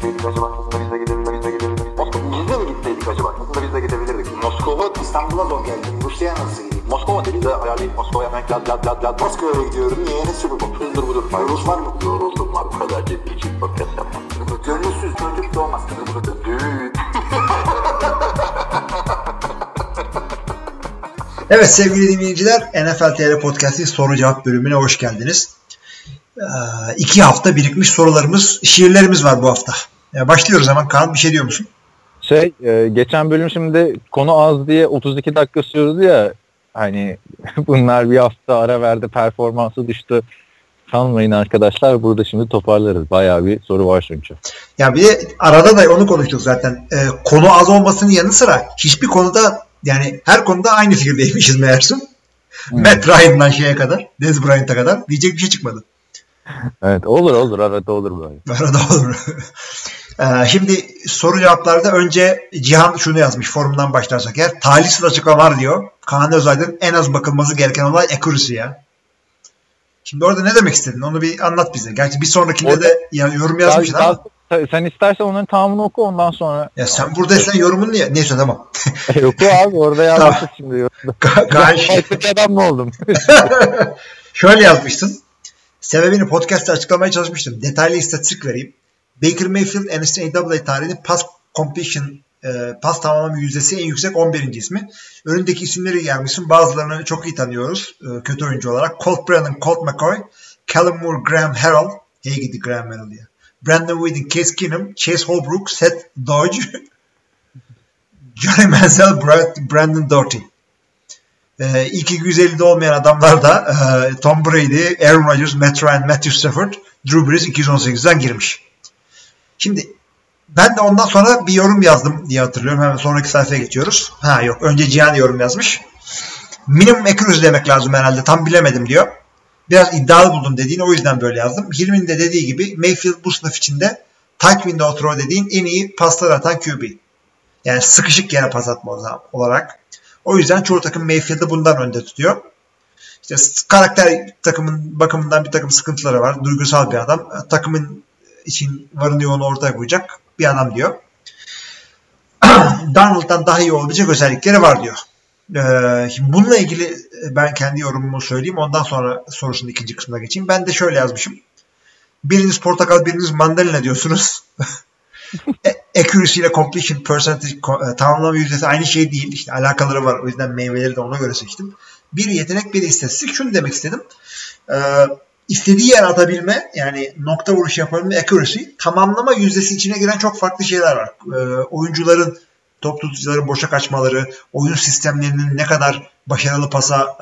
gitseydik acaba? Aslında biz de gidebilirdik. Biz de mi gitseydik acaba? Aslında biz de gidebilirdik. Moskova, İstanbul'a zor geldim. Rusya'ya nasıl gideyim? Moskova dedi de ayarlayıp Moskova'ya hemen lad. Moskova'ya gidiyorum. Niye? Ne sürü bu? Hızdır budur. Rus var mı? Yoruldum var. Bu kadar ciddi podcast yapmam. Gönülsüz çocuk doğmaz. Düğün. Evet sevgili dinleyiciler, NFL TR Podcast'in soru cevap bölümüne hoş geldiniz. 2 hafta birikmiş sorularımız, şiirlerimiz var bu hafta. Başlıyoruz hemen. Kaan, bir şey diyor musun? Geçen bölüm şimdi konu az diye 32 dakika sürdü ya, hani bunlar bir hafta ara verdi, performansı düştü. Sanmayın arkadaşlar, burada şimdi toparlarız. Bayağı bir soru var çünkü. Ya bir de arada da onu konuştuk zaten. Konu az olmasının yanı sıra hiçbir konuda, yani her konuda aynı fikirdeymişiz meğersem. Matt Ryan'dan şeye kadar, Dez Bryant'a kadar diyecek bir şey çıkmadı. Evet, olur arada olur böyle. Arada olur. Şimdi soru cevaplarda önce Cihan şunu yazmış, forumdan başlarsak eğer. Talihsiz açıklamalar diyor. Kaan Özaydın en az bakılması gereken olay accuracy ya. Şimdi orada ne demek istedin? Onu bir anlat bize. Gerçi bir sonrakinde orada, de yorum yazmışsın ama. Sen istersen onların tamamını oku, ondan sonra. Ya sen buradaysan yorumunu niye? Neyse tamam. Oku abi, orada yazmışsın şimdi. Adam mı oldum? Şöyle yazmışsın. Sebebini podcast'ta açıklamaya çalışmıştım. Detaylı istatistik vereyim. Baker Mayfield NCAA tarihinin pas tamamlama yüzdesi en yüksek 11. ismi. Önündeki isimleri yazmışsın. Bazılarını çok iyi tanıyoruz. Kötü oyuncu olarak. Colt Brennan, Colt McCoy, Callum Moore, Graham Harrell. Hey gidi Graham Harrell ya. Brandon Whedon, Case Keenum, Chase Holbrook, Seth Dodge, Johnny Manziel, Brandon Doherty. İlk 250'de olmayan adamlar da Tom Brady, Aaron Rodgers, Matt Ryan, Matthew Stafford, Drew Brees 218'den girmiş. Şimdi ben de ondan sonra bir yorum yazdım diye hatırlıyorum. Hemen sonraki sayfaya geçiyoruz. Önce Cihan yorum yazmış. Minimum accuracy demek lazım herhalde. Tam bilemedim diyor. Biraz iddialı buldum dediğini, o yüzden böyle yazdım. Hilmi'nin de dediği gibi Mayfield bu sınıf içinde tight window throw dediğin en iyi paslar atan QB. Yani sıkışık yere pas atma olarak. O yüzden çoğu takım Mayfield'ı bundan önde tutuyor. İşte karakter takımın bakımından bir takım sıkıntıları var. Duygusal bir adam. Takımın için varını yoğunu ortaya koyacak bir adam diyor. Darnold'dan daha iyi olabilecek özellikleri var diyor. Şimdi bununla ilgili ben kendi yorumumu söyleyeyim. Ondan sonra sorusunun ikinci kısmına geçeyim. Ben de şöyle yazmışım. Biriniz portakal, biriniz mandalina diyorsunuz. Accuracy ile completion percentage, tamamlama yüzdesi aynı şey değil. İşte alakaları var. O yüzden meyveleri de ona göre seçtim. Bir yetenek, bir istatistik. Şunu demek istedim. İstediği yere atabilme, yani nokta vuruş yapabilme, accuracy, tamamlama yüzdesi içine giren çok farklı şeyler var. Oyuncuların, top tutucuların boşa kaçmaları, oyun sistemlerinin ne kadar başarılı pasa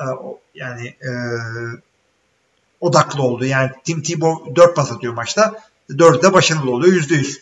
odaklı olduğu. Yani Tim Tebow 4 pas atıyor maçta. 4'ü de başarılı oluyor %100.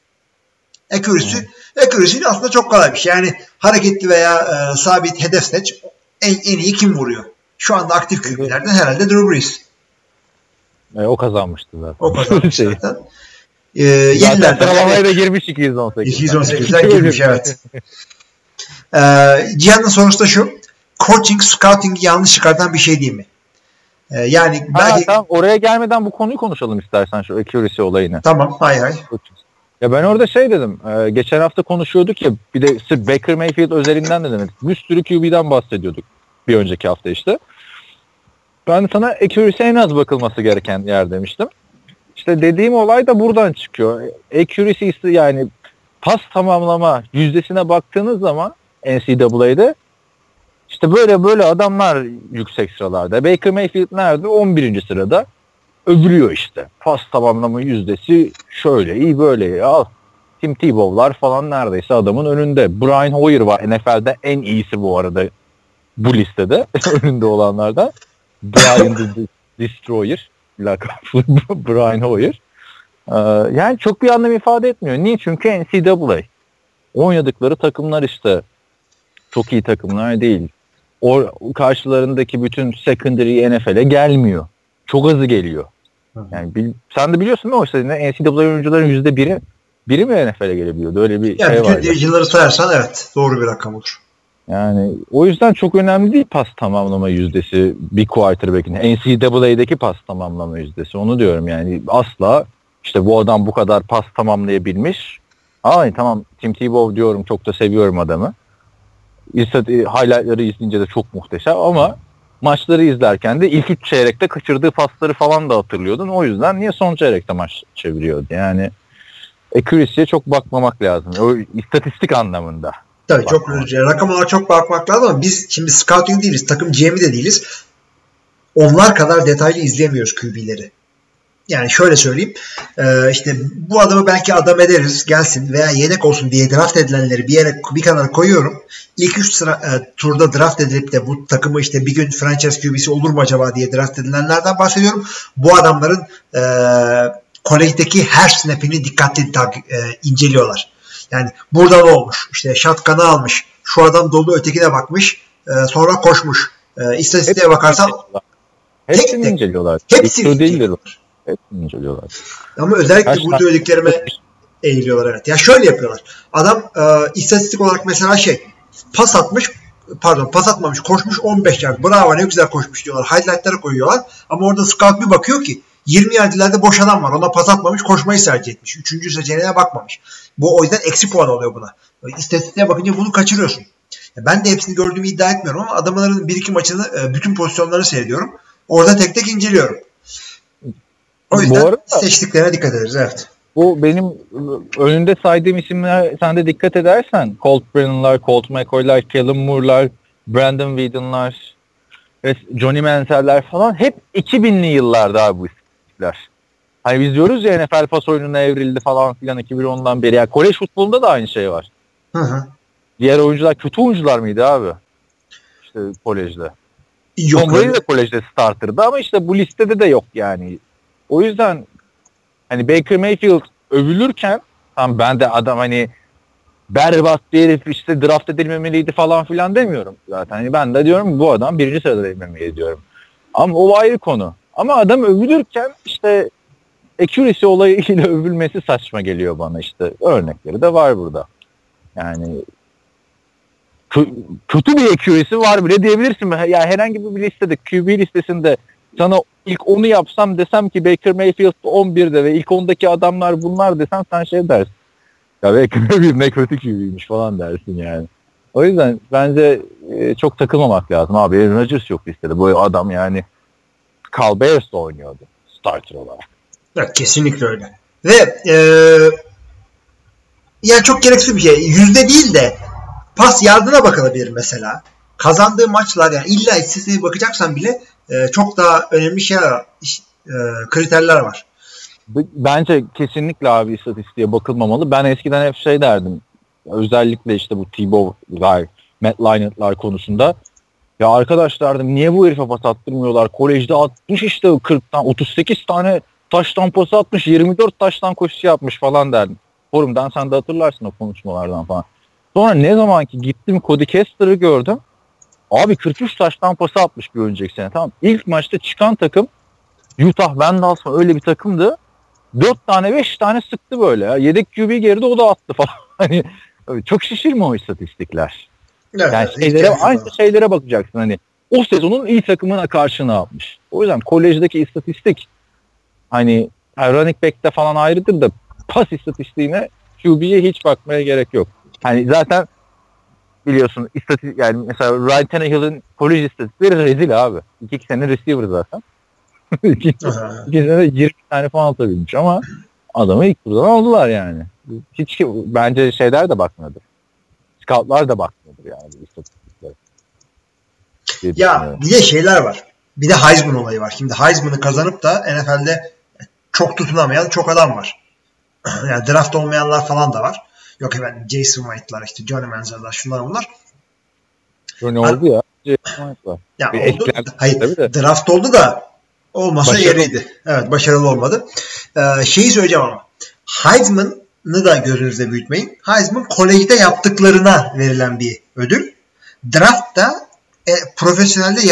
Accuracy aslında çok kolay bir şey. Yani hareketli veya sabit hedef seç. En iyi kim vuruyor? Şu anda aktif QB'lerden herhalde Drew Brees. O kazanmıştı zaten. O kazanmıştı zaten. Zaten sıralamaya da girmiş 218. 218'den girmiş evet. Cihan'ın sorusu da şu. Coaching, scouting'i yanlış çıkartan bir şey değil mi? Yani belki... Tamam, oraya gelmeden bu konuyu konuşalım istersen, şu accuracy olayını. Tamam, hay. Ya ben orada dedim, geçen hafta konuşuyorduk ya, bir de sırf Baker Mayfield özelinden de demedik. Bir sürü QB'den bahsediyorduk bir önceki hafta işte. Ben sana accuracy en az bakılması gereken yer demiştim. İşte dediğim olay da buradan çıkıyor. Accuracy, yani pas tamamlama yüzdesine baktığınız zaman NCAA'de işte böyle adamlar yüksek sıralarda. Baker Mayfield nerede? 11. sırada. Övülüyor işte. Pas tamamlama yüzdesi şöyle iyi, böyle iyi. Al. Tim Tebow'lar falan neredeyse adamın önünde. Brian Hoyer var. NFL'de en iyisi bu arada bu listede. Önünde olanlardan. Brian the Destroyer. Lakaplı Brian Hoyer. Yani çok bir anlam ifade etmiyor. Niye? Çünkü NCAA. Oynadıkları takımlar işte çok iyi takımlar değil. O karşılarındaki bütün secondary NFL'e gelmiyor. Çok azı geliyor. Yani sen de biliyorsun değil mi? Oysa NCAA oyuncuların %1'i mi NFL'e gelebiliyordu? Öyle bir yani şey var. Yani bütün division'ları sayarsan evet. Doğru bir rakam olur. Yani o yüzden çok önemli değil pas tamamlama yüzdesi bir quarterback'in. NCAA'deki pas tamamlama yüzdesi. Onu diyorum yani. Asla İşte bu adam bu kadar pas tamamlayabilmiş. Ay tamam, Tim Tebow diyorum, çok da seviyorum adamı. Highlight'ları izleyince de çok muhteşem ama maçları izlerken de ilk 3 çeyrekte kaçırdığı pasları falan da hatırlıyordun. O yüzden niye son çeyrekte maç çeviriyordu? Yani accuracy'ye çok bakmamak lazım. O istatistik anlamında. Tabii çok rakam olarak çok bakmak lazım ama biz şimdi scouting değiliz, takım GM'i de değiliz. Onlar kadar detaylı izleyemiyoruz QB'leri. Yani şöyle söyleyeyim, işte bu adamı belki adam ederiz, gelsin veya yedek olsun diye draft edilenleri bir kenara koyuyorum. İlk 3 turda draft edilip de bu takımı işte bir gün franchise QB'si olur mu acaba diye draft edilenlerden bahsediyorum. Bu adamların kolejdeki her snap'ini dikkatli inceliyorlar. Yani burada ne olmuş? İşte shotgun'ı almış. Şu adam dolu, ötekine bakmış. Sonra koşmuş. İstatistiğe bakarsan hepsini inceliyorlar. Hepsini inceliyorlar. Hepsini inceliyorlar. Ama özellikle bu söylediklerime eğiliyorlar. Evet. Ya şöyle yapıyorlar. Adam istatistik olarak mesela pas atmamış, koşmuş 15 yard. Bravo, ne güzel koşmuş diyorlar. Highlight'lara koyuyorlar. Ama orada scout bir bakıyor ki 20 yardilerde boş adam var. Ona pas atmamış, koşmayı tercih etmiş. 3. seçeneğe bakmamış. Bu o yüzden eksi puan oluyor buna. İstatistiğe bakınca bunu kaçırıyorsun. Ben de hepsini gördüğümü iddia etmiyorum ama adamların 1-2 maçını, bütün pozisyonlarını seyrediyorum. Orada tek tek inceliyorum. O yüzden seçtiklerine dikkat ederiz. Evet. Bu benim önünde saydığım isimler, sen de dikkat edersen, Colt Brennan'lar, Colt McCoy'lar, Kellen Moore'lar, Brandon Whedon'lar, Johnny Manziel'ler falan hep 2000'li yıllarda abi bu isimler. Hani biz diyoruz ya NFL pas oyununa evrildi falan filan 2010'dan beri. Yani kolej futbolunda da aynı şey var. Hı. Diğer oyuncular kötü oyuncular mıydı abi? İşte kolejde. Yok. Tom Brady de kolejde starter'dı ama işte bu listede de yok yani. O yüzden hani Baker Mayfield övülürken tam ben de adam hani berbat bir herif işte draft edilmemeliydi falan filan demiyorum zaten. Hani ben de diyorum bu adam 1. sırada edilmemeli diyorum. Ama o ayrı konu. Ama adam övülürken işte accuracy olayıyla övülmesi saçma geliyor bana işte. Örnekleri de var burada. Yani kötü bir accuracy var bile diyebilirsin. Yani herhangi bir listede, QB listesinde sana ilk 10'u yapsam desem ki Baker Mayfield 11'de ve ilk 10'daki adamlar bunlar desem sen şey dersin. Ya Baker Mayfield ne kötü QB'ymiş falan dersin yani. O yüzden bence çok takılmamak lazım abi. Aaron Rodgers yok listede. Bu adam yani Carl Bears'la oynuyordu starter olarak. Evet, kesinlikle öyle. Ve yani çok gereksiz bir şey. Yüzde değil de pas yardına bakılabilir mesela. Kazandığı maçlar, yani illa istatistiğe bakacaksan bile çok daha önemli kriterler var. Bence kesinlikle abi istatistiğe bakılmamalı. Ben eskiden hep şey derdim. Özellikle işte bu Tebow'lar, Matt Leinart'lar konusunda. Ya arkadaşlar dedim, niye bu herife pas attırmıyorlar? Kolejde atmış işte 40'tan 38 tane taştan pası atmış, 24 taştan koşusu yapmış falan derdim. Forumdan sen de hatırlarsın o konuşmalardan falan. Sonra ne zaman ki gittim Cody Kessler'ı gördüm. Abi 43 taştan pası atmış bir önceki sene. Tamam. İlk maçta çıkan takım Utah Vandals öyle bir takımdı. 4 tane 5 tane sıktı böyle ya. Yedek QB geride o da attı falan. Hani çok şişirme o istatistikler. Evet, yani aynı şeylere bakacaksın. Hani o sezonun iyi takımına karşı ne yapmış. O yüzden kolejdeki istatistik hani running back'te falan ayrıdır da pas istatistiğine QB'ye hiç bakmaya gerek yok. Hani zaten biliyorsun yani mesela Ryan Tannehill'in kolej istatistikleri rezil abi. 2 sene receiver zaten. 2 sene 20 tane falan atabilmiş ama adamı ilk turdan aldılar yani. Hiç bence şeyler de bakmıyordur. Scoutlar da bakmıyordur yani bu istatistiklere. Ya bir de şeyler var. Bir de Heisman olayı var. Şimdi Heisman'ı kazanıp da NFL'de çok tutunamayan çok adam var. Yani draft olmayanlar falan da var. Yok efendim Jason White'lar, işte Johnny Manziel'lar, şunlar bunlar. Ne oldu ya? Jason White'lar. Ya oldu. Hayır, draft oldu da olmasa başarılı yeriydi. Evet, başarılı olmadı. Şeyi söyleyeceğim ama Heisman'ı da gözünüzde büyütmeyin. Heisman kolejde yaptıklarına verilen bir ödül. Draftta profesyonelde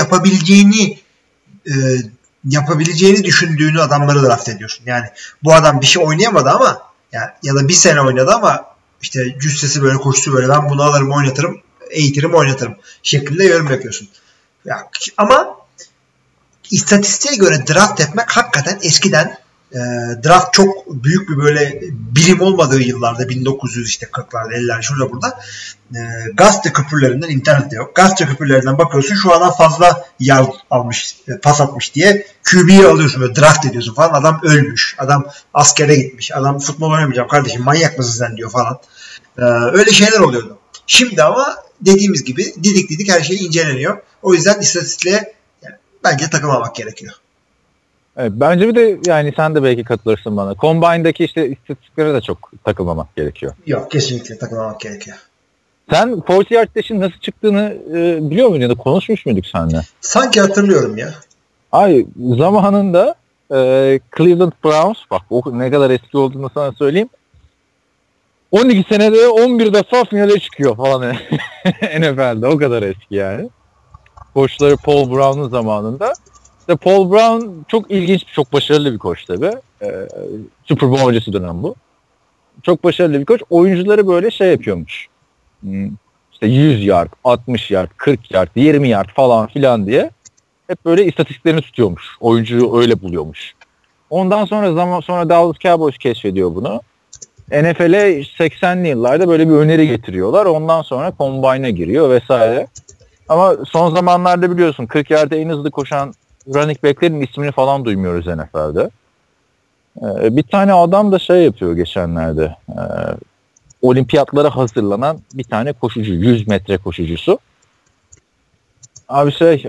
yapabileceğini düşündüğünü adamları draft ediyorsun. Yani bu adam bir şey oynayamadı ama ya da bir sene oynadı ama işte cüssesi böyle, koşusu böyle, ben bunu alırım oynatırım, eğitirim oynatırım şeklinde yorum yapıyorsun. Ya, ama istatistiğe göre draft etmek hakikaten eskiden draft çok büyük bir böyle bilim olmadığı yıllarda 1940'larda 50'ler şurada burada gazete küpürlerinden internette yok. Gazete küpürlerinden bakıyorsun şu adam fazla yard almış, pas atmış diye QB'yi alıyorsun böyle draft ediyorsun falan. Adam ölmüş. Adam askere gitmiş. Adam futbol oynamayacağım kardeşim manyak mısın sen diyor falan. Öyle şeyler oluyordu. Şimdi ama dediğimiz gibi didik her şey inceleniyor. O yüzden istatistikle bence takılmamak gerekiyor. Evet, bence bir de yani sen de belki katılırsın bana. Combine'daki işte istatistiklere de çok takılmamak gerekiyor. Yok kesinlikle takılmamak gerekiyor. Sen 40 yard dash'in nasıl çıktığını biliyor muydun ya da konuşmuş muyduk seninle? Sanki hatırlıyorum ya. Ay zamanında Cleveland Browns bak o ne kadar eski olduğunu sana söyleyeyim. 12 senede 11 defa finale çıkıyor falan NFL'de o kadar eski yani. Koçları Paul Brown'un zamanında. İşte Paul Brown çok ilginç, çok başarılı bir koç tabii. Super Bowl öncesi dönem bu. Çok başarılı bir koç. Oyuncuları böyle şey yapıyormuş. İşte 100 yard, 60 yard, 40 yard, 20 yard falan filan diye hep böyle istatistiklerini tutuyormuş. Oyuncuyu öyle buluyormuş. Ondan sonra Dallas Cowboys keşfediyor bunu. NFL'e 80'li yıllarda böyle bir öneri getiriyorlar. Ondan sonra Combine'a giriyor vesaire. Ama son zamanlarda biliyorsun 40 yardta en hızlı koşan running back'lerin ismini falan duymuyoruz NFL'de. Bir tane adam da şey yapıyor geçenlerde. Olimpiyatlara hazırlanan bir tane koşucu. 100 metre koşucusu. Abi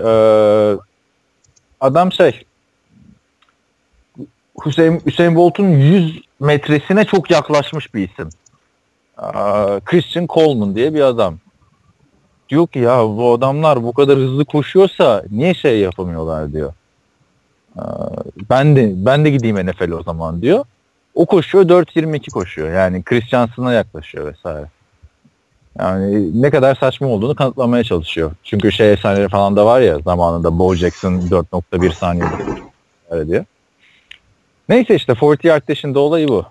adam Usain Bolt'un 100 metresine çok yaklaşmış bir isim. Christian Coleman diye bir adam. Diyor ki ya bu adamlar bu kadar hızlı koşuyorsa niye şey yapamıyorlar diyor. Ben de gideyim NFL'e o zaman diyor. O koşuyor 4.22 koşuyor. Yani Chris Johnson'a yaklaşıyor vesaire. Yani ne kadar saçma olduğunu kanıtlamaya çalışıyor. Çünkü efsaneleri falan da var ya zamanında Bo Jackson 4.1 saniyede öyle diyor. Neyse işte 40 yard dash'in de olayı bu.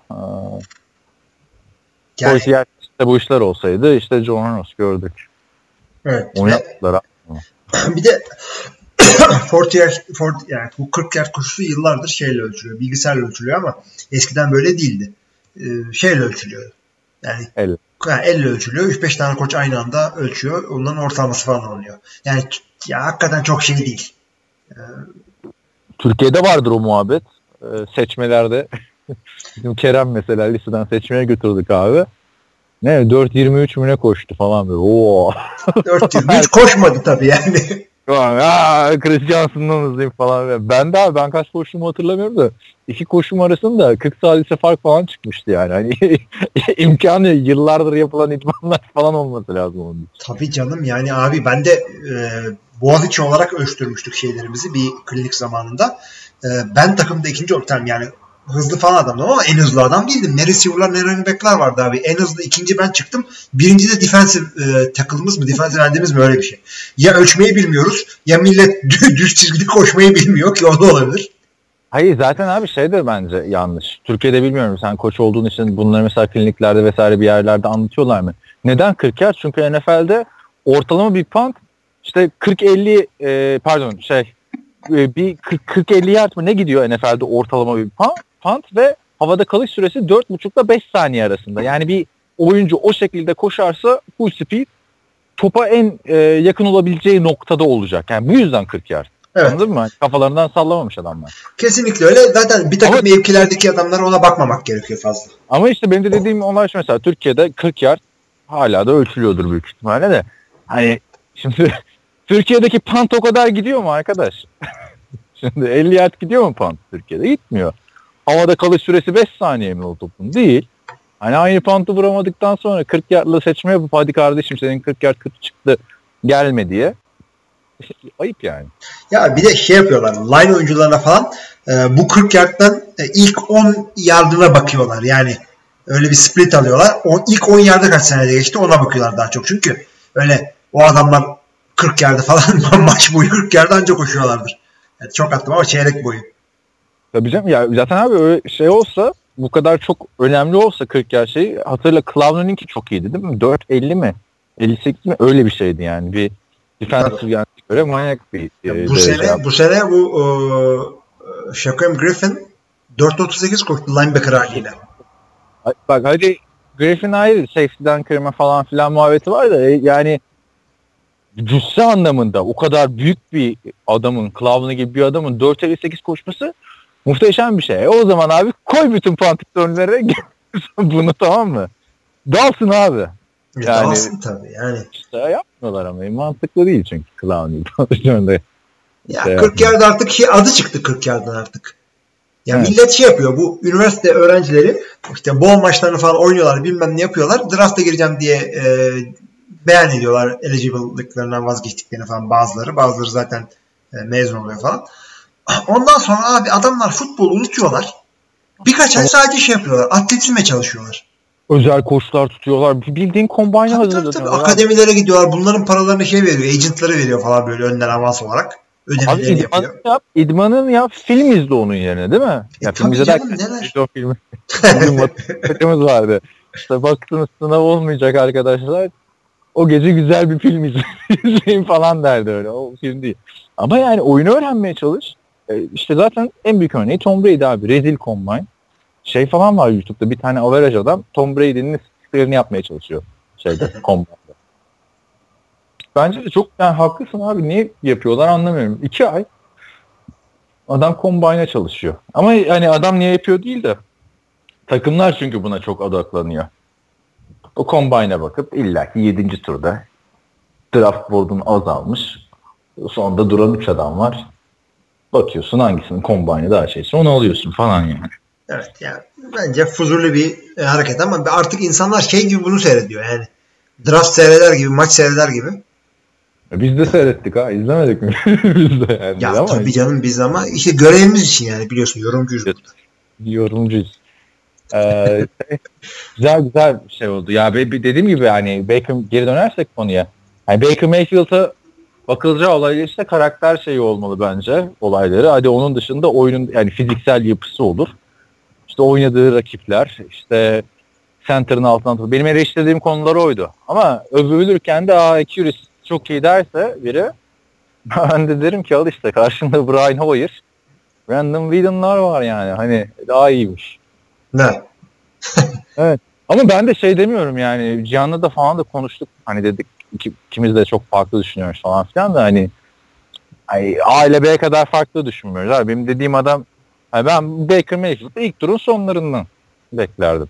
40 yard dash'te bu işler olsaydı işte John Ross gördük. Evet. Onu yaptılar. Bir de 40 yani bu 40 yard koşusu yıllardır şeyle ölçülüyor. Bilgisayarla ölçülüyor ama eskiden böyle değildi. Şeyle ölçülüyor. Yani elle ölçülüyor. 3-5 tane koç aynı anda ölçüyor. Onların ortalaması falan oluyor. Yani ya hakikaten çok şey değil. Türkiye'de vardır o muhabbet. Seçmelerde bizim Kerem mesela liseden seçmeye götürdük abi. Ne 4.23 mü ne koştu falan böyle. Oo. 4.23 koşmadı tabii yani. Chris Johnson'dan hızlıyım falan. Ben kaç koştuğumu hatırlamıyorum da 2 koşum arasında 40 salise fark falan çıkmıştı yani. Hani imkanı yıllardır yapılan idmanlar falan olması lazım onun için. Tabii canım yani abi ben de Boğaziçi olarak ölçtürmüştük şeylerimizi bir klinik zamanında. Ben takımda ikinci oldum yani hızlı falan adamdım ama en hızlı adam değildim. Ne receiver'lar ne running back'ler vardı abi. En hızlı ikinci ben çıktım. Birinci de defensive tackle'ımız mı? Defensive end'imiz mi? Öyle bir şey. Ya ölçmeyi bilmiyoruz ya millet düz çizgide koşmayı bilmiyor ki o da olabilir. Hayır zaten abi de bence yanlış. Türkiye'de bilmiyorum sen koç olduğun için bunları mesela kliniklerde vesaire bir yerlerde anlatıyorlar mı? Neden 40 yard? Çünkü NFL'de ortalama bir punt işte 40-50 bir 40-50 yard mı ne gidiyor NFL'de ortalama bir punt ve havada kalış süresi 4.5 ile 5 saniye arasında. Yani bir oyuncu o şekilde koşarsa full speed topa en yakın olabileceği noktada olacak. Yani bu yüzden 40 yard. Evet. Anladın mı? Kafalarından sallamamış adamlar. Kesinlikle öyle. Zaten bir takım mevkilerdeki adamlara ona bakmamak gerekiyor fazla. Ama işte benim de dediğim olay şu mesela Türkiye'de 40 yard hala da ölçülüyordur büyük ihtimalle de. Hani şimdi Türkiye'deki punt o kadar gidiyor mu arkadaş? Şimdi 50 yard gidiyor mu punt Türkiye'de? Gitmiyor. Havada kalış süresi 5 saniye mi o topun? Değil. Hani aynı punt'u vuramadıktan sonra 40 yardla seçme yapıp hadi kardeşim senin 40 yard kötü çıktı gelme diye. Ayıp yani. Ya bir de şey yapıyorlar. Line oyuncularına falan bu 40 yardtan ilk 10 yardına bakıyorlar. Yani öyle bir split alıyorlar. İlk 10 yarda kaç senede geçti ona bakıyorlar daha çok. Çünkü öyle o adamlar 40 yarda falan maç boyu 40 yarda ancak koşuyorlardır. Yani çok attım ama çeyrek boyu. Tabii canım ya zaten abi öyle şey olsa bu kadar çok önemli olsa 40 yard şeyi hatırla Clowney'ninki çok iyiydi değil mi? 4.50 mi? 58 mi? Öyle bir şeydi yani. Bir defensive yani göre manyak bir bu sene bu Shaquem Griffin 4.38 koştu linebacker haliyle. Bak hadi Griffin ayrı safety'den kırma falan filan muhabbeti var da yani cüsse anlamında o kadar büyük bir adamın, Clowney gibi bir adamın 4.58 koşması muhteşem bir şey. O zaman abi koy bütün pantitörlere bunu, tamam mı? Dalsın abi. Yani, dalsın tabii yani. İşte yapmıyorlar ama mantıklı değil çünkü Clowney pantitöründe. Ya 40 yard artık adı çıktı 40 yarddan artık. Ya evet. Millet yapıyor, bu üniversite öğrencileri işte bol maçlarını falan oynuyorlar, bilmem ne yapıyorlar. Draft'a gireceğim diye beyan ediyorlar eligible'lıklarından vazgeçtiklerini falan bazıları. Bazıları zaten mezun oluyor falan. Ondan sonra abi adamlar futbolu unutuyorlar. Birkaç ay sadece şey yapıyorlar. Atletizme çalışıyorlar. Özel koçlar tutuyorlar. Bildiğin kombayna hazırlıyorlar. Akademilere gidiyorlar. Bunların paralarını veriyor. Agentları veriyor falan böyle önden avans olarak. Ödemelerini yapıyor. İdmanın yap. Film izle onun yerine değil mi? Ya film izlerken video filmi. Bizim matematikimiz vardı. İşte baktınız sınav olmayacak arkadaşlar. O gece güzel bir film izleyin falan derdi öyle. O film değil. Ama yani oyunu öğrenmeye çalış. İşte zaten en büyük örneği Tom Brady abi. Rezil Combine. Şey falan var YouTube'da, bir tane average adam Tom Brady'nin istatistiklerini yapmaya çalışıyor Combine'da. Bence de çok yani haklısın abi. Niye yapıyorlar anlamıyorum. 2 ay adam Combine'a çalışıyor. Ama yani adam niye yapıyor değil de takımlar çünkü buna çok odaklanıyor. O Combine'a bakıp illaki 7. turda draft board'un azalmış. Sonunda duran 3 adam var. Bakıyorsun hangisinin Combine'ı daha şeyse onu alıyorsun falan yani. Evet yani bence fuzurlu bir hareket ama artık insanlar gibi bunu seyrediyor yani. Draft seyreder gibi, maç seyreder gibi. Biz de seyrettik ha, izlemedik mi? Biz de yani. Ya tabii canım biz ama işte görevimiz için yani biliyorsun yorumcuyuz burada. Yorumcuyuz. Güzel bir şey oldu. Ya dediğim gibi hani Baker geri dönersek konuya. Yani Baker Mayfield'a bakılacağı olaylar işte karakter şeyi olmalı bence olayları. Hadi onun dışında oyunun yani fiziksel yapısı olur. İşte oynadığı rakipler, işte center'ın altından benim eleştirdiğim konular oydu. Ama övülürken de accuracy çok iyi derse biri ben de derim ki al işte karşında Brian Hoyer, Brandon Whedon'lar var yani hani daha iyiymiş. Ne? Evet. Ama ben de demiyorum yani Cihan'la da falan da konuştuk. Hani dedik ikimiz de çok farklı düşünüyoruz falan filan da hani A ile B'ye kadar farklı düşünmüyoruz. Abi benim dediğim adam ben Baker Mayfield'ı ilk turun sonlarından beklerdim.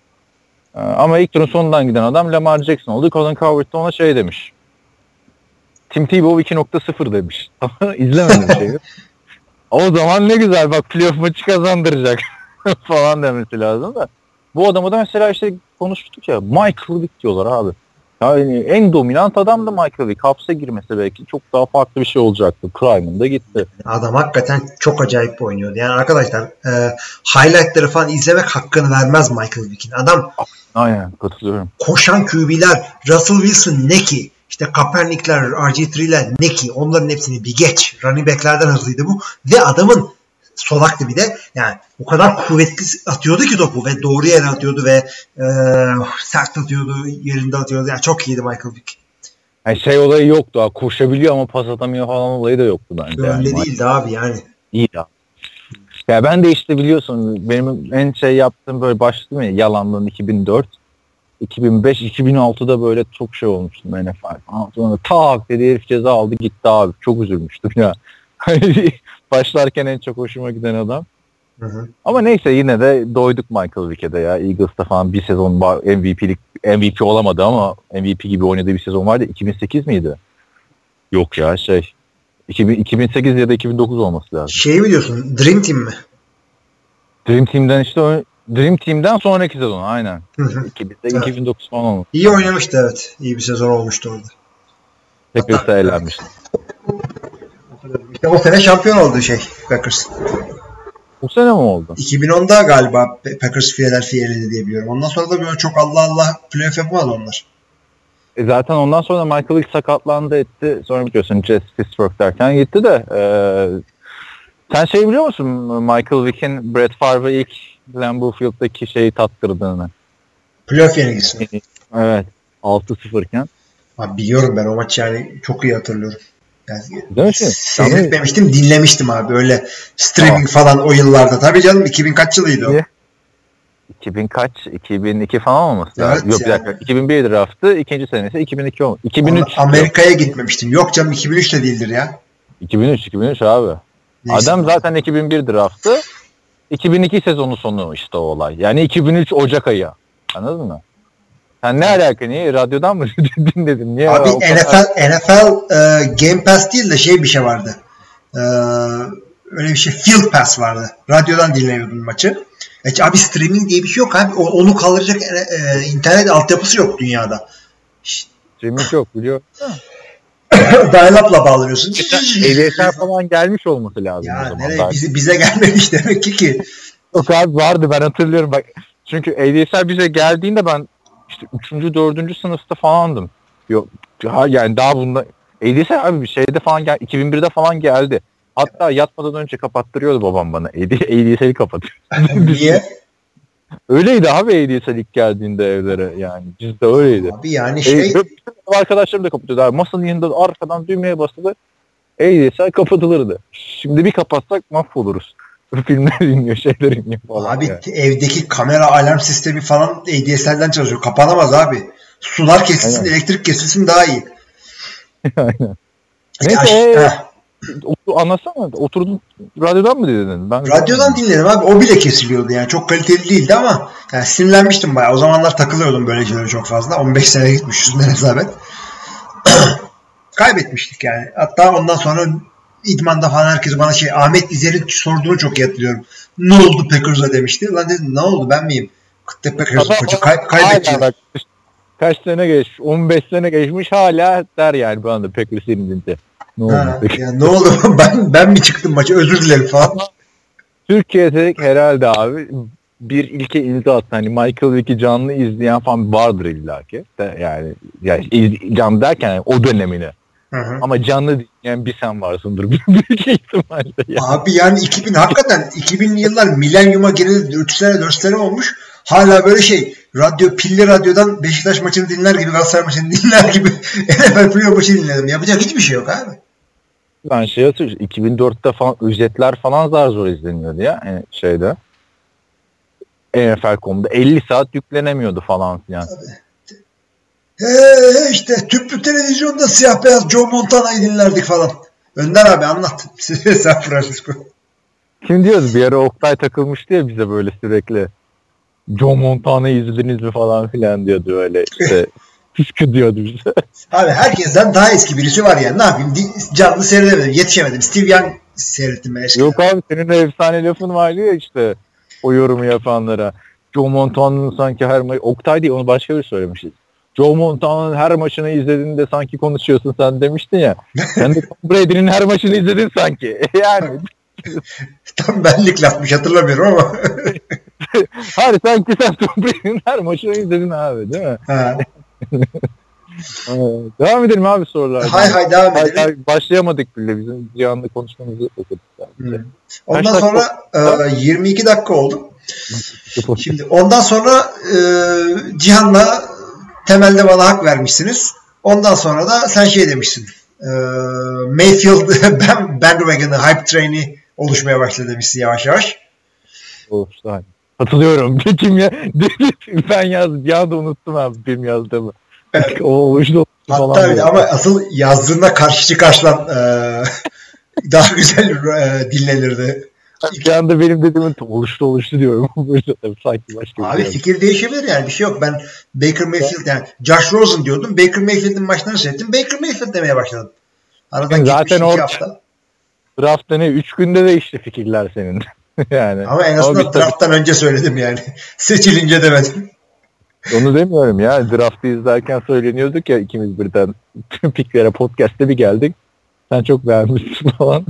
Ama ilk turun sonundan giden adam Lamar Jackson oldu. Colin Cowherd de ona demiş. Tim Tebow 2.0 demiş. İzlemedim şeyi. O zaman ne güzel bak playoff maçı kazandıracak falan demesi lazım da. Bu adamı da mesela işte konuştuk ya Michael Vick diyorlar abi. Yani en dominant adam da Michael Vick. Hapse girmese belki çok daha farklı bir şey olacaktı. Prime'ında gitti. Adam hakikaten çok acayip oynuyordu. Yani arkadaşlar highlightları falan izlemek hakkını vermez Michael Vick'in. Adam aynen katılıyorum. Koşan QB'ler, Russell Wilson ne ki? İşte Kaepernick'ler, RG3'ler ne ki? Onların hepsini bir geç. Running back'lerden hızlıydı bu. Ve adamın solaktı bir de. Yani o kadar kuvvetli atıyordu ki topu ve doğru yere atıyordu ve sert atıyordu, yerinde atıyordu. Yani çok iyiydi Michael Vick. Yani olayı yoktu. Koşabiliyor ama pas atamıyor falan olayı da yoktu bence. Öyle yani. Değildi abi yani. İyi ya. Ya ben de işte biliyorsun benim en yaptığım böyle başladım ya yalanlığın 2004. 2005, 2006'da böyle çok olmuştu NFL. Sonra tak dedi herif ceza aldı gitti abi. Çok üzülmüştüm ya. Başlarken en çok hoşuma giden adam. Hı. Ama neyse yine de doyduk Michael Vick'e de ya. Eagles'ta falan bir sezon var. MVP olamadı ama MVP gibi oynadığı bir sezon vardı. 2008 miydi? Yok ya 2008 ya da 2009 olması lazım. Biliyorsun Dream Team mi? Dream Team'den sonraki sezon aynen. 2009 falan olmuş. İyi oynamıştı evet. İyi bir sezon olmuştu orada. Packers'a eğlenmişti. İşte o sene şampiyon oldu Packers. O sene mi oldu? 2010'da galiba Packers Philadelphia'yı eledi diye biliyorum. Ondan sonra da böyle çok Allah playoff yapamadı onlar. Zaten ondan sonra Michael Vick sakatlandı etti. Sonra biliyorsun Jets Pittsburgh derken gitti de sen biliyor musun Michael Vick'in Brett Favre'a ilk Lambeau Field'daki tattırdığını? Playoff yenilgisini. Evet. 6-0 iken. Abi biliyorum ben o maçı yani çok iyi hatırlıyorum. Değil mi şimdi? Seyretmemiştim, dinlemiştim abi. Öyle streaming falan o yıllarda. Tabii canım 2000 kaç yılıydı o? 2000 kaç? 2002 falan olması lazım. Evet Yok bir dakika. 2001 draftı. İkinci senesi 2002 oldu. 2003. Amerika'ya gitmemiştim. Yok canım 2003 de değildir ya. 2003 abi. Neyse. Adam zaten 2001 draftı. 2002 sezonu sonu işte o olay. Yani 2003 Ocak ayı. Anladın mı? Sen ne alaka? Niye? Radyodan mı dinledin? Niye? Abi NFL Game Pass değil de bir şey vardı. Öyle bir şey. Field Pass vardı. Radyodan dinliyordum maçı. Abi streaming diye bir şey yok abi. Onu kaldıracak internet altyapısı yok dünyada. Streaming yok biliyor. Dial-up'la bağlanıyorsun. ADSL falan gelmiş olması lazım. Ya nereye bize gelmemiş demek ki. Yok abi vardı ben hatırlıyorum bak. Çünkü ADSL bize geldiğinde ben işte 3. 4. sınıfta falandım. Yok yani daha bunda ADSL abi bir şeyde falan 2001'de falan geldi. Hatta yatmadan önce kapattırıyordu babam bana. ADSL'i kapatıyor. Niye? Öyleydi abi ADSL ilk geldiğinde evlere yani. Bizde öyleydi. Abi yani arkadaşlarım da kapatıyordu abi. Masanın yanında arkadan düğmeye basılı ADSL kapatılırdı. Şimdi bir kapatsak mahvoluruz. Filmler iniyor, şeyler iniyor falan. Abi yani. Evdeki kamera alarm sistemi falan ADSL'den çalışıyor. Kapanamaz abi. Sular kesilsin, aynen. Elektrik kesilsin daha iyi. Aynen. Neyse anlatsana. Oturdun radyodan mı dinledin? Ben radyodan dinledim abi. O bile kesiliyordu yani. Çok kaliteli değildi ama yani sinirlenmiştim bayağı. O zamanlar takılıyordum böyle şeylere çok fazla. 15 sene gitmiş yüzünden hesabet. Kaybetmiştik yani. Hatta ondan sonra İdman'da falan herkes bana Ahmet İzer'in sorduğunu çok iyi hatırlıyorum. Ne oldu Packers'a demişti. Lan dedim ne oldu ben miyim? Kıtte Packers'ın koçu kaybedeceğiz. Kaç sene geçmiş? 15 sene geçmiş hala der yani bana da Packers yenildi. Ne oldu peki? Ya ne oldu? ben mi çıktım maçı? Özür dilerim falan. Türkiye'de herhalde abi bir ilke imza attı. Hani Michael Vick'i canlı izleyen falan vardır illaki. Yani canlı derken yani o dönemini. Hı-hı. Ama canlı dinleyen bir sen varsındır büyük ihtimalle. Yani. Abi yani hakikaten 2000'li yıllar milenyuma girdi 3 sene 4 sene olmuş. Hala böyle pilli radyodan Beşiktaş maçını dinler gibi Galatasaray maçını dinler gibi NFL playoff maçını dinledim. Yapacak hiçbir şey yok abi. Ben hatırlıyorum 2004'te falan özetler falan zor izleniyordu ya yani NFL.com'da 50 saat yüklenemiyordu falan filan. İşte tüplü televizyonda siyah beyaz Joe Montana'yı dinlerdik falan. Önder abi anlat. San Francisco. Kim diyordu? Bir ara Oktay takılmıştı ya bize böyle sürekli. Joe Montana'yı izlediniz mi falan filan diyordu öyle işte. Püskü diyordu bize. Abi herkesten daha eski birisi var ya. Ne yapayım? Canlı seyredemedim. Yetişemedim. Steve Young seyrettim ben eskiden. Yok abi senin efsane lafın vardı ya işte. O yorumu yapanlara. Joe Montana'nın sanki her maçı. Oktay değil onu başka bir söylemişti. Joe Montana'nın her maçını izlediğinde sanki konuşuyorsun sen demiştin ya. Sen de Tom Brady'nin her maçını izledin sanki. Yani. Tam benlik lafmış hatırlamıyorum ama. Hayır sanki sen Tom Brady'nin her maçını izledin abi değil mi? Ha. Devam edelim abi sorular. Hay devam edelim. Başlayamadık bile bizim canlı konuşmamızı okuduk. Ondan sonra 22 dakika oldu. Şimdi ondan sonra Cihan'la temelde bana hak vermişsiniz. Ondan sonra da sen demişsin. Mayfield bandwagon'ı, hype train'i oluşmaya başladı demişsin yavaş yavaş. Oluştu. Hatırlıyorum. Kim ya? Ben yazdım. Bir anda unuttum abi benim yazdığımı. Evet. O oluştu. Hatta ama asıl yazdığında karşı karşılan daha güzel dinlenirdi. Bir anda benim dediğim oluştu diyorum. Sanki başka abi fikir değişebilir yani bir şey yok. Ben Baker Mayfield yani Josh Rosen diyordum. Baker Mayfield'in maçlarını seyrettim. Baker Mayfield demeye başladım. Aradan zaten orada draftta 3 günde değişti fikirler senin. Yani. Ama en azından drafttan önce söyledim yani. Seçilince demedim. Onu demiyorum ya. Draft'ı izlerken söyleniyorduk ya ikimiz birden piklere podcast'te bir geldik. Sen çok beğenmişsin falan.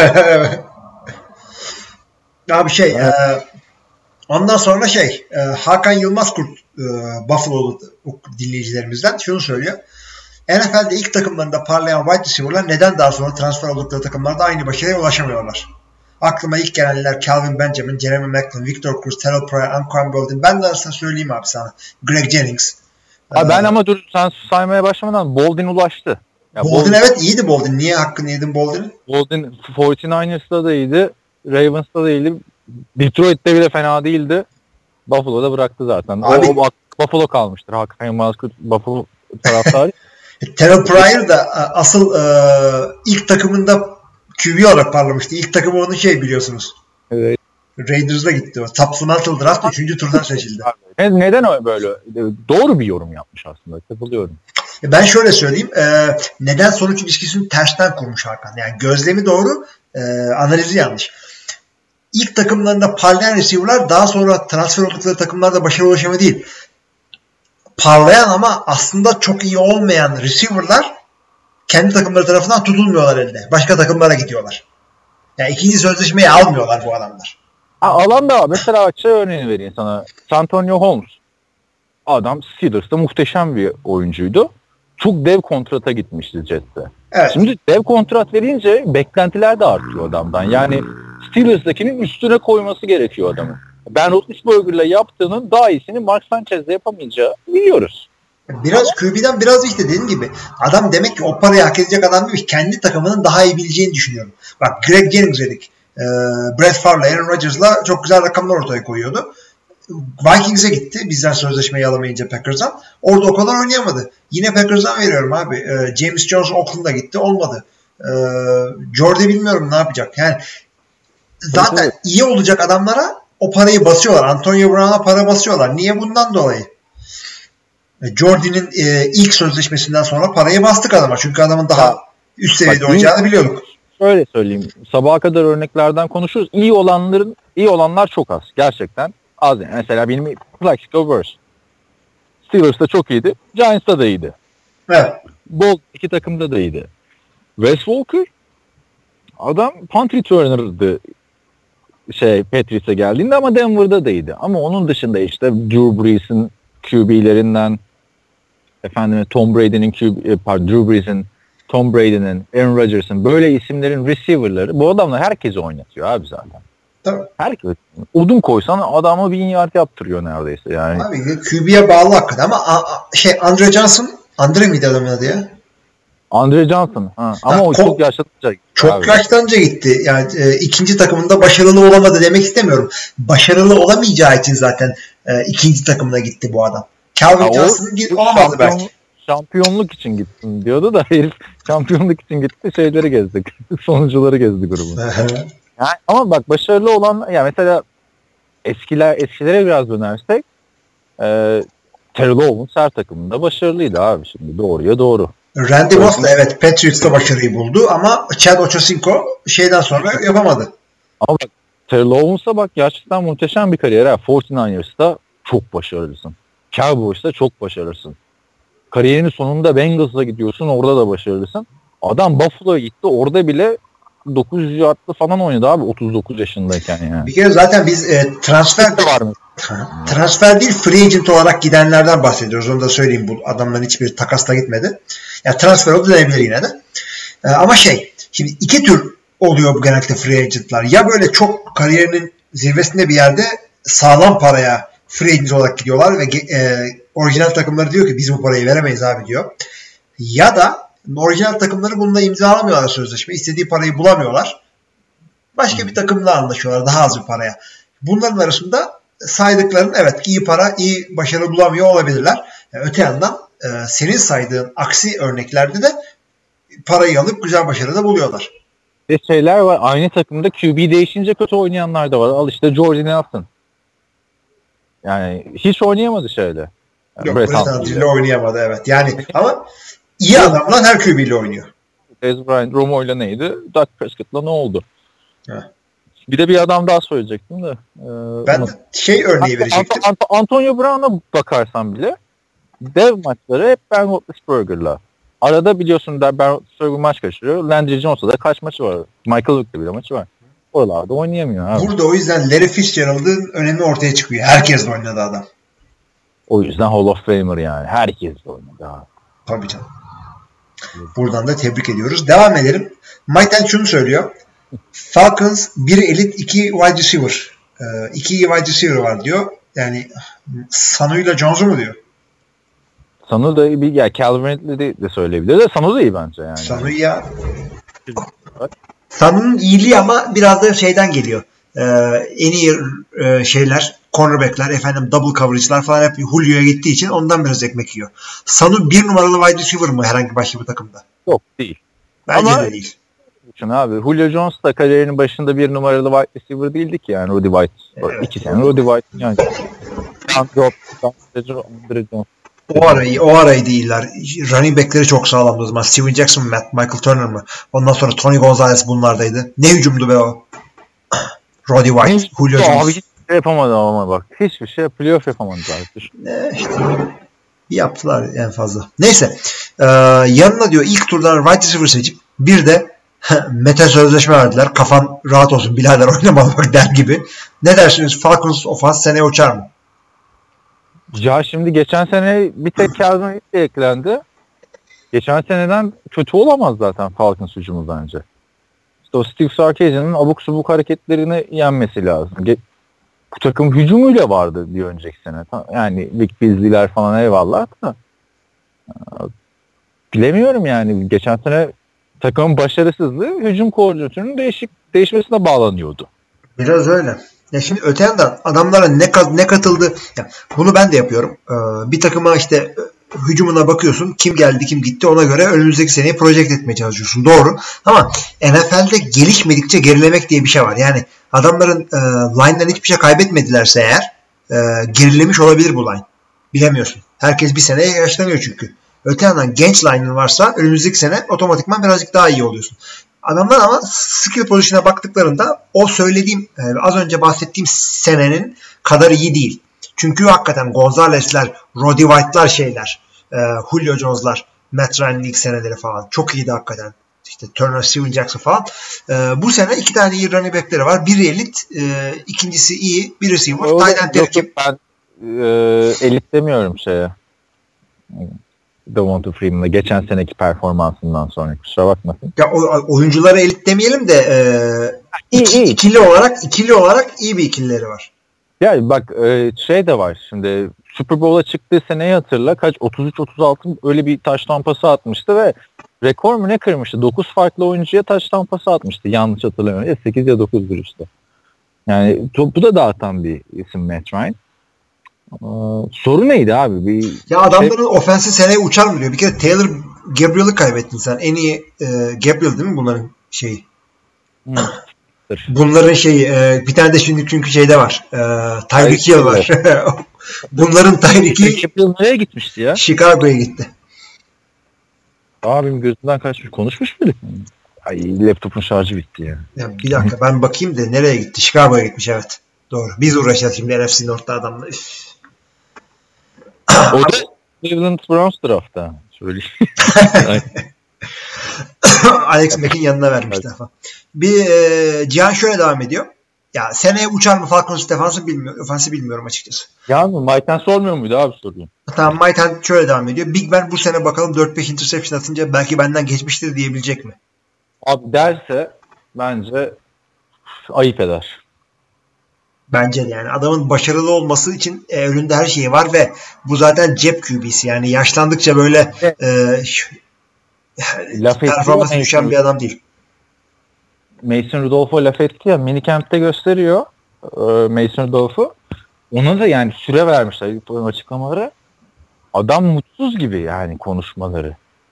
Abi ondan sonra Hakan Yılmazkurt Buffalo'lu dinleyicilerimizden şunu söylüyor. NFL'de ilk takımlarında parlayan wide receiver'lar neden daha sonra transfer oldukları takımlarda aynı başarıya ulaşamıyorlar? Aklıma ilk gelenler Calvin Benjamin, Jeremy Maclin, Victor Cruz, Terrell Pryor, Anquan Boldin. Ben de arasında söyleyeyim abi sana. Greg Jennings. Ben ama dur sen saymaya başlamadan Boldin ulaştı. Ya Bolden evet iyiydi Bolden. Niye hakkını yedin Bolden'in? Bolden 49ers'ta da iyiydi. Ravens'ta da iyiydi. Detroit'te bile fena değildi. Buffalo'da bıraktı zaten. Abi, o Buffalo kalmıştır. Hakan Buffalo taraftarı. Terrell Pryor da asıl ilk takımında QB olarak parlamıştı. İlk takımı onun biliyorsunuz. Evet. Raiders'la gitti o. Supplemental draft 3. turdan seçildi. Neden öyle böyle? Doğru bir yorum yapmış aslında. Katılıyorum. Ben şöyle söyleyeyim. Neden sonuç ilişkisini tersten kurmuş Hakan. Yani gözlemi doğru, analizi yanlış. İlk takımlarında parlayan receiver'lar daha sonra transfer oldukları takımlarda başarılı ulaşımı değil. Parlayan ama aslında çok iyi olmayan receiver'lar kendi takımları tarafından tutulmuyorlar elde. Başka takımlara gidiyorlar. Yani ikinci sözleşmeyi almıyorlar bu adamlar. Alan da mesela örneğini vereyim sana. Santonio Holmes. Adam Steelers'ta muhteşem bir oyuncuydu. Çok dev kontrata gitmişti Jets'te. Evet. Şimdi dev kontrat verince beklentiler de artıyor adamdan. Yani Steelers'dakinin üstüne koyması gerekiyor adamın. Ben Roethlisberger'la yaptığının daha iyisini Mark Sanchez'le yapamayacağı biliyoruz. Biraz QB'den biraz işte dediğim gibi adam demek ki o parayı hak edecek adam değil. Kendi takımının daha iyi bileceğini düşünüyorum. Bak Greg Jennings dedik. Brett Favre'la Aaron Rodgers'la çok güzel rakamlar ortaya koyuyordu. Vikings'e gitti. Bizden sözleşmeyi alamayınca Packers'dan. Orada o kadar oynayamadı. Yine Packers'dan veriyorum abi. James Jones Oakland'a gitti. Olmadı. Jordan bilmiyorum ne yapacak. Yani zaten iyi olacak adamlara o parayı basıyorlar. Antonio Brown'a para basıyorlar. Niye? Bundan dolayı. Jordan'in ilk sözleşmesinden sonra parayı bastık adama. Çünkü adamın daha üst seviyede oynayacağını biliyorduk. Şöyle söyleyeyim. Sabaha kadar örneklerden konuşuruz. İyi olanlar çok az. Gerçekten az. Yani. Mesela benim Plaxico Burress. Steelers'ta çok iyiydi. Giants'ta da iyiydi. Evet. Bolt iki takımda da iyiydi. Wes Walker adam punt returner'dı Patriots'e geldiğinde ama Denver'da da iyiydi. Ama onun dışında işte Drew Brees'in QB'lerinden Tom Brady'nin Drew Brees'in, Tom Brady'nin, Aaron Rodgers'ın böyle isimlerin receiver'ları bu adamlar herkesi oynatıyor abi zaten. Tabii. Herkes. Odun koysan adama 1000 yard yaptırıyor neredeyse yani. Abi QB'ye bağlı hakikaten ama Andre Johnson, Andre miydi adamın adı ya? Andre Johnson. Ama o çok yaşlanınca gitti. Çok yaşlanınca gitti. Yani ikinci takımında başarılı olamadı demek istemiyorum. Başarılı olamayacağı için zaten ikinci takımına gitti bu adam. Calvin Johnson olamazdı belki. Şampiyonluk için gitsin diyordu da herif şampiyonluk için gitti şeyleri gezdik. Sonucuları gezdi grubun. Yani, ama bak başarılı olan ya mesela eskilere biraz dönersek Terrell Owens her takımında başarılıydı abi şimdi doğruya doğru. Randy Moss da evet Patriots'ta başarıyı buldu ama Chad Ochocinco şeyden sonra yapamadı. Ama bak Terrell Owens'a bak gerçekten muhteşem bir kariyer. 49ers'ta çok başarılısın. Cowboys'ta çok başarılısın. Kariyerinin sonunda Bengals'a gidiyorsun orada da başarılısın. Adam Buffalo'ya gitti orada bile 900 yardlı falan oynadı abi 39 yaşındayken yani. Bir kere zaten biz transfer var mı? Transfer değil free agent olarak gidenlerden bahsediyoruz. Onu da söyleyeyim. Bu adamların hiçbir takasla gitmedi. Yani transfer oldu denebilir yine de. Ama şimdi iki tür oluyor bu genellikle free agentlar. Ya böyle çok kariyerinin zirvesinde bir yerde sağlam paraya free agent olarak gidiyorlar ve orijinal takımları diyor ki biz bu parayı veremeyiz abi diyor. Ya da orijinal takımları bununla imzalamıyorlar sözleşme. İstediği parayı bulamıyorlar. Başka bir takımla anlaşıyorlar daha az bir paraya. Bunların arasında saydıkların evet iyi para, iyi başarı bulamıyor olabilirler. Öte yandan senin saydığın aksi örneklerde de parayı alıp güzel başarı da buluyorlar. Şeyler var. Aynı takımda QB değişince kötü oynayanlar da var. Al işte Jordan Nelson. Yani hiç oynayamadı şeyle. Yok Brett Hundley'le oynayamadı evet. Yani ama iyi adamlar her QB'yle oynuyor. Dez Bryant, Romo'yla neydi? Dak Prescott'la ne oldu? Heh. Bir de bir adam daha söyleyecektim de. Ben örneği verecektim. Antonio Brown'a bakarsan bile dev maçları hep Ben Roethlisberger'la. Arada biliyorsun Ben Roethlisberger maç kaçırıyor. Landry Jones'da da kaç maçı var? Michael Vick'te bile maçı var. Oralarda oynayamıyor abi. Burada o yüzden Larry Fitzgerald'ın önemi ortaya çıkıyor. Herkes oynadı adam. O yüzden Hall of Famer yani. Herkes oynadı abi. Tabii canım. Buradan da tebrik ediyoruz. Devam edelim. Mike şunu söylüyor. Falcons bir elit 2 wide receiver. 2 wide receiver var diyor. Yani Sanu'yla Jones'u mu diyor? Sanu da iyi bir, ya Calvin Ridley de söyleyebilir de Sanu da iyi bence yani. Sanu ya. Sanu'nun iyiliği ama biraz da şeyden geliyor. En iyi şeyler, cornerback'ler, efendim double coverage'lar falan hep Julio'ya gittiği için ondan biraz ekmek yiyor. Sanu bir numaralı wide receiver mı herhangi başka bir takımda? Yok değil. Bence ama de değil. Düşün abi. Julio Jones da kariyerinin başında bir numaralı wide receiver değildi ki yani Rudy White. Evet. 2 sene Rudy White yani. Andre Jones. O arayı değiller. Running back'leri çok sağlamdı o zaman. Steven Jackson mı? Michael Turner mı? Ondan sonra Tony Gonzalez bunlardaydı. Ne hücumdu be o? Roddy White, Julio Jones. Abi hiçbir şey yapamadı ama bak. Hiçbir şey playoff yapamadılar. İşte yaptılar en fazla. Neyse. Yanına diyor ilk turdan wide receiver seçip bir de metal sözleşme verdiler. Kafan rahat olsun birader oynamalı bak der gibi. Ne dersiniz? Falcons ofans seneye uçar mı? Ya şimdi geçen sene bir tek Calvin Ridley eklendi. Geçen seneden kötü olamaz zaten Falcons hücumu bence. İşte o Steve Sarkisian'ın abuk subuk hareketlerini yenmesi lazım. Bu takım hücumuyla vardı bir önceki sene. Yani Vic Beasley'ler falan eyvallah da. Bilemiyorum yani. Geçen sene takımın başarısızlığı hücum koordinatörünün değişmesine bağlanıyordu. Biraz öyle. Ya şimdi öte yandan adamlara ne katıldı. Ya bunu ben de yapıyorum. Bir takıma işte hücumuna bakıyorsun. Kim geldi kim gitti ona göre önümüzdeki seneyi project etmeye çalışıyorsun. Doğru. Ama NFL'de gelişmedikçe gerilemek diye bir şey var. Yani adamların line'dan hiçbir şey kaybetmedilerse eğer gerilemiş olabilir bu line. Bilemiyorsun. Herkes bir seneye yaşlanıyor çünkü. Öte yandan genç line'ın varsa önümüzdeki sene otomatikman birazcık daha iyi oluyorsun. Adamlar ama skill pozisyona baktıklarında o söylediğim az önce bahsettiğim senenin kadar iyi değil. Çünkü hakikaten Gonzalez'ler, Roddy White'lar şeyler, Julio Jones'lar, Matt Ryan'ın ilk seneleri falan çok iyiydi hakikaten. İşte Turner, Steven Jackson falan. Bu sene 2 tane iyi running back'leri var. Biri elit, ikincisi iyi, bir receiver. Yok ben elit demiyorum şeye. Devonta Freeman'la geçen seneki performansından sonra kusura bakmasın. Ya oyunculara elit demeyelim de ikili olarak iyi bir ikilileri var. Ya bak şey de var şimdi Super Bowl'a çıktığı seneyi hatırla kaç 33-36 öyle bir taş tampası atmıştı ve rekor mu ne kırmıştı? 9 farklı oyuncuya taş tampası atmıştı yanlış hatırlamıyorum. Ya 8 ya 9'dur işte. Yani bu da dağıtan bir isim Matt Ryan. Soru neydi abi? Ya adamların ofensi seneye uçar mı diyor. Bir kere Taylor Gabriel'ı kaybettin sen. En iyi Gabriel değil mi bunların şeyi? Bunların şeyi bir tane de şimdi çünkü şeyde var. Tyreek Hill var. Bunların Tyreek'i Gabriel nereye gitmişti ya? Chicago'ya gitti. Abim gözünden kaçmış. Konuşmuş muydu? Ay laptopun şarjı bitti ya. Ya bir dakika ben bakayım da nereye gitti? Chicago'ya gitmiş evet. Doğru. Biz uğraşacağız şimdi NFC North'ta adamla. O da Cleveland Browns draftta. Söyleyeyim. Alex Mack'in yanına vermiş defa. Bir Cihan şöyle devam ediyor. Ya seneye uçar mı Falcons ofansı bilmiyorum açıkçası. Yani Mike'den sormuyor muydu abi soruyu? Tamam Mike'den şöyle devam ediyor. Big Ben bu sene bakalım 4-5 interception atınca belki benden geçmiştir diyebilecek mi? Abi derse bence ayıp eder. Bence de yani adamın başarılı olması için önünde her şeyi var ve bu zaten cep QB'si yani yaşlandıkça böyle performansı düşen bir adam değil. Mason Rudolph'a laf etti ya minicamp'te gösteriyor Mason Rudolph'u. Ona da yani süre vermişler açıklamaları. Adam mutsuz gibi yani konuşmaları.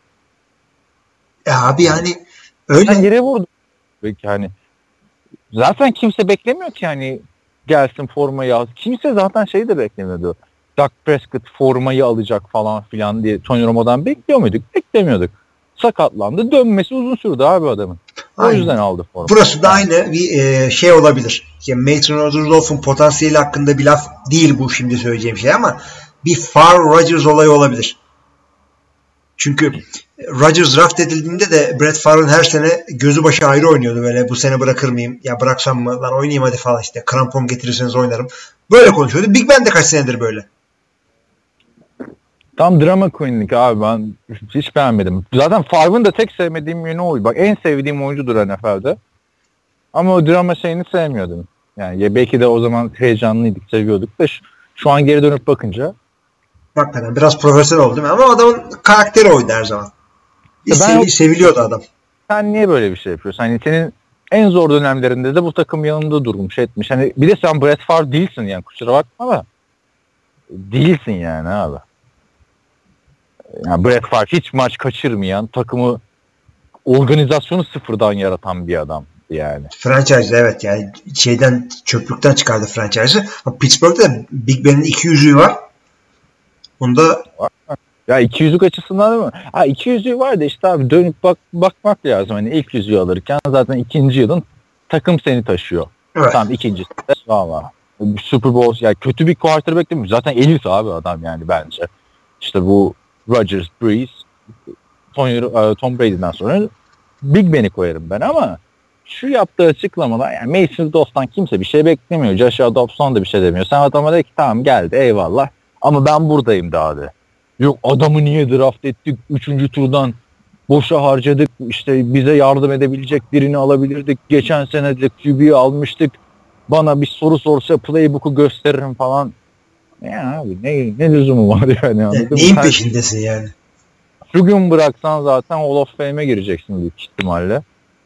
Abi yani öyle. Ben yere vurdu. Yani zaten kimse beklemiyor ki yani gelsin formayı al. Kimse zaten şeyi de beklemiyordu. Dak Prescott formayı alacak falan filan diye Tony Romo'dan bekliyor muyduk? Beklemiyorduk. Sakatlandı. Dönmesi uzun sürdü abi adamın. O yüzden aldı formayı. Burası da aynı bir şey olabilir. Yani Mason Rudolph'un potansiyeli hakkında bir laf değil bu şimdi söyleyeceğim şey ama bir Favre Rodgers olayı olabilir. Çünkü Rodgers draft edildiğinde de Brett Favre'ın her sene gözü başı ayrı oynuyordu böyle. Bu sene bırakır mıyım? Ya bıraksam mı? Lan oynayayım hadi falan işte. Krampon getirirseniz oynarım. Böyle konuşuyordu. Big Ben de kaç senedir böyle. Tam drama queen'lik abi ben hiç beğenmedim. Zaten Favre'ın da tek sevmediğim yönü oydu. Bak en sevdiğim oyuncudur NFL'de. Ama o drama şeyini sevmiyordum. Yani belki de o zaman heyecanlıydık, seviyorduk da şu an geri dönüp bakınca Hakikaten biraz profesyonel oldu değil mi? Ama adamın karakteri oydu her zaman. Seviliyordu adam. Sen niye böyle bir şey yapıyorsun? Hani senin en zor dönemlerinde de bu takım yanında durmuş etmiş. Hani bir de sen Brett Favre değilsin yani, kusura bakma da. Değilsin yani abi. Yani Brett Favre hiç maç kaçırmayan, takımı, organizasyonu sıfırdan yaratan bir adam yani. Franchise, evet, yani çöplükten çıkardı franchise'ı. Pittsburgh'da Big Ben'in 200'ü var. Bunda ya 200'lük açısından değil mi? Ha, 200'lük var da işte abi dönüp bakmak lazım. Hani ilk yüzüğü alırken zaten ikinci yılın takım seni taşıyor. evet. Tamam, ikincisi de valla. Super Bowl, yani kötü bir quarterback değil mi? Zaten elit abi adam yani bence. İşte bu Rodgers, Brees, Tom Brady'den sonra Big Ben'i koyarım ben, ama şu yaptığı açıklamalar, yani Mason Rudolph'tan kimse bir şey beklemiyor. Joshua Dobbs'tan da bir şey demiyor. Sen adama de ki tamam geldi eyvallah ama ben buradayım daha de. Yok adamı niye draft ettik? 3. turdan boşa harcadık. İşte bize yardım edebilecek birini alabilirdik. Geçen sene de QB'yi almıştık. Bana bir soru sorsa playbook'u gösteririm falan. Ya abi ne lüzumu var yani, anladın mı? Neyin peşindesin yani? Şu gün bıraksan zaten Hall of Fame'e gireceksin büyük ihtimalle.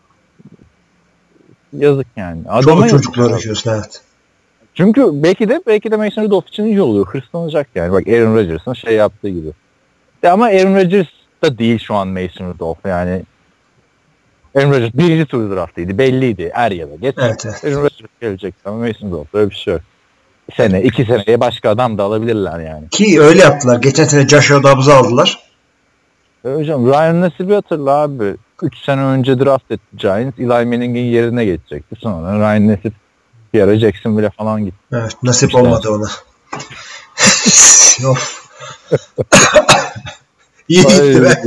Yazık yani. Çok çocukla uğraşıyorsun, evet. Çünkü belki de Mason Rudolph için iyi oluyor. Hırslanacak yani. Bak Aaron Rodgers'ın yaptığı gibi. Ama Aaron Rodgers da değil şu an Mason Rudolph yani. Aaron Rodgers 1. tur draftıydı. Belliydi. Er ya da geç. Evet. Aaron Rodgers gelecek ama Mason Rudolph öyle bir şey yok. 2 seneye başka adam da alabilirler yani. Ki öyle yaptılar. Geçen sene Joshua Dobbs'ı aldılar. Hocam Ryan Nassib'i hatırla abi. 3 sene önce draft etti Giants. Eli Manning'in yerine geçecekti. Sonra Ryan Nassib bir ara Jacksonville'e falan gitti. Evet, nasip olmadı ona. İyi gitti be.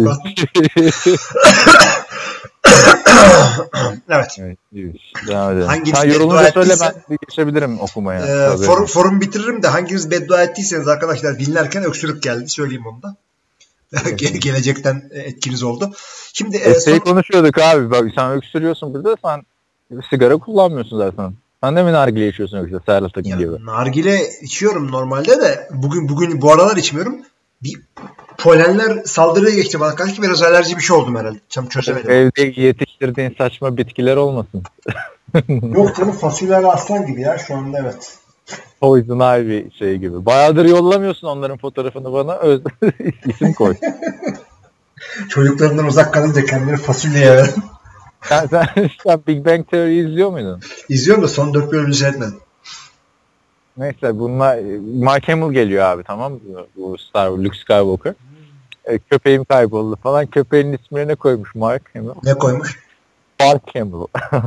Evet. Sen yorulunca söyle, ben bir geçebilirim okumaya. Forum bitiririm de hanginiz beddua ettiyseniz arkadaşlar dinlerken öksürük geldi. Söyleyeyim onu da. Gelecekten etkiniz oldu. Şimdi konuşuyorduk abi. Bak sen öksürüyorsun burada. Sen sigara kullanmıyorsun zaten. Sen de mi nargile içiyorsun yoksa Serhat Akın gibi? Nargile içiyorum normalde de bugün bu aralar içmiyorum. Bir polenler saldırıya geçti bana. Kanki biraz alerji bir şey oldum herhalde. Tam çözemedim. Evde yetiştirdiğin saçma bitkiler olmasın. Yok canım, fasulyeler aslan gibi ya şu anda, evet. Poison Ivy gibi. Bayağıdır yollamıyorsun onların fotoğrafını bana. İsim koy. Çocuklarından uzak kalınca kendini fasulyeye ver. Sen Big Bang Theory izliyor muydun? İzliyorum da son 4 bölümünü seyretmedim. Neyse bunlar Mark Hamill geliyor abi, tamam mı? Bu Luke Skywalker. Köpeğim kayboldu falan. Köpeğin ismini ne koymuş Mark Hamill? Ne koymuş? Mark Hamill.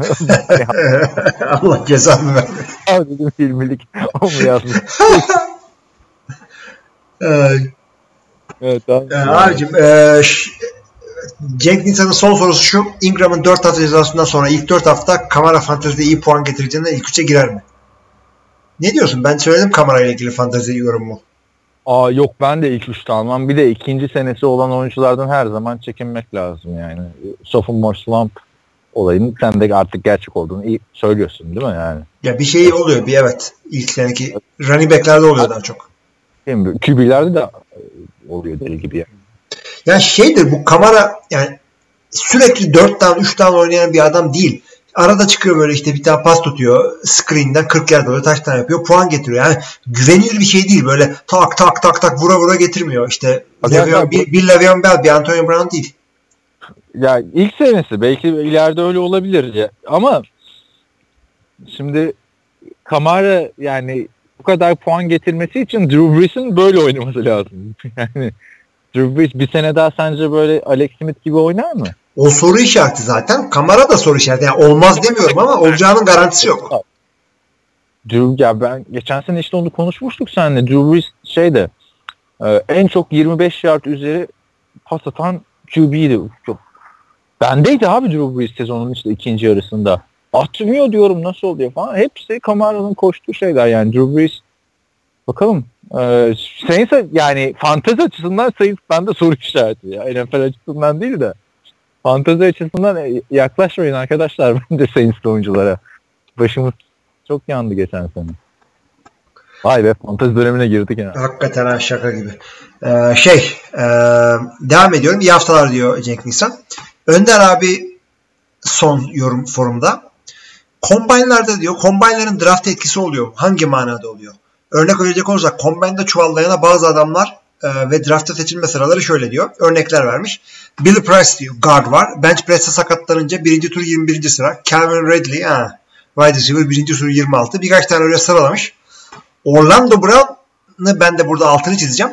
Allah cezanı vermesin. Abi dedim filmilik. O mu yazmış? Evet abi. Abicim Cenk Nisan'ın son sorusu şu. Ingram'ın 4 hafta cezasından sonra ilk 4 hafta Kamara Fantasy'de iyi puan getireceğinden ilk 3'e girer mi? Ne diyorsun? Ben söyledim Kamara ile ilgili fantezi yorumumu. Yok ben de ilk 3'te almam. Bir de ikinci senesi olan oyunculardan her zaman çekinmek lazım yani. Sophomore slump olayının sen de artık gerçek olduğunu iyi söylüyorsun değil mi yani? Ya bir şey oluyor evet. İlk seneki running back'lerde oluyor daha çok. QB'lerde de oluyor deli gibi yani. Ya bu Kamara yani sürekli 4 down 3 down oynayan bir adam değil. Arada çıkıyor böyle işte bir tane pas tutuyor. Screen'den 40 yard alıyor. Touchdown yapıyor. Puan getiriyor. Yani güvenilir bir şey değil. Böyle tak vura getirmiyor. İşte bir Le'Veon Bell, bir Antonio Brown değil. Ya ilk senesi belki ileride öyle olabilir ya. Ama şimdi Kamara yani bu kadar puan getirmesi için Drew Brees'in böyle oynaması lazım. Yani Drew Brees bir sene daha sence böyle Alex Smith gibi oynar mı? O soru işareti zaten. Kamara da soru işareti. Yani olmaz demiyorum ama olacağının garantisi yok. Ya ben geçen sene işte onu konuşmuştuk seninle. Drew Brees en çok 25 yard üzeri pas atan QB'ydi. Bendeydi abi Drew Brees sezonun işte ikinci yarısında. Atmıyor diyorum, nasıl oluyor falan. Hepsi Kamara'nın koştuğu şeyler yani. Drew Brees bakalım. Saints yani fantezi açısından Saints bende soru işareti ya. NFL açısından değil de. Fantezi açısından yaklaşmayın arkadaşlar bence Saints'li oyunculara. Başımız çok yandı geçen sene. Vay be, fantezi dönemine girdik yani. Hakikaten ha, şaka gibi. Devam ediyorum. İyi haftalar diyor Cenk Nisan. Önder abi son yorum forumda. Combine'larda diyor, Combine'ların draft etkisi oluyor. Hangi manada oluyor? Örnek verecek olursak Combine'da çuvallayana bazı adamlar ve draft'ta seçilme sıraları şöyle diyor. Örnekler vermiş. Billy Price diyor. Guard var. Bench press'e sakatlanınca 1. tur 21. sıra. Calvin Ridley wide receiver 1. tur 26. Birkaç tane öyle sıralamış. Orlando Brown'ı ben de burada altını çizeceğim.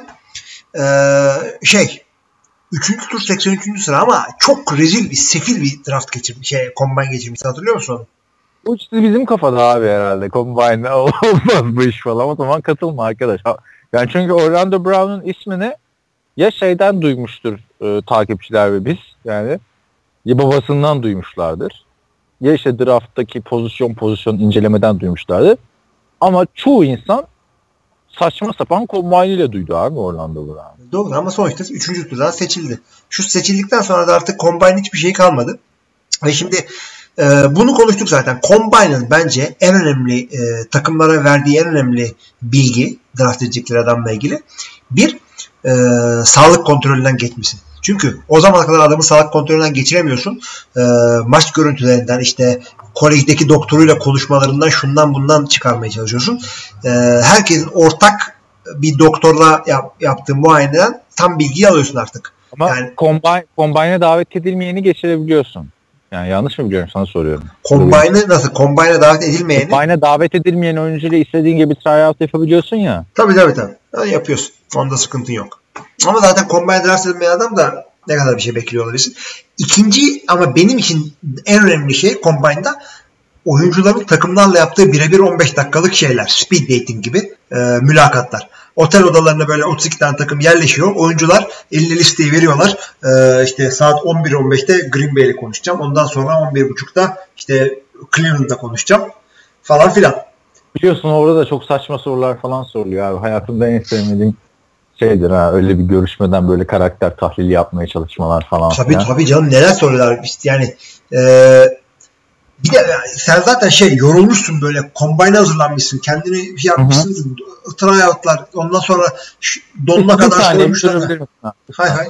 3. tur 83. sıra ama çok rezil bir, sefil bir draft geçirmiş. Combine geçirmiş. Hatırlıyor musun onu? Bu işte bizim kafada abi herhalde. Combine olmaz bu iş falan. O zaman katılma arkadaş. Yani çünkü Orlando Brown'un ismini ya şeyden duymuştur takipçiler ve biz, yani ya babasından duymuşlardır. Ya işte draft'taki pozisyon incelemeden duymuşlardır. Ama çoğu insan saçma sapan Combine ile duydu abi Orlando Brown. Doğru ama sonuçta 3. turdan seçildi. Şu seçildikten sonra da artık Combine hiçbir şey kalmadı. Ve şimdi bunu konuştuk zaten. Combine'ın bence en önemli takımlara verdiği en önemli bilgi draft edecekleri adamla ilgili bir sağlık kontrolünden geçmesi. Çünkü o zamana kadar adamı sağlık kontrolünden geçiremiyorsun. Maç görüntülerinden işte kolejdeki doktoruyla konuşmalarından şundan bundan çıkarmaya çalışıyorsun. Herkesin ortak bir doktorla yaptığı muayeneden tam bilgiyi alıyorsun artık. Ama yani, Combine'e davet edilmeyeni geçirebiliyorsun. Yani yanlış mı biliyorum, sana soruyorum. Combine'e nasıl? Combine'e davet edilmeyeni? Combine'e davet edilmeyen oyuncuyla istediğin gibi tryout yapabiliyorsun ya. Tabii. Yani yapıyorsun. Onda sıkıntın yok. Ama zaten Combine'e draft edilmeyen adam da ne kadar bir şey bekliyor olabilirsin. İkinci ama benim için en önemli şey Combine'da oyuncuların takımlarla yaptığı birebir 15 dakikalık şeyler. Speed dating gibi mülakatlar. Otel odalarına böyle 32 tane takım yerleşiyor. Oyuncular eline listeyi veriyorlar. İşte saat 11.15'te Green Bay'le konuşacağım. Ondan sonra 11.30'da işte Cleveland'da konuşacağım. Falan filan. Biliyorsun orada da çok saçma sorular falan soruluyor abi. Hayatımda en sevmediğim şeydir öyle bir görüşmeden böyle karakter tahlili yapmaya çalışmalar falan. Tabii canım, neler soruyorlar. İşte yani bir de sen zaten yorulmuşsun, böyle Combine'a hazırlanmışsın. Kendini yapmışsın. Tryoutlar. Ondan sonra donuna kadar sormuşlar. Hay.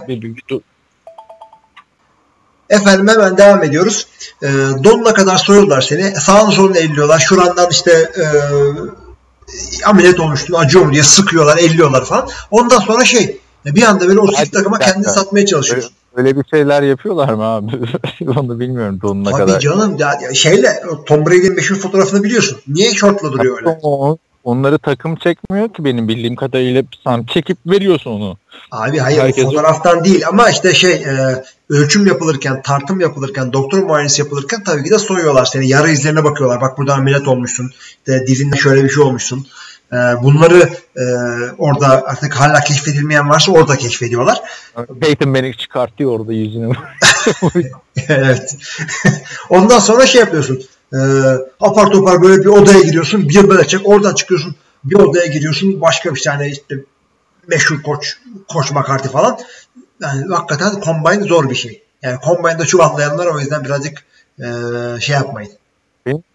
Efendim hemen devam ediyoruz. Donuna kadar soruyorlar seni. Sağını solunu elliyorlar. Şurandan işte ameliyat olmuştun, acıyor mu diye sıkıyorlar, elliyorlar falan. Ondan sonra bir anda böyle 32 takıma kendini satmaya çalışıyorsun. Öyle bir şeyler yapıyorlar mı abi? Onu bilmiyorum donuna kadar. Tabii canım. Tom Brady'nin meşhur fotoğrafını biliyorsun. Niye şortla duruyor öyle? Onları takım çekmiyor ki benim bildiğim kadarıyla, sen çekip veriyorsun onu. Abi hayır, fotoğraftan değil ama işte ölçüm yapılırken, tartım yapılırken, doktor muayenesi yapılırken tabii ki de soyuyorlar seni. Yara izlerine bakıyorlar. Bak burada ameliyat olmuşsun. İşte dizinde şöyle bir şey olmuşsun. Bunları orada artık hala keşfedilmeyen varsa orada keşfediyorlar. Peyton Manning çıkartıyor orada yüzünü. Evet. Ondan sonra yapıyorsun. Apar topar böyle bir odaya giriyorsun. Bir Belichick, oradan çıkıyorsun. Bir odaya giriyorsun. Başka bir tane işte meşhur koç McCarthy falan. Yani hakikaten Combine zor bir şey. Yani Combine'da çuvallayanlar o yüzden birazcık yapmayın. Benim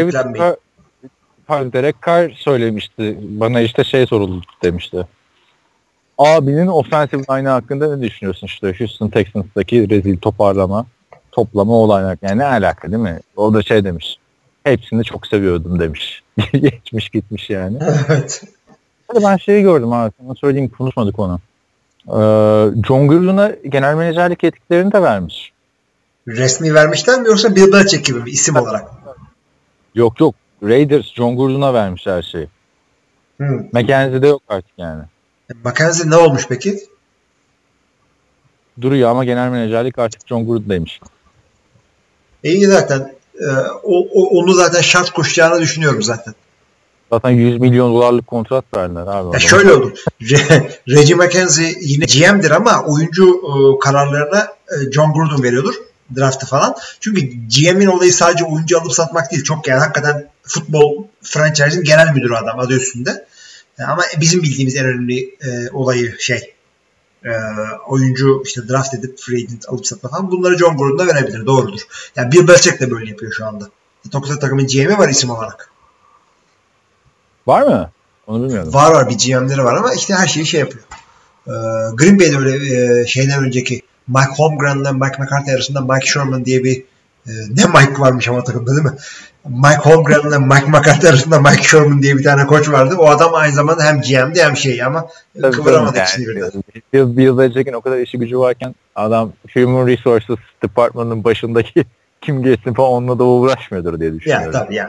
Derek Carr söylemişti. Bana işte soruldu demişti. Abinin offensive line hakkında ne düşünüyorsun işte Houston Texans'daki rezil toplama olaylar. Yani ne alaka değil mi? O da demiş. Hepsini çok seviyordum demiş. Geçmiş gitmiş yani. Evet. Ben gördüm abi. Sana söyleyeyim, konuşmadık onu. John Gruden'a genel menajerlik yetkillerini de vermiş. Resmi vermişler mi yoksa Bill Belichick gibi bir isim olarak? Yok. Raiders John Gruden'a vermiş her şeyi. McKenzie'de yok artık yani. McKenzie ne olmuş peki? Duruyor ama genel menajerlik artık John Gruden'daymış. İyi zaten. Onu zaten şart koşacağını düşünüyorum zaten. Zaten 100 milyon dolarlık kontrat verdiler abi. Şöyle olur. Reggie McKenzie yine GM'dir ama oyuncu kararlarına John Gruden veriyordur. Draft'ı falan. Çünkü GM'in olayı sadece oyuncu alıp satmak değil. Çok yani hakikaten futbol franchise'in genel müdürü adam adı üstünde. Ama bizim bildiğimiz en önemli olayı oyuncu işte draft edip free agent alıp satma falan. Bunları John Gruden'a verebilir. Doğrudur. Yani Bill Belichick de böyle yapıyor şu anda. Tokyo takımın GM'i var isim olarak. Var mı? Onu bilmiyordum. Var bir GM'leri var ama işte her şeyi şey yapıyor. Green Bay'de öyle şeyden önceki Mike Holmgren'le Mike McCarthy arasında Mike Sherman diye bir ne Mike varmış ama takımda değil mi? Mike Holmgren'le Mike McCarthy arasında Mike Sherman diye bir tane koç vardı. O adam aynı zamanda hem GM'di hem şey ama kıvıramadı ikisini birden. Bill Belichick'in o kadar işi gücü varken adam Human Resources Department'ın başındaki kim geçsin falan onunla da uğraşmıyordur diye düşünüyorum. Ya tabii yani.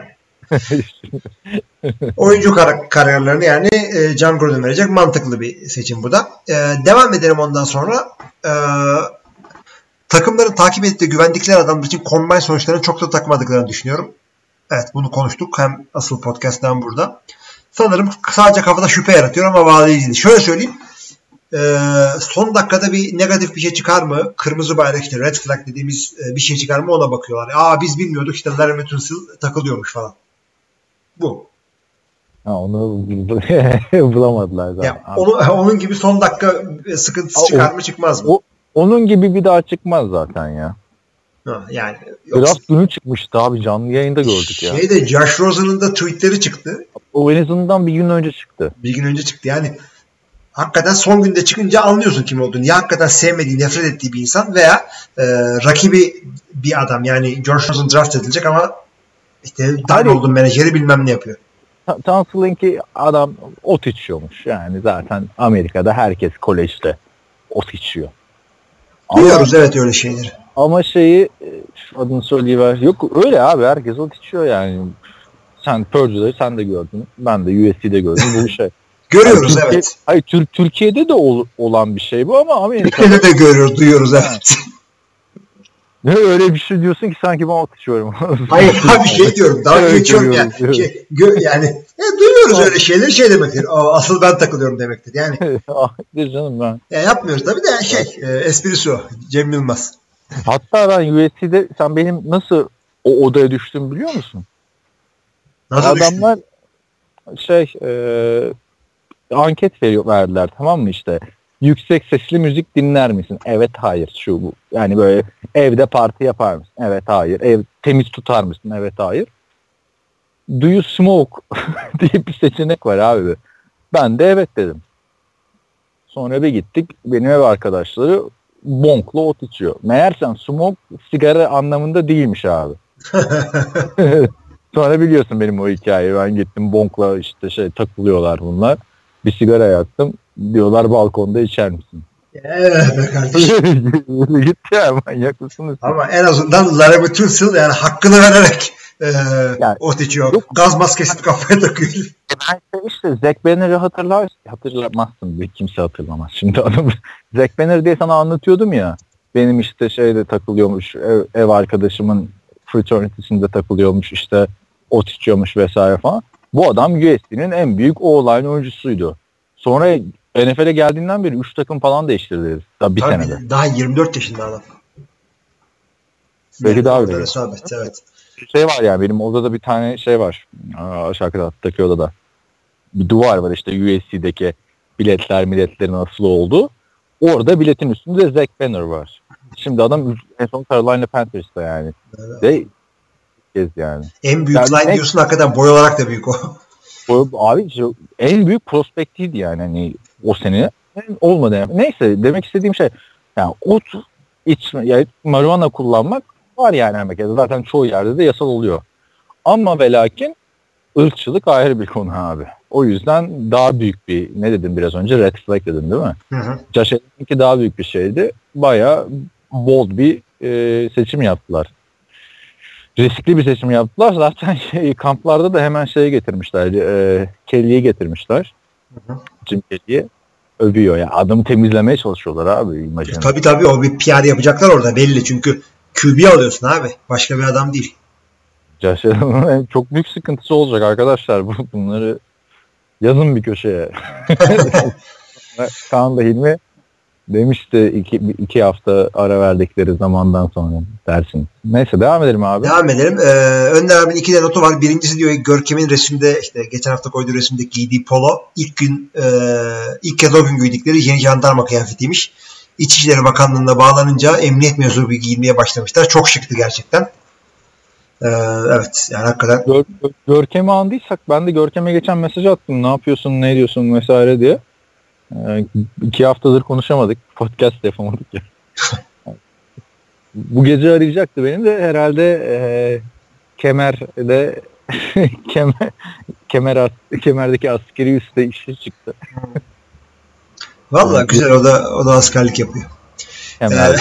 Oyuncu kararlarını yani John Gruden verecek. Mantıklı bir seçim bu da. Devam edelim ondan sonra. Takımların takip ettiği güvendikleri adamlar için combine sonuçlarını çok da takmadıklarını düşünüyorum. Evet bunu konuştuk. Hem asıl podcast'tan burada. Sanırım sadece kafada şüphe yaratıyor ama bağlayıcı değil. Şöyle söyleyeyim. Son dakikada bir negatif bir şey çıkar mı? Kırmızı bayrak işte red flag dediğimiz bir şey çıkar mı ona bakıyorlar. Biz bilmiyorduk işte Larry Tunsil takılıyormuş falan. Bu. Onu bulamadılar zaten. Onun gibi son dakika sıkıntısı çıkar mı çıkmaz mı? Onun gibi bir daha çıkmaz zaten ya. Yani biraz günü çıkmıştı abi canlı yayında gördük ya. Josh Rosen'ın da tweetleri çıktı. O en azından bir gün önce çıktı. Bir gün önce çıktı yani. Hakikaten son günde çıkınca anlıyorsun kim olduğunu. Ya hakikaten sevmediği, nefret ettiği bir insan veya rakibi bir adam. Yani Josh Rosen draft edilecek ama işte Darnold'un menajeri bilmem ne yapıyor. Tunsil'inki adam ot içiyormuş. Yani zaten Amerika'da herkes kolejde ot içiyor. Duyuyoruz evet öyle şeyleri. Ama adını söyleyiver. Yok öyle abi herkes ot içiyor yani. Sen Purdue'da sen de gördün. Ben de USC'de gördüm. Bu bir şey. Görüyoruz evet. Hayır Türkiye'de de olan bir şey bu ama Amerika'da. Türkiye'de de görüyoruz, duyuyoruz evet. Ne öyle bir şey diyorsun ki sanki ben ot içiyorum. Hayır abi şey diyorum. Daha geçiyorum yani. Yani duyuyoruz öyle şeyleri şey demektir. Asıl ben takılıyorum demektir. Yani. Hayır canım ben. Yapmıyoruz tabii de esprisi o. Cem Yılmaz. Hatta ben USC'de sen benim nasıl o odaya düştüm biliyor musun? Nasıl adamlar anket verdiler tamam mı işte yüksek sesli müzik dinler misin? Evet hayır şu bu. Yani böyle evde parti yapar mısın? Evet hayır. Ev temiz tutar mısın? Evet hayır. Do you smoke diye bir seçenek var abi. Ben de evet dedim. Sonra bir gittik benim ev arkadaşları bonkla ot içiyor. Meğersem smoke sigara anlamında değilmiş abi. Sonra biliyorsun benim o hikayeyi. Ben gittim bonkla işte takılıyorlar bunlar. Bir sigara yaktım. Diyorlar balkonda içer misin? Evet be kardeşim. Gitti ya manyak mısınız? Ama en azından Larry Tunsil yani hakkını vererek ot içiyor. Yok. Gaz maskesini kafaya takıyor. Ben işte Zach Banner'ı hatırlamazsın. Kimse hatırlamaz. Şimdi adamı Zach Banner diye sana anlatıyordum ya. Benim işte takılıyormuş. Ev arkadaşımın fraternity'sinde takılıyormuş. İşte ot içiyormuş vesaire falan. Bu adam USC'nin en büyük O-line oyuncusuydu. Sonra NFL'e geldiğinden beri 3 takım falan değiştirdi. Daha bir senede. Daha 24 yaşında adam. Belki daha öyle. Evet. Var yani benim odada bir tane var. Aşağı kattaki odada. Bir duvar var işte USC'deki biletlerin asılı olduğu. Orada biletin üstünde Zach Banner var. Şimdi adam en son Carolina Panthers'ta yani. Evet. Yani. En büyük line diyorsun hakikaten boy olarak da büyük o. Abi en büyük prospektiydi yani hani o sene olmadı yani. Neyse demek istediğim yani ot içme yani marijuana kullanmak var yani Amerika'da zaten çoğu yerde de yasal oluyor. Ama ve lakin ırkçılık ayrı bir konu abi. O yüzden daha büyük bir ne dedim biraz önce red flag dedim değil mi? Josh Allen'inki daha büyük bir şeydi. Bayağı bold bir seçim yaptılar. Riskli bir seçim yaptılar. Zaten kamplarda da hemen getirmişler. Kelly'yi getirmişler. Jim Kelly'yi övüyor. Yani adamı temizlemeye çalışıyorlar abi. Tabii o bir PR yapacaklar orada belli. Çünkü QB alıyorsun abi. Başka bir adam değil. Josh Allen'ın çok büyük sıkıntısı olacak arkadaşlar. Bunları yazın bir köşeye. Kaan da Hilmi demişti 2 hafta ara verdikleri zamandan sonra dersin. Neyse devam edelim abi. Devam edelim. Önder abinin 2 de notu var. Birincisi diyor Görkem'in resimde geçen hafta koyduğu resimde giydiği polo ilk kez o gün giydikleri yeni jandarma kıyafetiymiş. İçişleri Bakanlığı'na bağlanınca emniyet mensubu giyinmeye başlamışlar. Çok şıktı gerçekten. Evet yani hakikaten. Görkem'i andıysak ben de Görkem'e geçen mesaj attım. Ne yapıyorsun, ne ediyorsun vesaire diye. 2 haftadır konuşamadık. Podcast yapamadık ya. Bu gece arayacaktı benim de herhalde Kemer'de Kemer'deki askeri üste işi çıktı. Vallahi güzel, o da askerlik yapıyor. Kemer'de.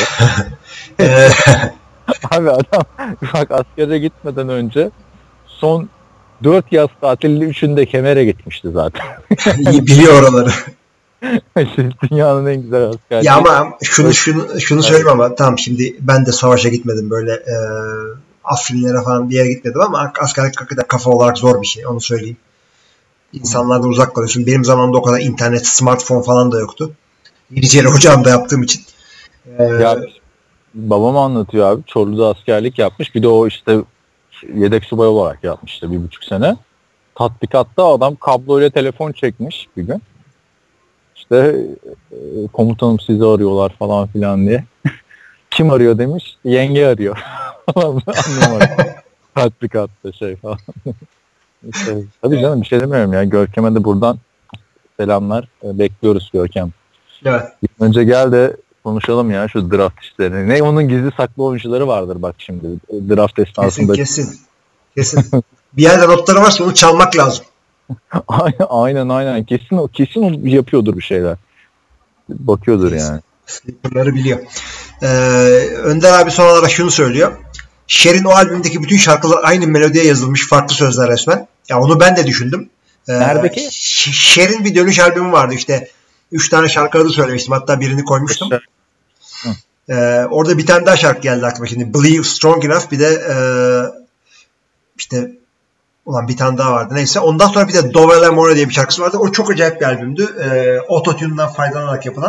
Abi adam bak askere gitmeden önce son 4 yaz tatilinde 3'ünde Kemer'e gitmişti zaten. Biliyor oraları. Dünyanın en güzel askerliği. Ya ama şunu söyleyeyim ama tamam, şimdi ben de savaşa gitmedim, böyle Afrinlere falan bir yere gitmedim ama askerlik hakikaten kafa olarak zor bir şey, onu söyleyeyim. İnsanlardan uzak kalıyorsun. Benim zamanımda o kadar internet, smartphone falan da yoktu. Yeniçeri ocağımda yaptığım için. Ya babam anlatıyor abi. Çorlu'da askerlik yapmış. Bir de o işte yedek subay olarak yapmıştı 1,5 sene. Tatbikatta adam kabloyla telefon çekmiş bir gün. İşte komutanım sizi arıyorlar falan filan diye. Kim arıyor demiş. Yenge arıyor. Anlamadım. Tatbikatta şey falan. İşte, tabii canım bir şey demiyorum ya. Görkem'e de buradan selamlar. Bekliyoruz Görkem. Evet. Önce gel de konuşalım ya şu draft işlerini. Ne onun gizli saklı oyuncuları vardır bak şimdi. Draft esnasında. Kesin. Bir yerde notları varsa onu çalmak lazım. Aynen. Kesin o yapıyordur bir şeyler. Bakıyordur yani. Bunları biliyor. Önder abi son olarak şunu söylüyor. Cher'in o albümdeki bütün şarkılar aynı melodiye yazılmış, farklı sözler resmen. Ya onu ben de düşündüm. Neredeki? Cher'in bir dönüş albümü vardı işte. 3 tane şarkı adı söylemiştim. Hatta birini koymuştum. Orada bir tane daha şarkı geldi aklıma şimdi. Believe Strong Enough, bir de işte bir tane daha vardı. Neyse. Ondan sonra bir de Dove L'Amore diye bir şarkısı vardı. O çok acayip bir albümdü. Autotune'dan faydalanarak yapılan.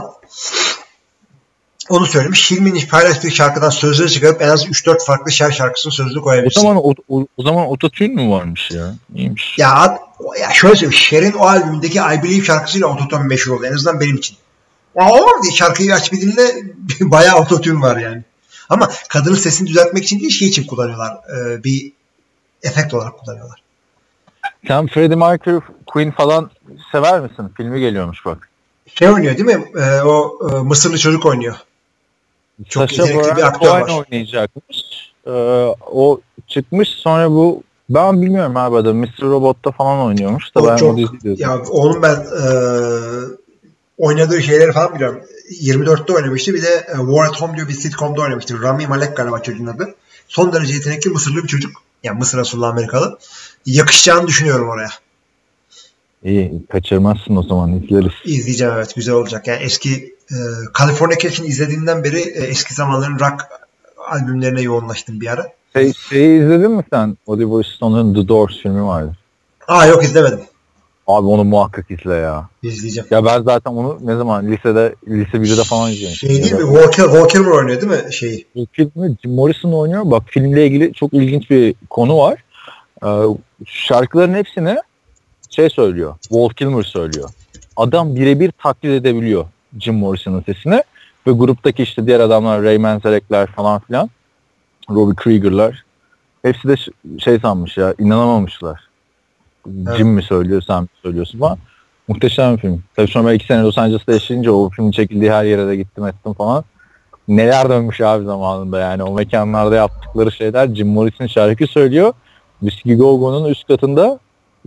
Onu söylemiş. Hilmi'nin paylaştığı şarkıdan sözleri çıkarıp en az 3-4 farklı şarkısının sözünü koyabilirsin. O zaman Autotune mu varmış ya? İyiymiş. Ya şöyle söyleyeyim. Cher'in o albümündeki I Believe şarkısıyla Autotune meşhur oldu. En azından benim için. Diye şarkıyı aç bir dinle, bayağı Autotune var yani. Ama kadının sesini düzeltmek için değil, şey için kullanıyorlar. Bir efekt olarak kullanıyorlar. Sen Freddie Mercury, Queen falan sever misin? Filmi geliyormuş bak. Şey oynuyor değil mi? O Mısırlı çocuk oynuyor. Çok yetenekli bir aktör var. Oynayacakmış. O çıkmış, sonra bu ben bilmiyorum abi adam Mr. Robot'ta falan oynuyormuş da ben o diziyi. Ya onun ben oynadığı şeyleri falan biliyorum. 24'te oynamıştı. Bir de War at Home diyor bir sitcom'da oynamıştı. Rami Malek galiba çocuğun adı. Son derece yetenekli Mısırlı bir çocuk. Yani Mısır asıllı Amerikalı. Yakışacağını düşünüyorum oraya. İyi, kaçırmazsın o zaman, izleriz. İzleyeceğim, evet, güzel olacak. Yani eski Californication izlediğimden beri eski zamanların rock albümlerine yoğunlaştım bir ara. Şeyi izledin mi sen? Oliver Stone'un The Doors filmi vardı. Yok izlemedim. Abi onu muhakkak izle ya. İzleyeceğim. Ya ben zaten onu ne zaman lise 1'de falan izliyorum. Şey değil mi? Val Kilmer oynuyor değil mi şeyi? Val Kilmer, Jim Morrison oynuyor. Bak filmle ilgili çok ilginç bir konu var. Şarkıların hepsini söylüyor. Val Kilmer söylüyor. Adam birebir taklit edebiliyor Jim Morrison'ın sesini. Ve gruptaki işte diğer adamlar, Ray Manzarek'ler falan filan, Robbie Krieger'lar hepsi de sanmış ya, inanamamışlar. Evet. Jim mi söylüyor, sen mi söylüyorsun falan. Muhteşem bir film. Tabii sonra ben 2 sene Los Angeles'ta yaşayınca o filmin çekildiği her yere de gittim ettim falan. Neler dönmüş abi zamanında yani. O mekanlarda yaptıkları şeyler. Jim Morrison şarkı söylüyor. Whiskey Go Go'nun üst katında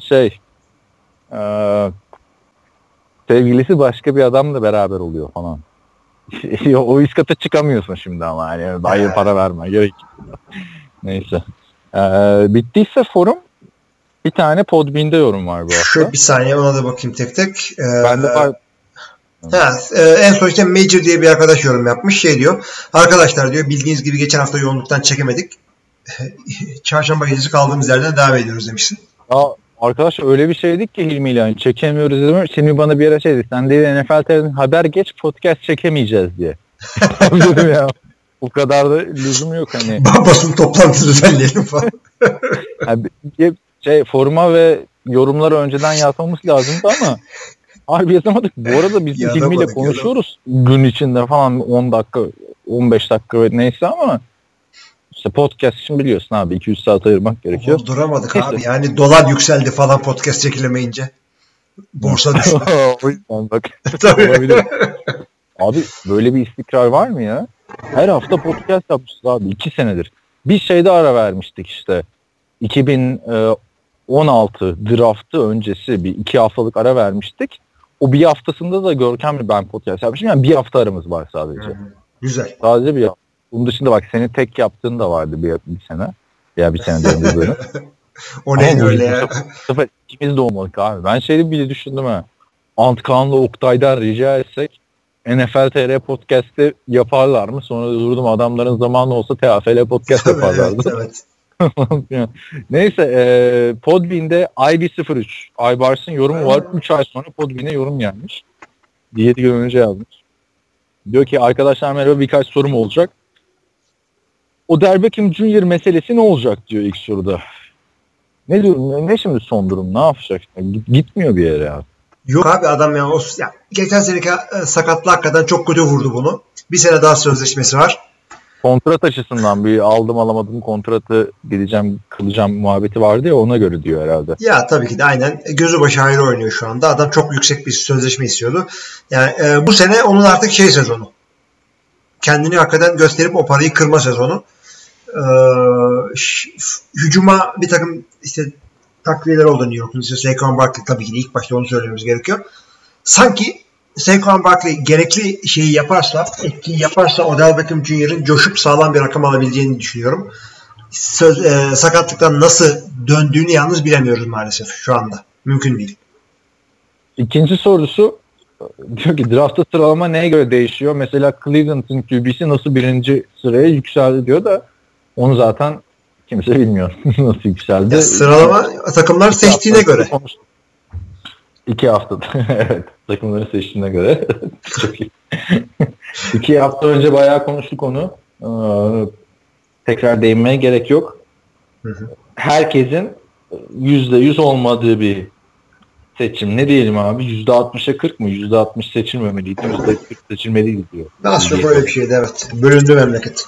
sevgilisi başka bir adamla beraber oluyor falan. O üst kata çıkamıyorsun şimdi ama yani hayır para verme gerek. Neyse. Bittiyse forum, bir tane Podbean'de yorum var bu hafta. Bir saniye ona da bakayım tek tek. Ben de var. En son işte Major diye bir arkadaş yorum yapmış. Diyor. Arkadaşlar diyor, bildiğiniz gibi geçen hafta yoğunluktan çekemedik. Çarşamba gecesi kaldığımız yerden devam ediyoruz demişsin. Ya arkadaş öyle bir şeydik ki Hilmi ile çekemiyoruz dedim. Şimdi bana bir ara dedi. Sen de NFL TV'den haber geç, podcast çekemeyeceğiz diye. Dedim ya. O kadar da lüzum yok hani. Basın toplantısı düzenleyelim falan. Foruma ve yorumları önceden yazmamız lazımdı ama harbi yazamadık. Bu arada biz Hilmi ile konuşuyoruz gün içinde falan 10 dakika 15 dakika neyse ama İşte podcast için biliyorsun abi 200 saat ayırmak gerekiyor. Duramadık Neyse. abi. Yani dolar yükseldi falan podcast çekilemeyince. Borsa düştü. O yüzden bak. Tabii. Olabilir. Abi böyle bir istikrar var mı ya? Her hafta podcast yapmışız abi 2 senedir. Bir şeyde ara vermiştik işte. 2016 draftı öncesi bir 2 haftalık ara vermiştik. O bir haftasında da Görkem'le ben podcast yapmışım. Yani bir hafta aramız var sadece. Güzel. Sadece bir hafta. Bunun dışında bak senin tek yaptığın da vardı bir sene. Ya bir sene döndüğünü. O ne öyle ya? Bu sefer ikimiz de olmadık abi. Ben şeyi bile düşündüm ha. Antkan'la Oktay'dan rica etsek NFL TR podcast'ı yaparlar mı? Sonra durdum adamların zamanı olsa TFL podcast yaparlardı. Evet. Neyse Podbean'de IB03 Aybars'ın yorumu var. 3 ay sonra Podbean'e yorum gelmiş. 7 gün önce yazmış. Diyor ki arkadaşlar merhaba birkaç sorum olacak. Odell Beckham Jr. meselesi ne olacak diyor ilk soruda. Ne diyorum? Ne şimdi son durum? Ne yapacak? Gitmiyor bir yere ya. Yok abi adam ya, geçen seneki sakatlığı hakikaten çok kötü vurdu bunu. Bir sene daha sözleşmesi var. Kontrat açısından bir aldım alamadım kontratı gideceğim kılacağım muhabbeti vardı ya ona göre diyor herhalde. Ya tabii ki de aynen gözü başı ayrı oynuyor şu anda. Adam çok yüksek bir sözleşme istiyordu. Yani bu sene onun artık sezonu. Kendini hakikaten gösterip o parayı kırma sezonu. Hücuma bir takım işte takviyeler oldu New York'un. İşte Saquon Barkley tabii ki de ilk başta onu söylememiz gerekiyor. Sanki Saquon Barkley gerekli şeyi yaparsa, etkiyi yaparsa Odell Beckham Jr.'ın coşup sağlam bir rakam alabileceğini düşünüyorum. Sakatlıktan nasıl döndüğünü yalnız bilemiyoruz maalesef şu anda. Mümkün değil. İkinci sorusu diyor ki draftta sıralama neye göre değişiyor? Mesela Cleveland'ın QB'si nasıl birinci sıraya yükseldi diyor da onu zaten kimse bilmiyor nasıl yükseldi. Ya sıralama takımlar seçtiğine göre. 2 haftada. Evet. Takımları seçtiğine göre. Çok iyi. 2 hafta önce bayağı konuştuk onu. Tekrar değinmeye gerek yok. Herkesin %100 olmadığı bir seçim. Ne diyelim abi? %60'a 40 mı? %60 seçilmemeliydi. %40 seçilmeliydi diyor. Az çok öyle bir şeydi evet. Bölündü memleket.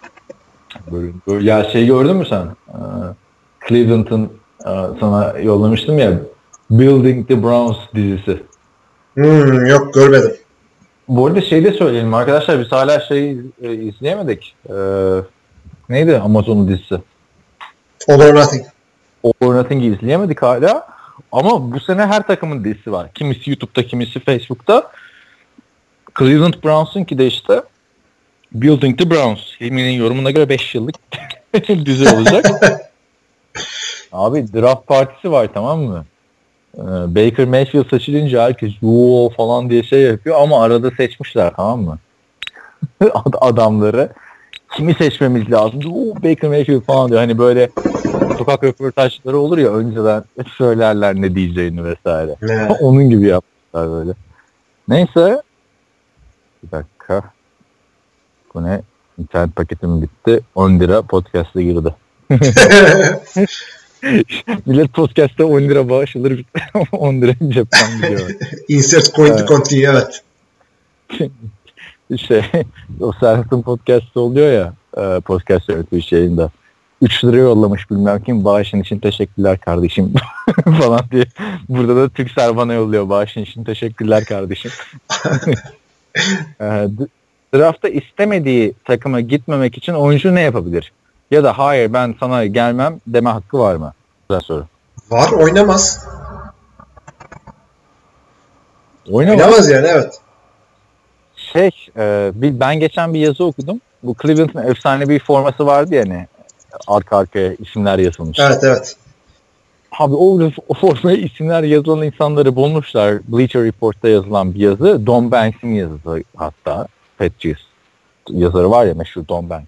Ya şey gördün mü sen? Cleveland'ın sana yollamıştım ya Building the Browns dizisi. Yok görmedim. Bu arada şey de söyleyelim arkadaşlar biz hala izleyemedik. Neydi Amazon'un dizisi? All or Nothing. All or Nothing'i izleyemedik hala. Ama bu sene her takımın dizisi var. Kimisi YouTube'da, kimisi Facebook'ta. Cleveland Browns'unki de işte Building the Browns. Hilmi'nin yorumuna göre 5 yıllık dizi olacak. Abi draft partisi var tamam mı? Baker Mayfield seçilince herkes yoo falan diye şey yapıyor ama arada seçmişler tamam mı? Adamları. Kimi seçmemiz lazım? Baker Mayfield falan diyor. Hani böyle sokak röportajları olur ya önceden söylerler ne diyeceğini vesaire. Onun gibi yapmışlar böyle. Neyse. Bir dakika. Bu ne? İnternet paketim bitti. 10 lira podcast'a girdi. Millet podcast'ta 10 lira bağış alır 10 lira cepten gidiyor. Insert coin to continue evet. O Serhat'ın podcast'ı oluyor ya podcast yönetimi şeyinde 3 lira yollamış bilmem kim bağışın için teşekkürler kardeşim falan diye. Burada da Türksel bana yolluyor bağışın için teşekkürler kardeşim. Draftta istemediği takıma gitmemek için oyuncu ne yapabilir? Ya da hayır ben sana gelmem deme hakkı var mı? Güzel soru. Var oynamaz. Oynamaz yani evet. Ben geçen bir yazı okudum. Bu Cleveland'ın efsane bir forması vardı ya hani arka arkaya isimler yazılmış. Evet. Abi o formaya isimler yazılan insanları bulmuşlar. Bleacher Report'ta yazılan bir yazı. Don Banks'in yazısı hatta. Patriots yazarı var ya meşhur Don Banks.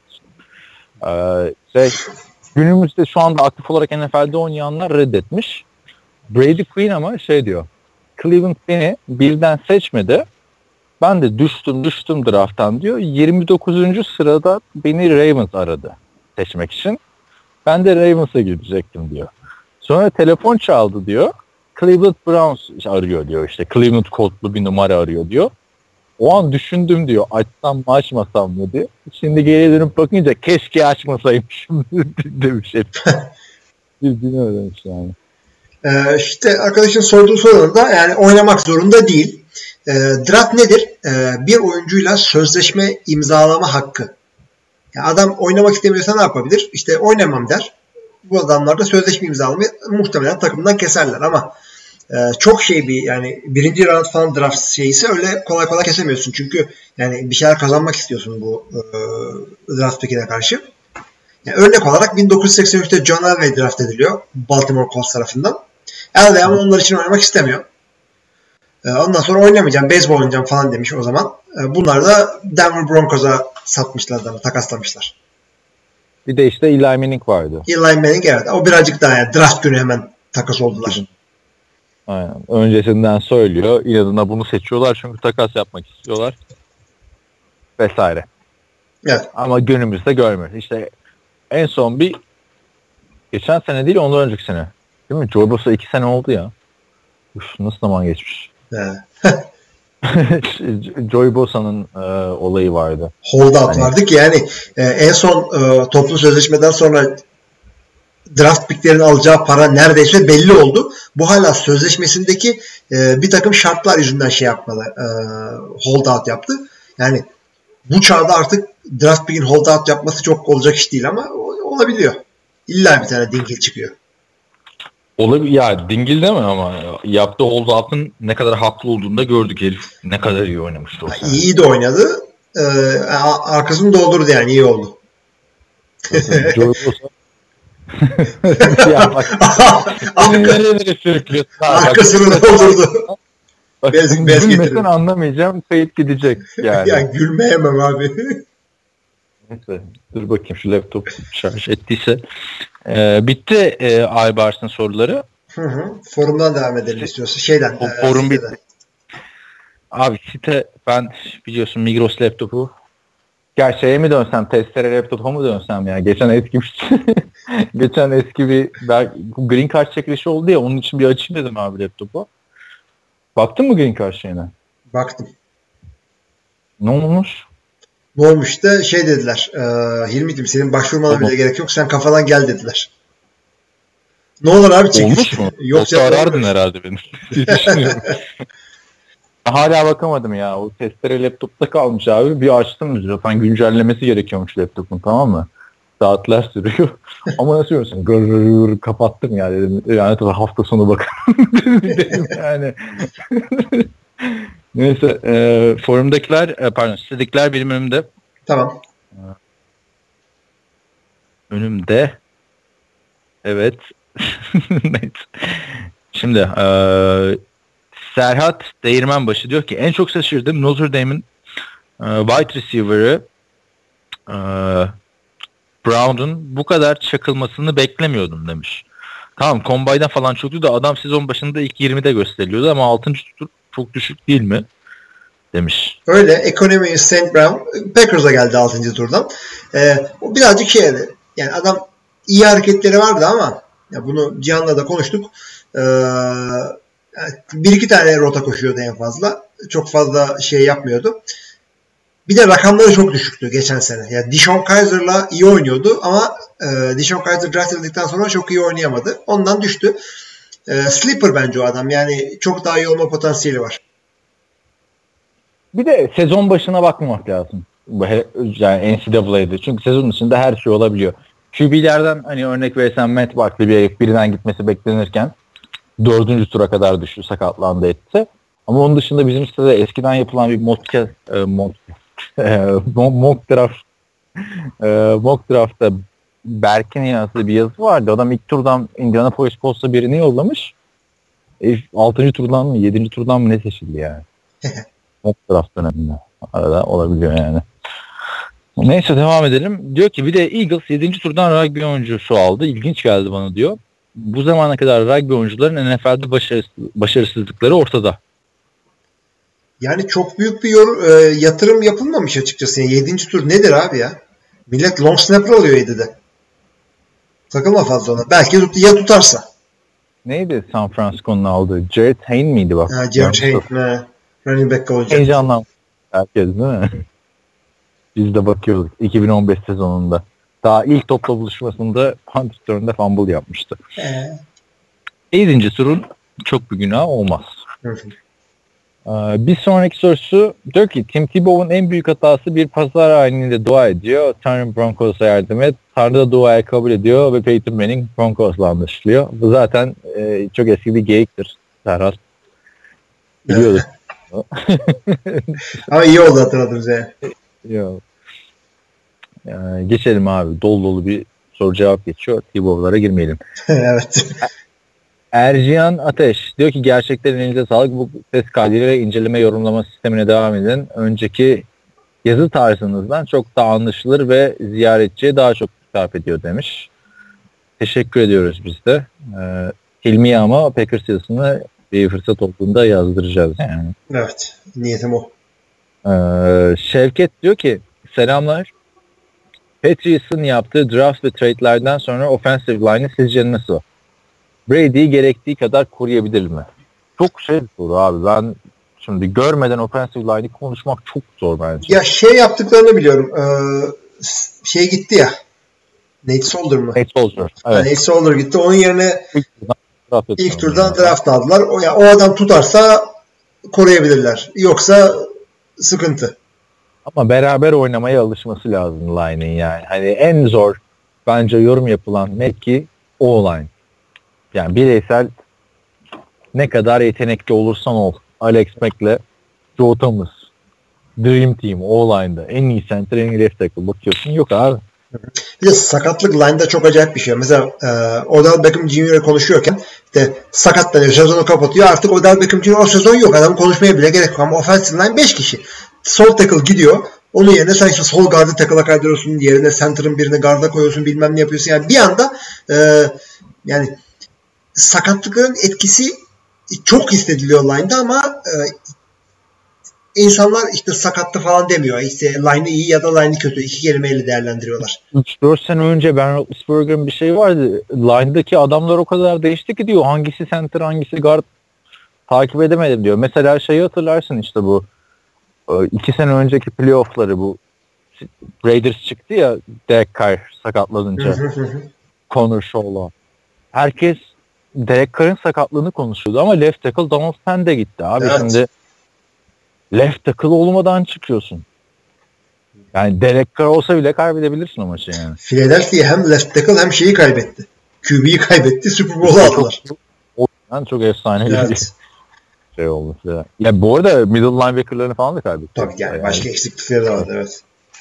Günümüzde şu anda aktif olarak NFL'de oynayanlar reddetmiş. Brady Quinn ama diyor. Cleveland beni birden seçmedi. Ben de düştüm drafttan diyor. 29. sırada beni Ravens aradı seçmek için. Ben de Ravens'a gidecektim diyor. Sonra telefon çaldı diyor. Cleveland Browns arıyor diyor işte. Cleveland kodlu bir numara arıyor diyor. O an düşündüm diyor. Açsam mı açmasam mı diye. Şimdi geriye dönüp bakınca keşke açmasaymışım demiş hep. Bildiğini öğrenmiş yani. İşte arkadaşın sorduğu soruda yani oynamak zorunda değil. Draft nedir? Bir oyuncuyla sözleşme imzalama hakkı. Yani adam oynamak istemiyorsa ne yapabilir? İşte oynamam der. Bu adamlar da sözleşme imzalamayı muhtemelen takımdan keserler ama çok yani birinci round falan draft şeysi öyle kolay kolay kesemiyorsun. Çünkü yani bir şeyler kazanmak istiyorsun bu draft pick'ine karşı. Yani örnek olarak 1983'te John Elway draft ediliyor Baltimore Colts tarafından. Elway ama onlar için oynamak istemiyor. Ondan sonra oynamayacağım, beyzbol oynayacağım falan demiş o zaman. Bunlar da Denver Broncos'a satmışlar, takaslamışlar. Bir de işte Eli Manning vardı. Eli Manning evet. O birazcık daha yani draft günü hemen takas oldular. Aynen. Öncesinden söylüyor. İnadına bunu seçiyorlar çünkü takas yapmak istiyorlar. Vesaire. Evet. Ama günümüzde görmüyoruz. İşte en son bir geçen sene değil ondan önceki sene. Değil mi? Joe Bosa 2 sene oldu ya. Uf, nasıl zaman geçmiş. Joey Bosa'nın olayı vardı. Holdout vardı ki yani en son toplu sözleşmeden sonra draft picklerin alacağı para neredeyse belli oldu. Bu hala sözleşmesindeki bir takım şartlar yüzünden şey yapmalı. Holdout yaptı. Yani bu çağda artık draft pick'in holdout yapması çok olacak iş değil ama olabiliyor. İlla bir tane dingil çıkıyor. Olabilir ya, dingil değil mi ama yaptığı holdout'un ne kadar haklı olduğunu da gördük. Herif ne kadar iyi oynamıştı o sene. İyi de oynadı. Arkasını doldurdu yani iyi oldu. Joey Bosa ya bak nereye sürüklüyorsun? Arkasını doldurdu. Bez gülmesen anlamayacağım. Seyit gidecek yani. Ya gülmeyemem abi. Neyse dur bakayım şu laptop şarj ettiyse. Bitti Aybars'ın soruları. Forumdan devam edelim istiyorsun. Şeyden. Forum bitti. Abi site ben biliyorsun Migros laptopu. Gerçeğe mi dönsem, testere laptopa mı dönsem ya? Geçen eski bir bu Green Card çekilişi oldu ya, onun için bir açayım dedim abi laptopu. Baktın mı Green Card şeyine? Baktım. Ne olmuş? Ne olmuş da şey dediler. Hilmi'cim senin başvurmana bile gerek yok. Sen kafadan gel dediler. Ne olur abi çekiliş. Olmuş mu? Yoksa arardın herhalde beni. Hala bakamadım ya. O testere laptopta kalmış abi. Bir açtım zaten güncellemesi gerekiyormuş laptopun, tamam mı? Saatler sürüyor. Ama nasıl diyorsun? Gırrrr kapattım ya dedim. Yani hafta sonu bakalım dedim yani. Neyse forumdakiler sitedekiler benim önümde. Tamam. Önümde. Evet. Neyse. Şimdi Serhat Değirmenbaşı diyor ki en çok şaşırdım Notre Dame'in wide receiver'ı Brown'un bu kadar çakılmasını beklemiyordum demiş. Tamam Combine'dan falan çoktu da adam sezon başında ilk 20'de gösteriliyordu ama 6. tur çok düşük değil mi? Demiş. Öyle. Ekonomi St. Brown Packers'a geldi 6. turdan. O birazcık şeydi. Yani adam iyi hareketleri vardı ama ya bunu Cihan'la da konuştuk. Bir iki tane rota koşuyordu en fazla. Çok fazla şey yapmıyordu. Bir de rakamları çok düşüktü geçen sene. Yani Deshaun Kaiser'la iyi oynuyordu ama Deshaun Kaiser draft edildikten sonra çok iyi oynayamadı. Ondan düştü. Sleeper bence o adam. Yani çok daha iyi olma potansiyeli var. Bir de sezon başına bakmamak lazım. Yani NCAA'de. Çünkü sezon içinde her şey olabiliyor. QB'lerden hani örnek verirsen Matt Barkley birinden gitmesi beklenirken 4. tura kadar düştü, sakatlandı etti. Ama onun dışında bizim sitede eskiden yapılan bir mock draft'ta Berk'in yazdığı bir yazı vardı. Adam ilk turdan Indianapolis Colts'a birini yollamış. 6. turdan mı 7. turdan mı ne seçildi yani. Mock draft döneminde. Arada olabiliyor yani. Neyse devam edelim. Diyor ki bir de Eagles 7. turdan rugby oyuncusu aldı. İlginç geldi bana diyor. Bu zamana kadar rugby oyuncuların NFL'de başarısızlıkları ortada. Yani çok büyük bir yatırım yapılmamış açıkçası. 7. tur nedir abi ya? Millet long snapper alıyor 7'de. Takılma fazla ona. Belki ya tutarsa. Neydi San Francisco'nun aldığı? Jared Hayne miydi bak? Jared Hayne. Running back olacak. Herkes değil mi? Biz de bakıyorduk 2015 sezonunda. Daha ilk topla buluşmasında punt return'da fumble yapmıştı. 7. turun çok bir günah olmaz. Bir sonraki sorusu diyor ki Tim Tebow'un en büyük hatası bir pazar halinde dua ediyor. Tanrım Broncos'a yardım et. Tanrı da duayı kabul ediyor ve Peyton Manning Broncos'la anlaşılıyor. Bu zaten çok eski bir geyiktir. Serhat biliyorduk. Ama iyi oldu hatırladınız yani. Yok. Geçelim abi. Dolu dolu bir soru cevap geçiyor. Tebow'lara girmeyelim. Evet. Erciyan Ateş diyor ki gerçekten elinize sağlık. Bu ses kaydıyla inceleme yorumlama sistemine devam edin. Önceki yazı tarzınızdan çok daha anlaşılır ve ziyaretçiye daha çok hitap ediyor demiş. Teşekkür ediyoruz biz de. Hilmi'ye ama Packers yazısını bir fırsat olduğunda yazdıracağız yani. Evet. Niyetim o. Şevket diyor ki selamlar. Patriots'ın yaptığı draft ve trade'lerden sonra offensive line'ı sizce nasıl? Brady'yi gerektiği kadar koruyabilir mi? Çok bir soru abi. Ben şimdi görmeden offensive line'i konuşmak çok zor bence. Ya yaptıklarını biliyorum. Gitti ya. Nate Solder mı? Nate Solder. Evet. Nate Solder gitti. Onun yerine ilk turdan draft aldılar. O adam tutarsa koruyabilirler. Yoksa sıkıntı. Ama beraber oynamaya alışması lazım line'in yani. Hani en zor bence yorum yapılan mevki O-line. Yani bireysel ne kadar yetenekli olursan ol. Alex Mack'le Joe Thomas. Dream Team O-line'da. En iyi center, en iyi left tackle. Bakıyorsun yok abi. Bir de sakatlık line'da çok acayip bir şey. Mesela Odell Beckham Jr. konuşuyorken işte sakatlanıyor, sezonu kapatıyor. Artık Odell Beckham Jr. o sezon yok. Adam konuşmaya bile gerek yok. Ama offensive line 5 kişi. Sol tackle gidiyor. Onun yerine sen işte sol guard'ı tackle'a kaydırıyorsun. Yerine center'ın birini guard'a koyuyorsun. Bilmem ne yapıyorsun. Yani bir anda yani sakatlıkların etkisi çok hissediliyor line'da ama insanlar işte sakattı falan demiyor. İşte line'ı iyi ya da line'ı kötü. İki kelimeyle değerlendiriyorlar. 3-4 sene önce Ben Roethlisberger'ın bir şey vardı. Line'daki adamlar o kadar değişti ki diyor. Hangisi center hangisi guard takip edemedim diyor. Mesela şeyi hatırlarsın işte bu 2 sene önceki playoff'ları bu Raiders çıktı ya Derek Carr sakatlanınca. Connor Shaw'la. Herkes Derek Carr'ın sakatlığını konuşuyordu ama left tackle Donald Penn de gitti abi. Evet. Şimdi left tackle olmadan çıkıyorsun. Yani Derek Carr olsa bile kaybedebilirsin o maçı yani. Philadelphia hem left tackle hem şeyi kaybetti. QB'yi kaybetti. Super Bowl'u aldılar. O yüzden çok efsane bir şey oldu. Ya bu arada middle linebacker'larını falan da kaybetti. Tabii yani başka eksiklikleri de vardı evet.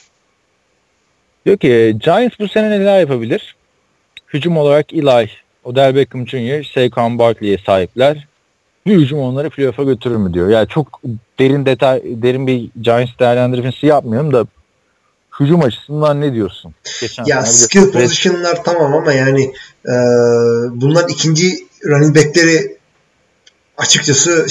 Diyor ki Giants bu sene neler yapabilir? Hücum olarak Eli, Odell Beckham Jr., Saquon Barkley'e sahipler. Bu hücum onları playoff'a götürür mü diyor. Yani çok derin bir Giants değerlendirmesi yapmıyorum da hücum açısından ne diyorsun? Ya skill position'lar tamam ama yani bunlar ikinci running back'leri açıkçası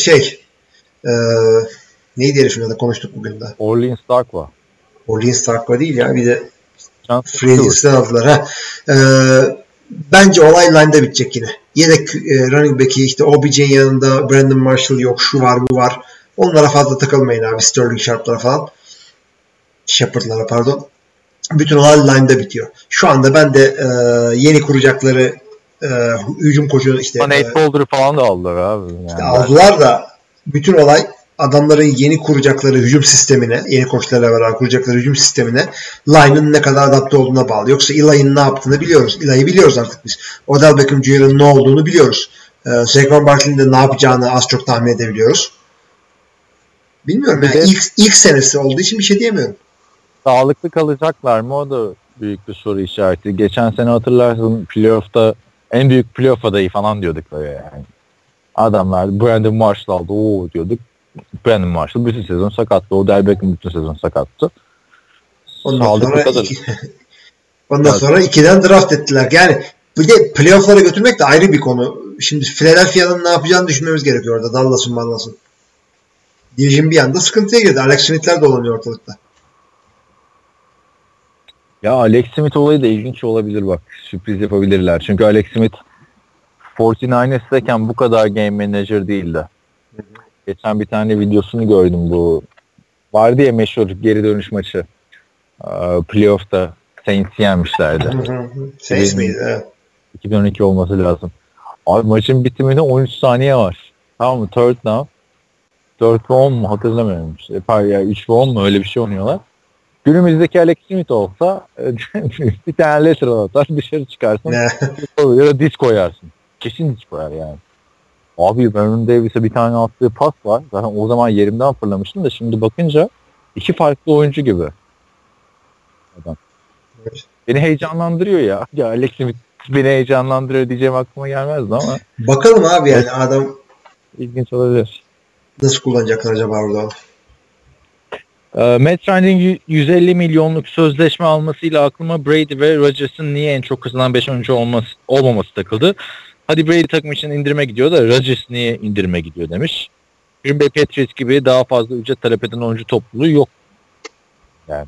neydi herifin adı konuştuk bugün de. Orleans Darkwa. Orleans Darkwa değil ya bir de Freelance'den aldılar. Bence olay line'da bitecek yine. Yedek running back'i işte OBJ'in yanında Brandon Marshall yok, şu var bu var. Onlara fazla takılmayın abi. Sterling Sharp'lara falan. Shepard'lara pardon. Bütün olay line'da bitiyor. Şu anda ben de yeni kuracakları hücum koçu işte Nate Solder'ı falan da aldılar abi. Yani işte aldılar da bütün olay adamların yeni kuracakları hücum sistemine, yeni koçlarla beraber kuracakları hücum sistemine line'ın ne kadar adapte olduğuna bağlı. Yoksa Eli'nin ne yaptığını biliyoruz. Eli'yi biliyoruz artık biz. Odell Beckham Jr.'ın ne olduğunu biliyoruz. Saquon Barkley'nin de ne yapacağını az çok tahmin edebiliyoruz. Bilmiyorum. Yani ilk senesi olduğu için bir şey diyemiyorum. Sağlıklı kalacaklar mı? O da büyük bir soru işareti. Geçen sene hatırlarsın playoff'ta en büyük playoff adayı falan diyorduk böyle yani. Adamlar Brandon Marshall aldı. Oo diyorduk. Brandon Marshall bütün sezon sakattı. Odell Beckham bütün sezon sakattı. Ondan sonra 2'den draft ettiler. Yani bir de playoff'lara götürmek de ayrı bir konu. Şimdi Philadelphia'nın ne yapacağını düşünmemiz gerekiyor orada. Dallas'ın. Division bir anda sıkıntıya girdi. Alex Smith'ler dolanıyor ortalıkta. Ya Alex Smith olayı da ilginç olabilir bak. Sürpriz yapabilirler. Çünkü Alex Smith 49ers'tayken bu kadar game manager değildi. Geçen bir tane videosunu gördüm bu Vardı ya meşhur geri dönüş maçı. Playoff'ta Saints'i yenmişlerdi. Saints miydi? Evet. 2012 olması lazım. Abi maçın bitimine 13 saniye var. Tamam mı? Third down. 4 ve 10 mu? Hatırlamıyorum. Ya 3 ve 10 mu? Öyle bir şey oynuyorlar. Günümüzdeki Alex Smith olsa bir tane lateral atar dışarı çıkarsın. Ya da diz koyarsın. Kesin diz koyar yani. Abi Vernon Davis'e bir tane attığı pas var. Zaten o zaman yerimden fırlamıştım da şimdi bakınca iki farklı oyuncu gibi. Adam. Evet. Beni heyecanlandırıyor ya. Ya Alex Smith beni heyecanlandırıyor diyeceğim aklıma gelmezdi ama. Bakalım abi yani adam İlginç olabilir. nasıl kullanacaklar acaba orada? Matt Ryan'in 150 milyonluk sözleşme almasıyla aklıma Brady ve Rodgers'ın niye en çok kazanan 5 oyuncu olmaması takıldı. Hadi Brady takım için indirime gidiyor da Rodgers niye indirime gidiyor demiş. Green Bay Patriots gibi daha fazla ücret talep eden oyuncu topluluğu yok. Yani.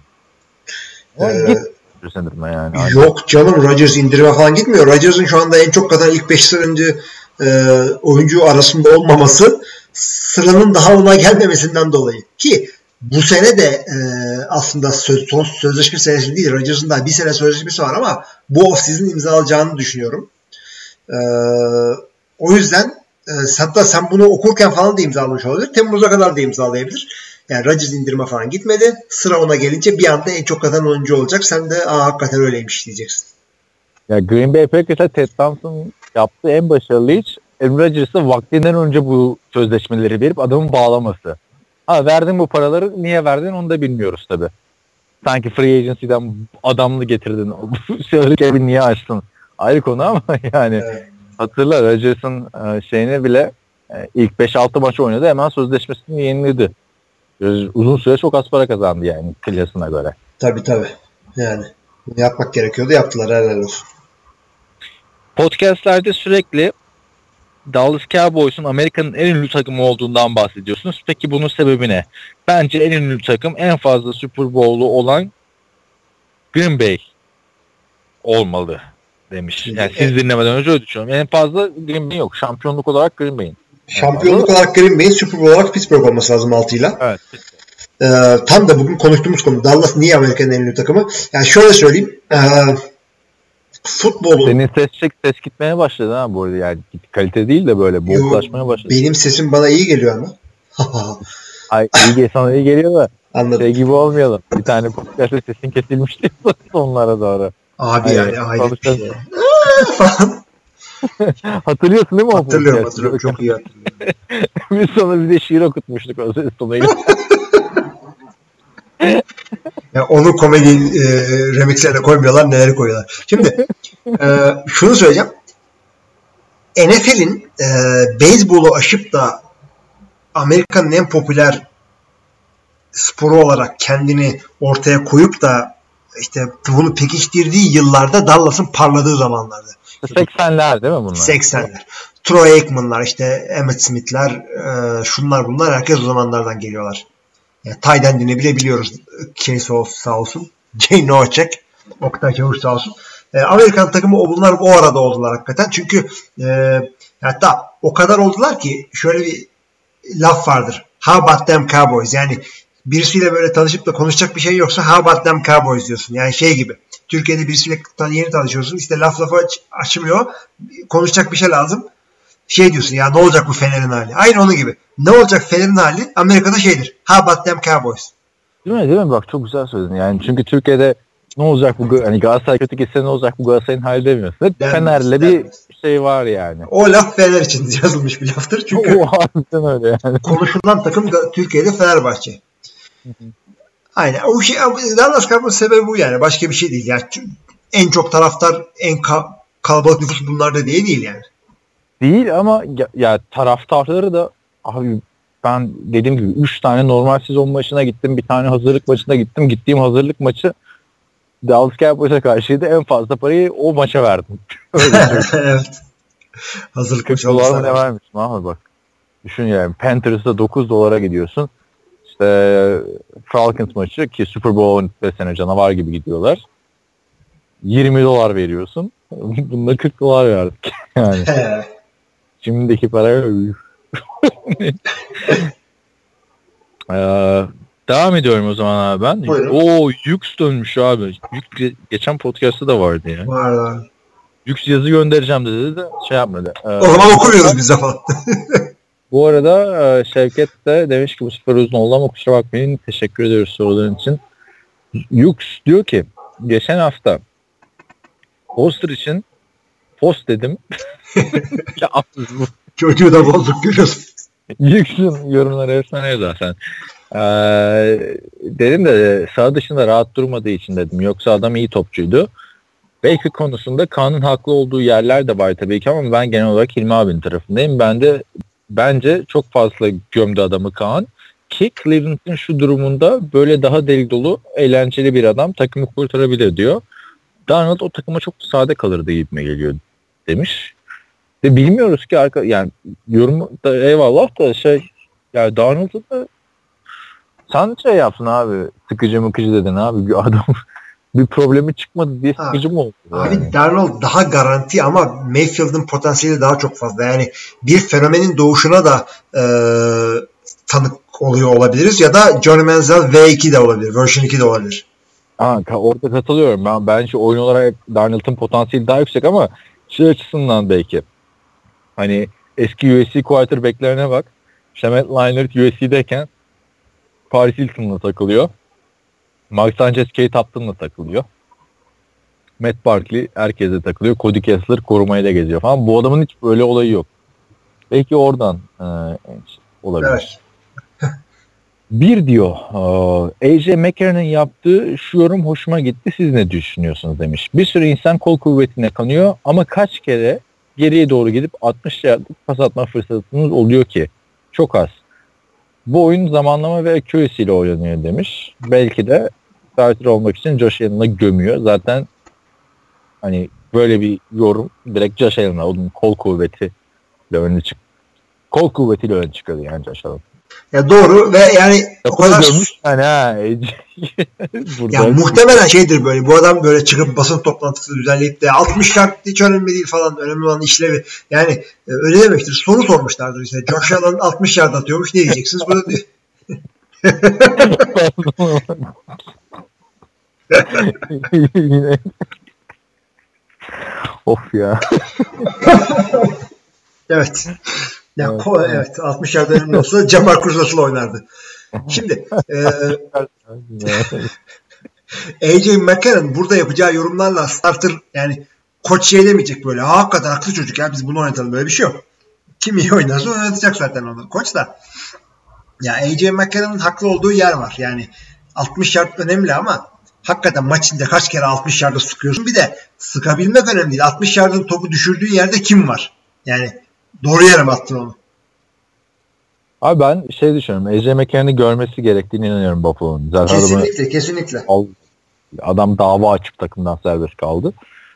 Sanırım yani. Yok canım, Rodgers indirime falan gitmiyor. Rodgers'ın şu anda en çok kazanan ilk 5 sırancı oyuncu arasında olmaması sıranın daha ona gelmemesinden dolayı. Ki bu sene de aslında son sözleşme senesi değil. Rodgers'ın daha bir sene sözleşmesi var ama bu off-season imzalayacağını düşünüyorum. O yüzden hatta sen bunu okurken falan da imzalamış olabilir. Temmuz'a kadar da imzalayabilir. Yani Rodgers indirime falan gitmedi. Sıra ona gelince bir anda en çok kazanan oyuncu olacak. Sen de hakikaten öyleymiş diyeceksin. Ya Green Bay Packers'a Ted Thompson yaptığı en başarılı iş Aaron Rodgers'a vaktinden önce bu sözleşmeleri verip adamın bağlaması. Ha verdin bu paraları, niye verdin onu da bilmiyoruz tabi. Sanki free agency'den adamlı getirdin. Salary cap'i niye açtın? Ayrı konu ama yani evet. Hatırla Rodgers'ın şeyini bile ilk 5-6 maç oynadı, hemen sözleşmesini yeniledi. Uzun süre çok az para kazandı yani klasına göre. Tabii. Yani yapmak gerekiyordu, yaptılar, helal olsun. Podcastlerde sürekli Dallas Cowboys'un Amerika'nın en ünlü takımı olduğundan bahsediyorsunuz. Peki bunun sebebi ne? Bence en ünlü takım, en fazla Super Bowl'u olan Green Bay olmalı demiş. Yani siz dinlemeden önce öyle düşünüyorum. En fazla Green Bay yok. Şampiyonluk olarak Green Bay'in. Şampiyonluk olarak Green Bay'in, Super Bowl olarak Pittsburgh olması lazım 6'yla. Evet. Tam da bugün konuştuğumuz konu. Dallas niye Amerika'nın en ünlü takımı? Yani şöyle söyleyeyim. Futbolun... Senin ses gitmeye başladı ha bu arada. Yani kalite değil de böyle boğuklaşmaya başladı. Benim sesim bana iyi geliyor ama. Ay sana iyi geliyor da. Anladım. Şey gibi olmayalım. Bir tane podcast'ta sesin kesilmişti sonlara doğru. Abi yani hayret bir şey. Hatırlıyorsun değil mi? Hatırlıyorum. Çok iyi hatırlıyorum. Biz sonra bir de şiir okutmuştuk o ses tonuyla. Ya onu komedi remixlerine koymuyorlar, neleri koyuyorlar. Şimdi şunu söyleyeceğim. NFL'in beyzbolu aşıp da Amerika'nın en popüler sporu olarak kendini ortaya koyup da işte bunu pekiştirdiği yıllarda Dallas'ın parladığı zamanlarda. 80'ler değil mi bunlar? 80'ler. Troy Aikman'lar, işte Emmitt Smith'ler, şunlar bunlar, herkes o zamanlardan geliyorlar. Yani Tight end'ini bile biliyoruz. Sağ olsun. Jay Novacek. Oktay Çavuş sağ olsun. Amerikan takımı bunlar o arada oldular hakikaten. Çünkü hatta o kadar oldular ki şöyle bir laf vardır. How about them Cowboys? Yani birisiyle böyle tanışıp da konuşacak bir şey yoksa how about them Cowboys diyorsun. Yani şey gibi. Türkiye'de birisiyle yeni tanışıyorsun. İşte laf açmıyor. Konuşacak bir şey lazım. Şey diyorsun ya, ne olacak bu Fener'in hali? Aynı onun gibi. Ne olacak Fener'in hali? Amerika'da şeydir. How about them Cowboys? Değil mi? Bak çok güzel söyledin. Yani çünkü Türkiye'de ne olacak bu, hani Galatasaray kötü gitse ne olacak bu Galatasaray'ın hali demiyorsun. Fener'le bir şey var yani. O laf Fener için yazılmış bir laftır. Çünkü o harbiden öyle yani. Konuşulan takım Türkiye'de Fenerbahçe. Aynen. O şey, Dallas Cowboys sebebi bu yani. Başka bir şey değil. Yani en çok taraftar, en kalabalık nüfus bunlarda değil yani. Değil ama ya taraftarları da abi, ben dediğim gibi 3 tane normal sezon maçına gittim. Bir tane hazırlık maçına gittim. Gittiğim hazırlık maçı Dallas Cowboys'a karşıydı. En fazla parayı o maça verdim. Evet. Hazırlık maçı $40 ne vermişim abi bak. Düşün yani Panthers'da $9 gidiyorsun. İşte Falcons maçı ki Super Bowl 5 sene canavar gibi gidiyorlar. $20 veriyorsun. Bunda $40 verdik. Yani. Şimdiki paraya Devam ediyorum o zaman abi ben. Buyurun. Oo, Yux dönmüş abi. Yux geçen podcast'ta da vardı ya. Var. Yux yazı göndereceğim dedi de şey yapmadı. O zaman okumuyoruz biz de falan. Bu arada Şevket de demiş ki bu sefer uzun oldu ama kusura bakmayın. Teşekkür ediyoruz soruların için. Yux diyor ki geçen hafta Foster için post dedim. Ya, Çocuğu da bozduk görüyorsun. Yux'un yorumları efsane zaten. Dedim de sağ dışında rahat durmadığı için dedim. Yoksa adam iyi topçuydu. Belki konusunda Kaan'ın haklı olduğu yerler de var tabii ki ama ben genel olarak Hilmi abinin tarafındayım. Bence çok fazla gömdü adamı Kaan. Ki Cleveland'ın şu durumunda böyle daha deli dolu, eğlenceli bir adam takımı kurtarabilir diyor. Darnold o takıma çok sade kalırdı gibime geliyor demiş. Ve bilmiyoruz ki yani yorum da eyvallah da yani Darnold'u da sen şey yapsın abi, sıkıcı mıkıcı dedin abi, bir adam bir problemi çıkmadı diye sıkıcı mı oldu? Abi Yani? Darnold daha garanti ama Mayfield'ın potansiyeli daha çok fazla. Yani bir fenomenin doğuşuna da tanık oluyor olabiliriz ya da Johnny Manziel V2 de olabilir. Version 2 de olabilir. Orada katılıyorum. Bence oyun olarak Darnold'un potansiyeli daha yüksek ama şey açısından belki. Hani eski USC quarterback'lerine bak. Matt Leinart USC'deyken Paris Hilton'la takılıyor. Mark Sanchez Kate Upton'la takılıyor. Matt Barkley herkese takılıyor. Cody Kessler korumayla geziyor falan. Bu adamın hiç böyle olayı yok. Belki oradan olabilir. Evet. Bir diyor AJ McCarron'ın yaptığı şu yorum hoşuma gitti. Siz ne düşünüyorsunuz demiş. Bir sürü insan kol kuvvetine kanıyor ama kaç kere geriye doğru gidip 60 yardlık pas atma fırsatınız oluyor ki? Çok az. Bu oyun zamanlama ve accuracy ile oynanıyor demiş. Belki de starter olmak için Josh Allen'a gömüyor. Zaten hani böyle bir yorum direkt Josh Allen'a onun kol kuvvetiyle öne çıkıyordu yani Josh Allen. Ya doğru ve yani o kadar görmüş yani ya muhtemelen şeydir böyle. Bu adam böyle çıkıp basın toplantısı düzenleyip de 60 yard hiç önemli değil falan. Önemli olan işlevi. Yani öyle demektir. Soru sormuşlardır işte. Josh Allen 60 yard atıyormuş. Ne diyeceksiniz? Bu da diyor. Of ya. Evet. Ya evet 60 yard önemli olsa Jamarcus Russell oynardı. Şimdi AJ McCarron burada yapacağı yorumlarla starter yani koç şey demeyecek böyle. Hakikaten haklı çocuk ya biz bunu oynatalım. Böyle bir şey yok. Kim iyi oynarsa oynatacak zaten onu. Koç da. Ya AJ McCarron'ın haklı olduğu yer var. Yani 60 yard önemli ama hakikaten maç içinde kaç kere 60 yard'a sıkıyorsun. Bir de sıkabilmek önemli değil. 60 yardın topu düşürdüğü yerde kim var? Yani doğru yere mi attın onu? Abi ben düşünüyorum. AJ McCarron'ı görmesi gerektiğine inanıyorum Buffalo'nun. Kesinlikle. Adam dava açıp takımdan serbest kaldı.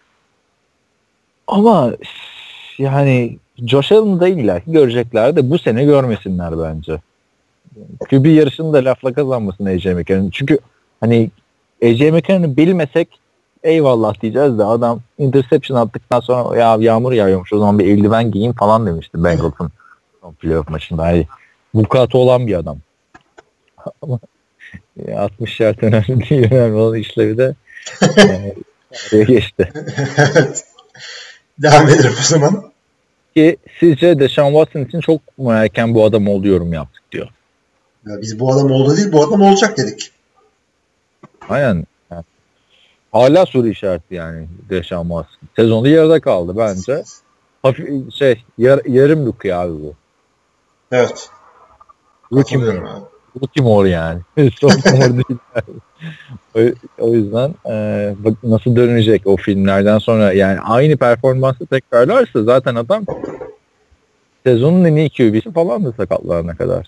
Ama yani Josh Allen'ı da illaki görecekler de bu sene görmesinler bence. QB yarışını da lafla kazanmasın AJ McCarron. Çünkü hani AJ McCarron'ı bilmesek eyvallah diyeceğiz de adam interception attıktan sonra ya yağmur yağıyormuş o zaman bir eldiven giyeyim falan demişti Bengals'ın playoff maçında. Yani vukuatı olan bir adam. Ama 60 yard önemli değil. Önemli olan işlevi de geçti. Devam edelim o zaman. Ki sizce Deshaun Watson için çok mu erken bu adam oldu yorum yaptık diyor. Ya biz bu adam oldu değil bu adam olacak dedik. Aynen. Yani. Hala soru işareti yani Deshaun Watson. Sezonda yarıda kaldı bence. Hafif yarım rookie abi bu. Evet. Rookie more yani. Sophomore değil yani. O yüzden bak nasıl dönecek o filmlerden sonra yani aynı performansı tekrarlarsa zaten adam sezonun en iyi QB'si falan da sakatlarına kadar.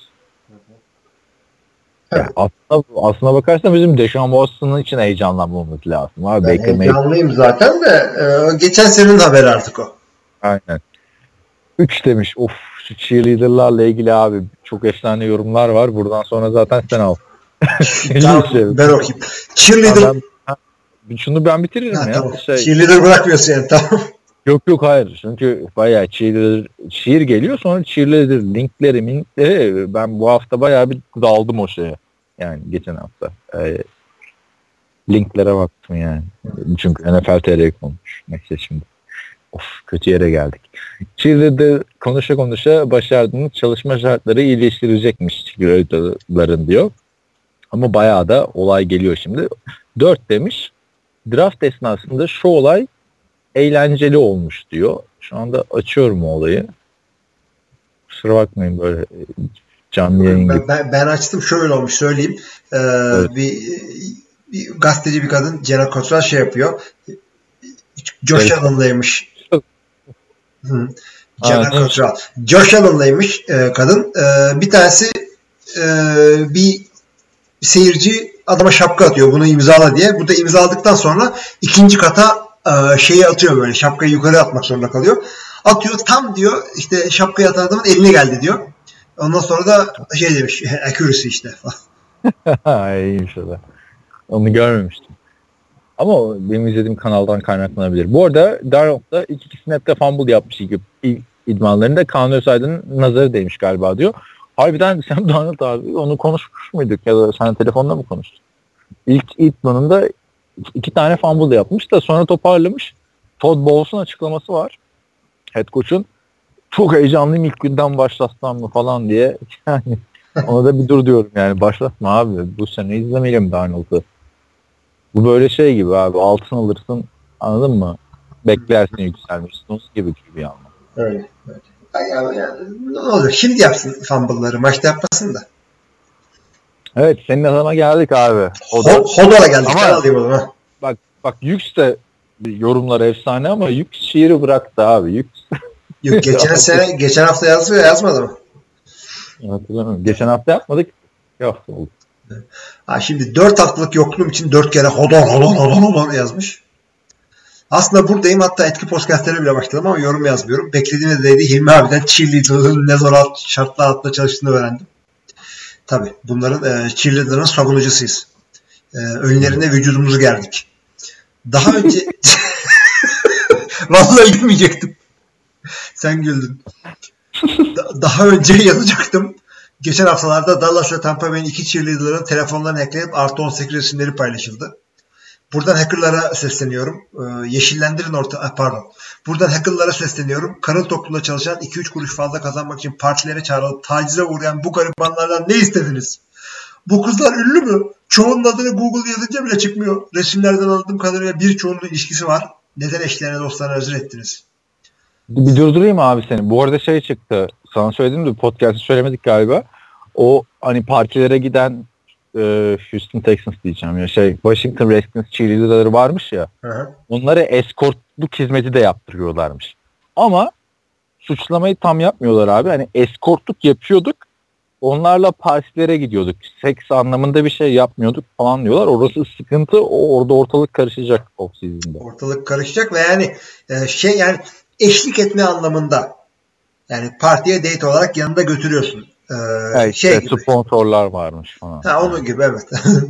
Yani aslına bakarsan bizim Deshaun Watson'ın için heyecanlanmamız lazım. Abi, ben heyecanlıyım zaten de geçen senenin haberi artık o. Aynen. 3 demiş. Of şu cheerleader'larla ilgili abi çok efsane yorumlar var. Buradan sonra zaten sen al. Tamam, ben okuyayım. Cheerleader. Şunu ben bitiririm ya. Tamam. Cheerleader bırakmıyorsun yani tamam. Yok hayır. Çünkü bayağı cheer geliyor sonra cheerleader linkleri ben bu hafta bayağı bir daldım o şeye. Yani geçen hafta. Linklere baktım yani. Çünkü NFL TR konmuş. Neyse şimdi. Of, kötü yere geldik. Cheerleader konuşa başardığınız çalışma şartları iyileştirecekmiş cheerleader'ların diyor. Ama bayağı da olay geliyor şimdi. 4 demiş. Draft esnasında şu olay eğlenceli olmuş diyor. Şu anda açıyorum o olayı. Kusura bakmayın böyle canlı yayın gibi. Ben açtım, şöyle olmuş söyleyeyim. Evet. Bir gazeteci bir kadın Jenna Cottrell şey yapıyor. Josh Allen'laymış. Jenna Cottrell. Josh Allen'laymış kadın. Bir tanesi bir seyirci adama şapka atıyor. Bunu imzala diye. Burada imzaladıktan sonra ikinci kata şeyi atıyor böyle. Şapkayı yukarı atmak zorunda kalıyor. Atıyor, tam diyor işte şapkayı atan adamın eline geldi diyor. Ondan sonra da şey demiş. Accuracy işte. İyiymiş o da. Onu görmemiştim. Ama benim izlediğim kanaldan kaynaklanabilir. Bu arada Darnold'da 2 snap'te fumble yapmış ilk idmanlarında. Kaan Özaydın'ın nazarı değmiş galiba diyor. Harbiden Sam Darnold abi onu konuşmuş muyduk ya da sen telefonda mı konuştun? İlk idmanında 2 tane fumble yapmış da sonra toparlamış. Todd Bowles'un açıklaması var. Head coach'un çok heyecanlıyım ilk günden başlatsam mı falan diye. Yani ona da bir dur diyorum yani, başlatma abi. Bu sene izlemeyelim Darnold'u. Bu böyle şey gibi abi, altın alırsın, anladın mı? Beklersin yükselmişsin gibi yani. Öyle. Yani, ne olur şimdi yapsın fumble'ları, maçta yapmasın da. Evet, senin adama geldik abi. Hodor'a geldik. Ben alayım o zaman. Bak Yüks de yorumlar efsane ama Yüks şiiri bıraktı abi. Yüks. Yok, geçen hafta yazmıyor, yazmadı mı? Hatırlamıyorum. Geçen hafta yapmadık. Bir hafta oldu. Şimdi 4 haftalık yokluğum için 4 kere Hodor yazmış. Aslında buradayım, hatta etki podcastlere bile başladım ama yorum yazmıyorum. Beklediğim de Hilmi abiden cheerleader'ın ne zor şartlar altında çalıştığını öğrendim. Tabii bunların cheerleader'ın savunucusuyuz. Önlerine vücudumuzu gerdik. Daha önce vallahi gülmeyecektim. Sen güldün. Daha önce yazacaktım. Geçen haftalarda Dallas ve Tampa Bay'in 2 cheerleader'ın telefonlarını hackleyip +18 resimleri paylaşıldı. Buradan hackerlara sesleniyorum. Yeşillendirin Buradan hackerlara sesleniyorum. Karın topluluğunda çalışan 2-3 kuruş fazla kazanmak için partilere çağrılıp tacize uğrayan bu garibanlardan ne istediniz? Bu kızlar ünlü mü? Çoğunun adını Google yazınca bile çıkmıyor. Resimlerden anladığım kadarıyla birçoğunun ilişkisi var. Neden eşlerine, dostlarına özür ettiniz? Bir durdurayım abi seni. Bu arada şey çıktı. Sana söyledim de podcast'ı söylemedik galiba. O hani partilere giden Houston Texans diyeceğim ya, Washington Redskins cheerleader'ları varmış ya. Hı. Onlara eskortluk hizmeti de yaptırıyorlarmış. Ama suçlamayı tam yapmıyorlar abi. Hani eskortluk yapıyorduk. Onlarla partilere gidiyorduk. Seks anlamında bir şey yapmıyorduk falan diyorlar. Orası sıkıntı. Orada ortalık karışacak off-season'da. Ortalık karışacak ve yani yani eşlik etme anlamında, yani partiye date olarak yanında götürüyorsun. Gibi. Sponsorlar varmış falan. Onun gibi, evet.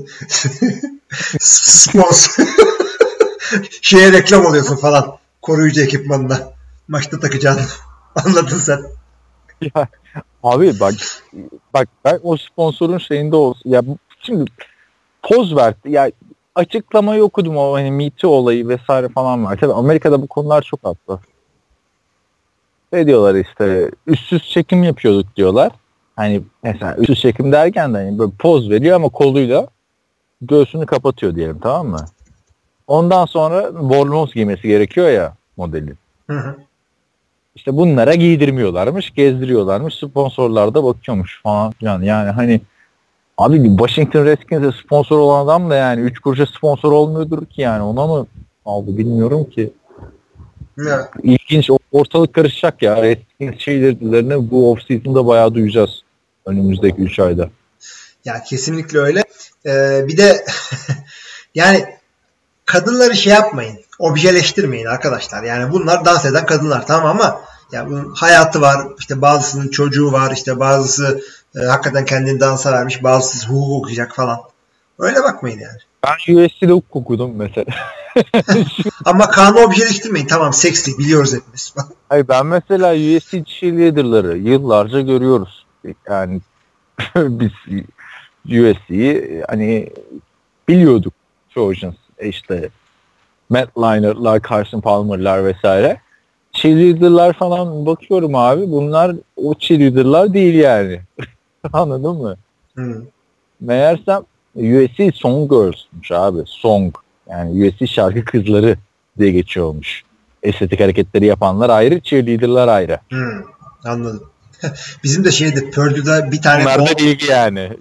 Sponsor. Reklam oluyorsun falan. Koruyucu ekipmanına. Maçta takacağını. Anladın sen. Ya, abi bak ben o sponsorun şeyinde olsun. Ya şimdi poz verdi. Ya açıklamayı okudum, o hani MeToo olayı vesaire falan var. Tabii Amerika'da bu konular çok hassas. Ne diyorlar işte, üstsüz çekim yapıyorduk diyorlar. Hani mesela üstsüz çekim derken de hani böyle poz veriyor ama koluyla göğsünü kapatıyor diyelim, tamam mı? Ondan sonra bornoz giymesi gerekiyor ya modelin. Hı. İşte bunlara giydirmiyorlarmış, gezdiriyorlarmış. Sponsorlar da bakıyormuş falan filan. Yani hani abi Washington Redskins'e sponsor olan adam da yani 3 kuruşa sponsor olmuyordur ki, yani ona mı aldı bilmiyorum ki. Ya. İlginç, ortalık karışacak ya. Redskins şeylerini bu off-season'da bayağı duyacağız önümüzdeki 3 ayda. Ya kesinlikle öyle. Bir de yani kadınları şey yapmayın, objeleştirmeyin arkadaşlar. Yani bunlar dans eden kadınlar, tamam, ama ya bunun hayatı var. İşte bazısının çocuğu var. İşte bazısı hakikaten kendini dansa vermiş. Bazısı hukuk okuyacak falan. Öyle bakmayın yani. Ben USC'de hukuk okudum mesela. Ama kanunu objeleştirmeyin. Tamam, seksi biliyoruz hepimiz. Hayır, ben mesela USC cheerleader'ları yıllarca görüyoruz. Yani biz USC'yi hani biliyorduk Trojans işte Matt Leinart'lar, Carson Palmer'lar vesaire. Cheerleader'lar falan bakıyorum abi. Bunlar o cheerleader'lar değil yani. Anladın mı? Meğersem USC Song Girls'muş abi. Song. Yani USC şarkı kızları diye geçiyormuş. Estetik hareketleri yapanlar ayrı, cheerleader'lar ayrı. Anladım. Bizim de Purdue'da bir tane... Bunlar da bilgi yani.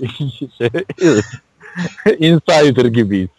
Insider gibiyiz.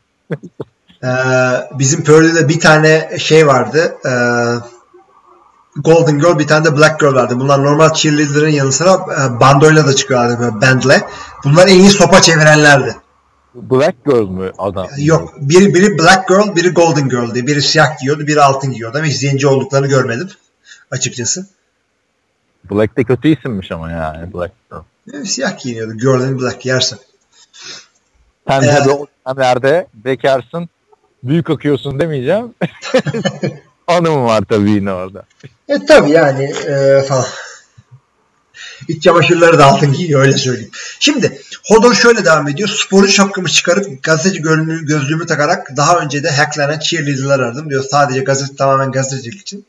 Bizim Purdue'da bir tane vardı. Golden Girl, bir tane de Black Girl vardı. Bunlar normal cheerleader'ın yanı sıra bandoyla da çıkıyorlardı, böyle bandle. Bunlar en iyi sopa çevirenlerdi. Black Girl mü adam? Yok. Biri Black Girl, biri Golden Girl diye. Biri siyah giyiyordu, biri altın giyiyordu. Ama hiç zenci olduklarını görmedim açıkçası. Black de kötü isimmiş ama yani Black Girl. Siyah giyiniyordu. Girl in Black yersin. Sen tabii o dönemlerde bekarsın, büyük akıyorsun demeyeceğim. Hanım var tabii yine orada. Tabii yani falan. İç çamaşırları da altın giyiyor, öyle söyleyeyim. Şimdi Hodor şöyle devam ediyor. Sporcu şapkamı çıkarıp gazeteci gözlüğümü takarak daha önce de hacklenen cheerleader'lar aradım diyor. Sadece tamamen gazetecilik için.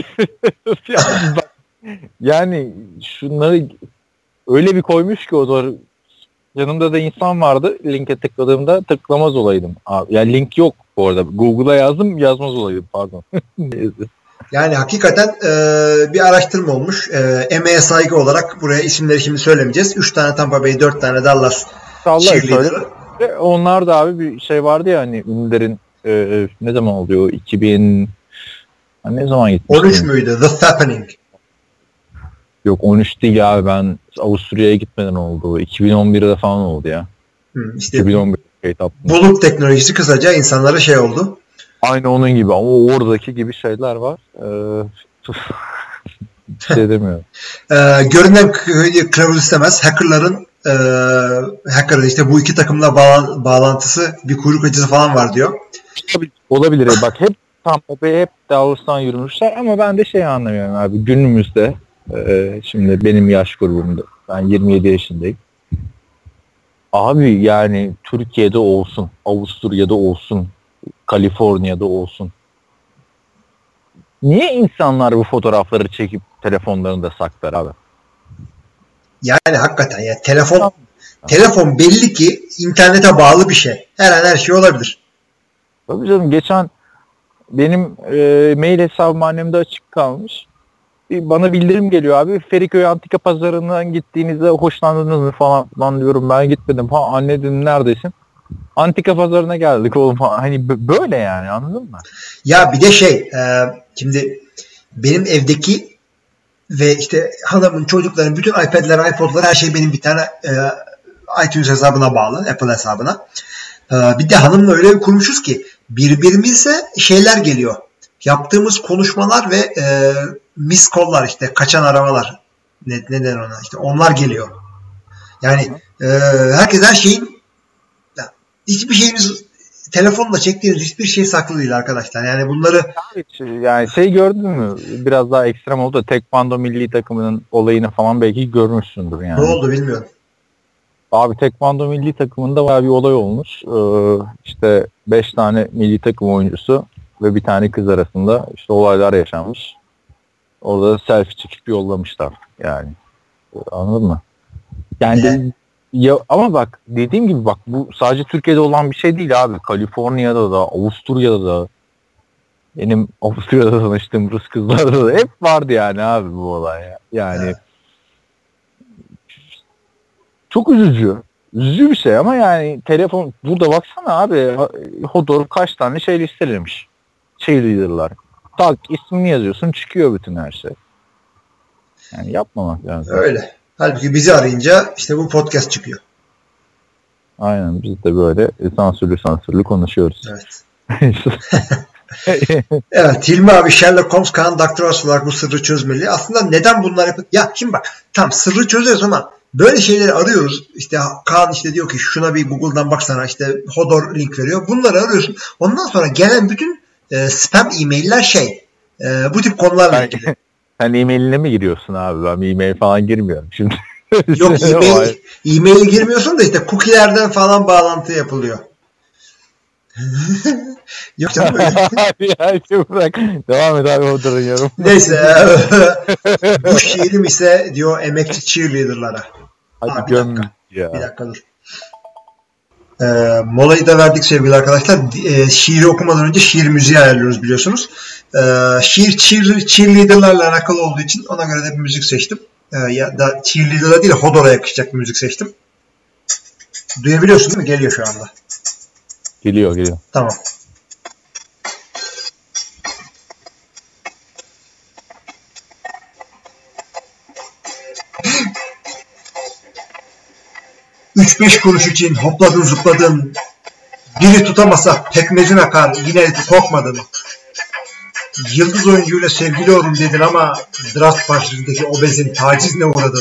Yani şunları öyle bir koymuş ki Hodor. Yanımda da insan vardı. Linke tıkladığımda tıklamaz olaydım. Abi, yani link yok bu arada. Google'a yazdım, yazmaz olaydım. Pardon. Yani hakikaten bir araştırma olmuş. Emeğe saygı olarak buraya isimleri şimdi söylemeyeceğiz. 3 tane Tampa Bay, 4 tane Dallas cheerleader. Onlar da abi bir şey vardı ya hani ünlülerin ne zaman oluyor? 2000 ne zaman gitmişti? 13 müydü? The Fappening. Yok 13 değil abi, ben Avusturya'ya gitmeden oldu. 2011'de falan oldu ya. İşte 2011 bulut teknolojisi kısaca insanlara oldu. Aynı onun gibi ama oradaki gibi şeyler var. Bir şey demiyorum. Görünen kılavuz istemez. Hacker'ın işte bu iki takımla bağlantısı, bir kuyruk acısı falan var diyor. Olabilir. Bak hep Tampa Bay, hep Dallas'tan yürümüşler ama ben de anlamıyorum abi. Günümüzde şimdi benim yaş grubumda, ben 27 yaşındayım. Abi yani Türkiye'de olsun, Avusturya'da olsun, Kaliforniya'da olsun. Niye insanlar bu fotoğrafları çekip telefonlarında saklar abi? Yani hakikaten ya telefon belli ki internete bağlı bir şey. Her an her şey olabilir. Tabii canım, geçen benim mail hesabım annemde açık kalmış. Bana bildirim geliyor abi. Feriköy Antika Pazarı'ndan gittiğinizde hoşlandınız mı falan diyorum. Ben gitmedim. Anne dedim neredesin? Antika Pazarı'na geldik oğlum falan. Hani böyle yani, anladın mı? Ya bir de şimdi benim evdeki ve işte hanımın, çocukların bütün iPad'ler, iPod'lar, her şey benim bir tane iTunes hesabına bağlı. Apple hesabına. Bir de hanımla öyle bir kurmuşuz ki birbirimize şeyler geliyor. Yaptığımız konuşmalar ve miss call'lar, işte kaçan aramalar, neden ona, işte onlar geliyor. Yani herkes her şeyin, hiçbir şeyimiz, telefonla çektiğiniz hiçbir şey saklı değil arkadaşlar. Yani bunları yani gördün mü? Biraz daha ekstrem oldu da Tekvando milli takımının olayını falan belki görmüşsündür yani. Ne oldu bilmiyorum. Abi Tekvando milli takımında bayağı bir olay olmuş. İşte 5 tane milli takım oyuncusu ve bir tane kız arasında işte olaylar yaşanmış. Orada selfie çekip yollamışlar yani. Anladın mı? Yani ya, ama bak dediğim gibi, bak bu sadece Türkiye'de olan bir şey değil abi. Kaliforniya'da da, Avusturya'da da, benim Avusturya'da tanıştığım Rus kızlarda da hep vardı yani abi bu olay ya. Yani çok üzücü. Üzücü bir şey ama yani telefon, burada baksana abi, Hodor kaç tane listelemiş. Cheerleader'lar. Tak ismini yazıyorsun, çıkıyor bütün her şey. Yani yapmamak lazım. Öyle. Halbuki bizi arayınca işte bu podcast çıkıyor. Aynen, biz de böyle sansürlü konuşuyoruz. Evet. Evet, Hilmi abi Sherlock Holmes, Kaan Doktoros olarak bu sırrı çözmeli. Aslında neden bunlar yapıyor? Ya şimdi bak, tam sırrı çözüyoruz ama böyle şeyleri arıyoruz. İşte Kaan işte diyor ki şuna bir Google'dan baksana, işte Hodor link veriyor. Bunları arıyorsun. Ondan sonra gelen bütün spam e-mailler bu tip konularla ilgili. Sen e-mailine mi giriyorsun abi? Ben e-mail falan girmiyorum şimdi. Yok e-mail girmiyorsun da işte cookie'lerden falan bağlantı yapılıyor. Yok canım öyle. Abi ya bırak. Devam et abi o yorum. Neyse. Bu şiirim ise diyor emekçi cheerleader'lara. Hadi Bir dakika dur. Molayı da verdik sevgili arkadaşlar. Şiiri okumadan önce şiir müziği ayarlıyoruz biliyorsunuz. Şiir cheerleader'larla alakalı olduğu için ona göre de bir müzik seçtim. Ya da cheerleader'a değil Hodor'a yakışacak bir müzik seçtim. Duyabiliyorsun değil mi? Geliyor şu anda. Geliyor. Tamam. Üç beş kuruş için hopladın zıpladın. Biri tutamasa pekmezin akar. Yine korkmadın. Yıldız oyuncuyla sevgili olurum dedin ama draft başlığındaki obezin tacizine uğradın.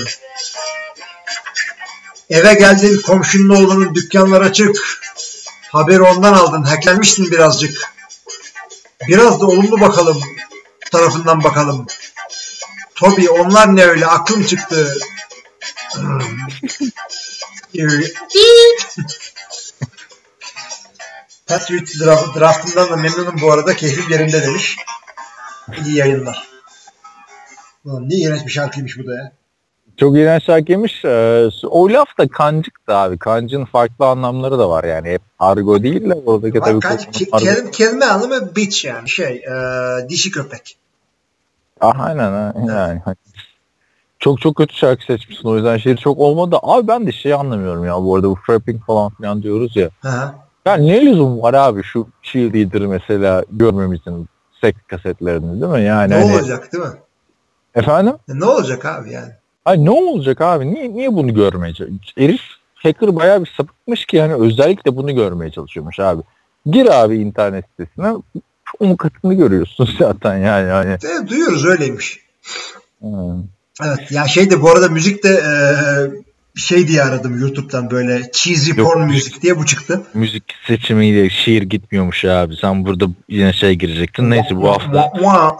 Eve geldin komşunun oğlunun dükkanları açık. Haberi ondan aldın. Hacklenmiştin birazcık. Biraz da olumlu bakalım. Tarafından bakalım. Toby onlar ne öyle aklım çıktı. Patriot draftından da memnunum bu arada. Keyfim yerinde demiş. İyi yayınlar. Ulan ne iğrenç bir şarkıymış bu da ya. Çok iğrenç şarkıymış. O laf da kancıktı abi. Kancın farklı anlamları da var yani. Hep argo değil de oradaki tabii. Kelime anlamı bitch yani. Dişi köpek. Aynen yani. Çok kötü şarkı seçmişsin. O yüzden şiir çok olmadı. Abi ben de anlamıyorum ya. Bu arada bu frapping falan filan diyoruz ya. Aha. Yani ne lüzum var abi şu cheerleader mesela görmemizin seks kasetlerini değil mi? Yani ne olacak değil mi? Efendim? Ne olacak abi yani? Ay ne olacak abi? Niye bunu görmeye çalışıyor? Herif hacker bayağı bir sapıkmış ki yani özellikle bunu görmeye çalışıyormuş abi. Gir abi internet sitesine katını görüyorsun zaten yani. Duyuyoruz öyleymiş. Evet ya bu arada müzikte diye aradım YouTube'dan böyle cheesy porn müzik diye bu çıktı. Müzik seçimiyle şiir gitmiyormuş abi. Sen burada yine girecektin. Neyse bu hafta.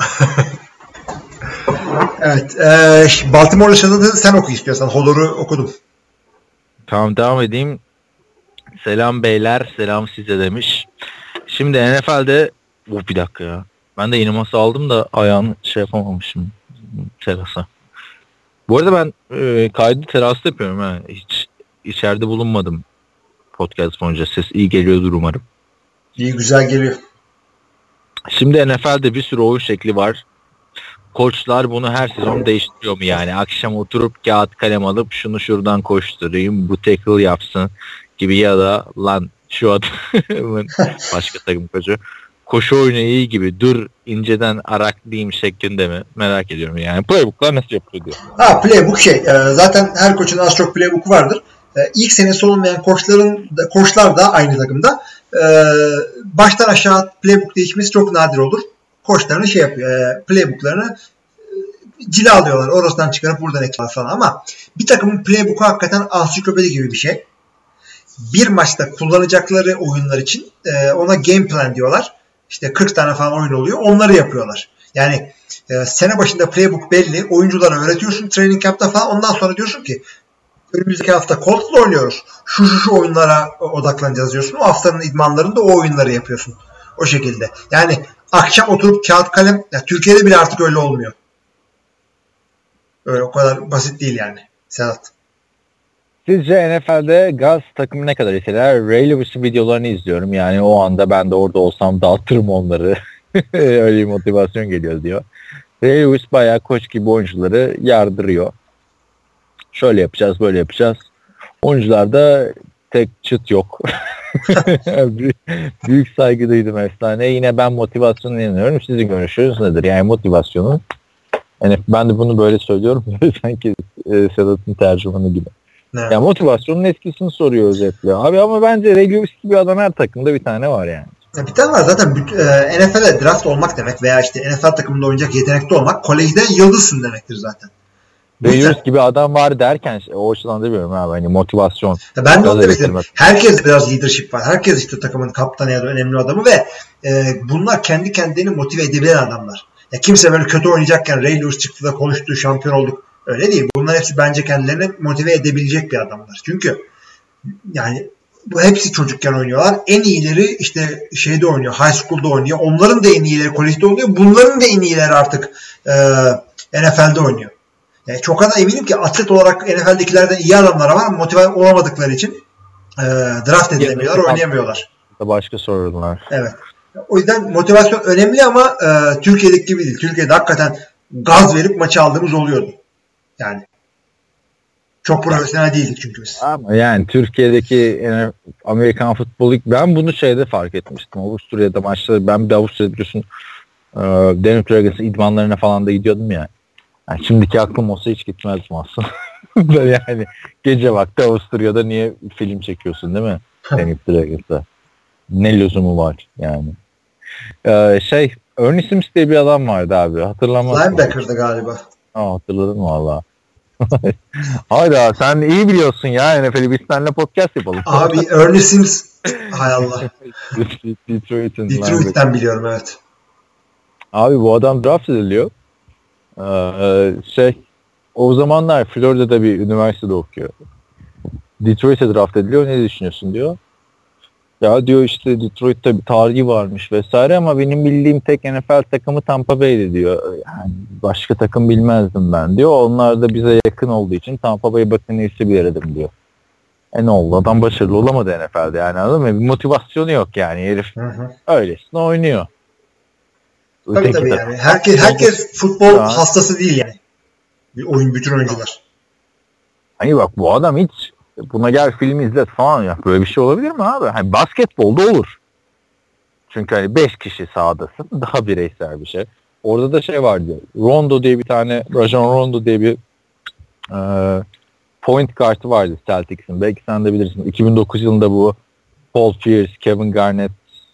Evet. Baltimore yaşadığında sen oku istiyorsan. Hodor'u okudum. Tamam devam edeyim. Selam beyler. Selam size demiş. Şimdi NFL'de bir dakika ya. Ben de yeni masa aldım da ayağını yapamamışım. Terasa. Bu arada ben kaydı terasta yapıyorum. Ha. Hiç içeride bulunmadım. Podcast boyunca ses iyi geliyordur umarım. İyi güzel geliyor. Şimdi NFL'de bir sürü oyun şekli var. Koçlar bunu her sezon değiştiriyor mu yani? Akşam oturup kağıt kalem alıp şunu şuradan koşturayım, bu tackle yapsın gibi ya da lan şu adamın başka takım koşu oyunu iyi gibi dur inceden araklıyım şeklinde mi? Merak ediyorum yani. Playbook'lar nasıl yapıyor diyor. Playbook zaten her koçun az çok playbook'u vardır. İlk senesi olmayan koçlar da aynı takımda. Baştan aşağı playbook değişmesi çok nadir olur. Koçlarını yapıyor. Playbook'larını cilalıyorlar. Orasından çıkarıp buradan ekliyorlar falan ama bir takımın playbook'u hakikaten ansiklopedi gibi bir şey. Bir maçta kullanacakları oyunlar için ona game plan diyorlar. İşte 40 tane falan oyun oluyor. Onları yapıyorlar. Yani sene başında playbook belli. Oyunculara öğretiyorsun training camp'ta falan. Ondan sonra diyorsun ki önümüzdeki hafta Colts'la oynuyoruz. Şu oyunlara odaklanacağız diyorsun. O haftanın idmanlarında o oyunları yapıyorsun. O şekilde. Yani akşam oturup kağıt kalem Türkiye'de bile artık öyle olmuyor. Öyle o kadar basit değil yani. Sedat. Sizce NFL'de gaz takımı ne kadar iseler? Ray Lewis'in videolarını izliyorum. Yani o anda ben de orada olsam dağıtırım onları. Öyle bir motivasyon geliyor diyor. Ray Lewis bayağı koç gibi oyuncuları yardırıyor. Şöyle yapacağız, böyle yapacağız. Oyuncularda tek çıt yok. Büyük saygı duydum efsane. Yine ben motivasyona inanıyorum. Sizin görüşünüz nedir? Yani motivasyonu. Yani ben de bunu böyle söylüyorum. Sanki Sedat'ın tercümanı gibi. Evet. Yani motivasyonun etkisini soruyor özetle. Abi ama bence Ray Lewis gibi adam her takımda bir tane var yani. Bir tane var zaten NFL'e draft olmak demek veya işte NFL takımında oynayacak yetenekli olmak kolejden yıldızsın demektir zaten. Ray Lewis gibi adam var derken o açıdan demiyorum abi hani motivasyon. Ben de onu demek istedim. Herkes biraz leadership var. Herkes işte takımın kaptanı ya da önemli adamı ve bunlar kendi kendini motive edebilen adamlar. Ya kimse böyle kötü oynayacakken Ray Lewis çıktı da konuştu, şampiyon olduk Öyle değil. Bunlar hepsi bence kendilerini motive edebilecek bir adamlar. Çünkü yani bu hepsi çocukken oynuyorlar. En iyileri işte şeyde oynuyor. High school'da oynuyor. Onların da en iyileri kolejde oynuyor. Bunların da en iyileri artık NFL'de oynuyor. Yani çok kadar eminim ki atlet olarak NFL'dekilerden iyi adamlar var. Motive olamadıkları için draft edilemiyorlar, oynayamıyorlar. Başka sorunlar. Evet. O yüzden motivasyon önemli ama Türkiye'deki gibi değil. Türkiye'de hakikaten gaz verip maçı aldığımız oluyordu. Yani çok profesyonel değildik çünkü biz. Ama yani Türkiye'deki Amerikan futbolu ben bunu şeyde fark etmiştim. Avusturya'da maçları ben bir de Avusturya'da biliyorsun Denver Dragons'ın idmanlarına falan da gidiyordum ya. Yani şimdiki aklım olsa hiç gitmezdim aslında. Yani gece vakti Avusturya'da niye film çekiyorsun değil mi? Denver Dragons'da. Ne lüzumu var yani. Ernie Sims diye bir adam vardı abi. Hatırlamazsın. Linebacker'dı galiba. Hatırladım valla. Hayda sen iyi biliyorsun ya NFL'i biz seninle podcast yapalım. Abi Ernie Sims hay Allah. Detroit'ten biliyorum evet. Abi bu adam draft ediliyor. O zamanlar Florida'da bir üniversitede okuyor. Detroit'e draft ediliyor. Ne düşünüyorsun diyor. Ya diyor işte Detroit'te bir tarihi varmış vesaire ama benim bildiğim tek NFL takımı Tampa Bay'di diyor. Yani başka takım bilmezdim ben diyor. Onlar da bize yakın olduğu için Tampa Bay Buccaneers'i bir aradım diyor. Ne oldu? Adam başarılı olamadı NFL'de yani anladın mı? Bir motivasyonu yok yani herif. Öylesine oynuyor. Tabii yani. Herkes futbol hastası değil yani. Bütün oyuncular. Hani bak bu adam hiç buna gel film izlet falan ya. Böyle bir şey olabilir mi abi? Hani basketbolda olur. Çünkü hani 5 kişi sahadasın. Daha bireysel bir şey. Orada da şey var diyor. Rondo diye bir tane Rajon Rondo diye bir point kartı vardı Celtics'in. Belki sen de bilirsin. 2009 yılında bu Paul Pierce, Kevin Garnett,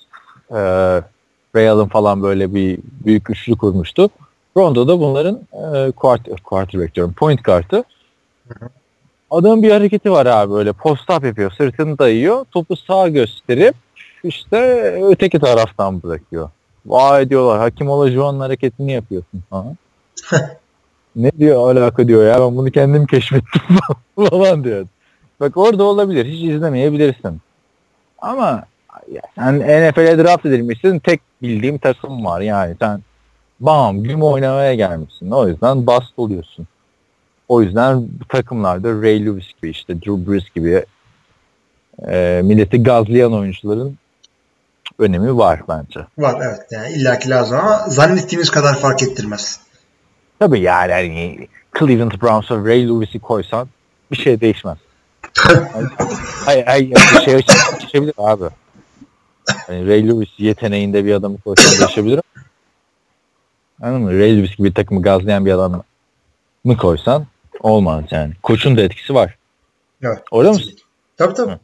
Ray Allen falan böyle bir büyük üçlü kurmuştu. Rondo da bunların quarterback diyorum. Point kartı. Adamın bir hareketi var abi böyle post-up yapıyor. Sırtını dayıyor. Topu sağa gösterip işte öteki taraftan bırakıyor. Vay diyorlar. Hakim Olajuwon'un hareketini yapıyorsun. Ne diyor alaka diyor ya ben bunu kendim keşfettim falan diyor. Bak orada olabilir. Hiç izlemeyebilirsin. Ama ya sen NFL'e draft edilmişsin. Tek bildiğim takım var. Yani sen güm oynamaya gelmişsin. O yüzden bast oluyorsun. O yüzden takımlarda Ray Lewis gibi işte Drew Brees gibi milleti gazlayan oyuncuların önemi var bence. Var evet. Yani illaki lazım ama zannettiğimiz kadar fark ettirmez. Tabii yani hani Cleveland Browns'a Ray Lewis'i koysan bir şey değişmez. Hayır bir şey değişebilir abi. Yani Ray Lewis yeteneğinde bir adamı koysan değişebilir. Anladın mı? Ray Lewis gibi takımı gazlayan bir adamı koysan olmaz yani. Koçun da etkisi var. Evet. Orada mısın? Tabii.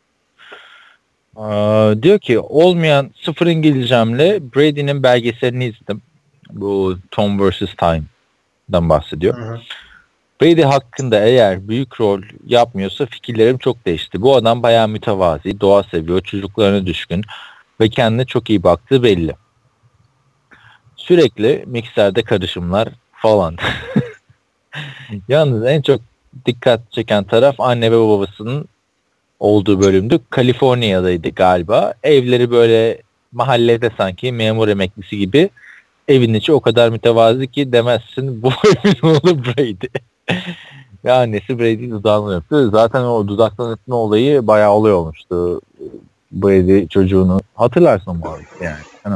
Diyor ki olmayan sıfır İngilizcemle Brady'nin belgeselini izledim. Bu Tom vs. Time'dan bahsediyor. Hı. Brady hakkında eğer büyük rol yapmıyorsa fikirlerim çok değişti. Bu adam bayağı mütevazi, doğa seviyor, çocuklarına düşkün ve kendine çok iyi baktığı belli. Sürekli mikserde karışımlar falan. Yalnız en çok dikkat çeken taraf anne ve babasının olduğu bölümdü. Kaliforniya'daydı galiba. Evleri böyle mahallede sanki memur emeklisi gibi. Evin içi o kadar mütevazi ki demezsin bu evin oğlu Brady. Ve annesi Brady dudağını öptü. Zaten o dudaktan öpme olayı bayağı olay olmuştu. Brady çocuğunu hatırlarsın bu arada yani.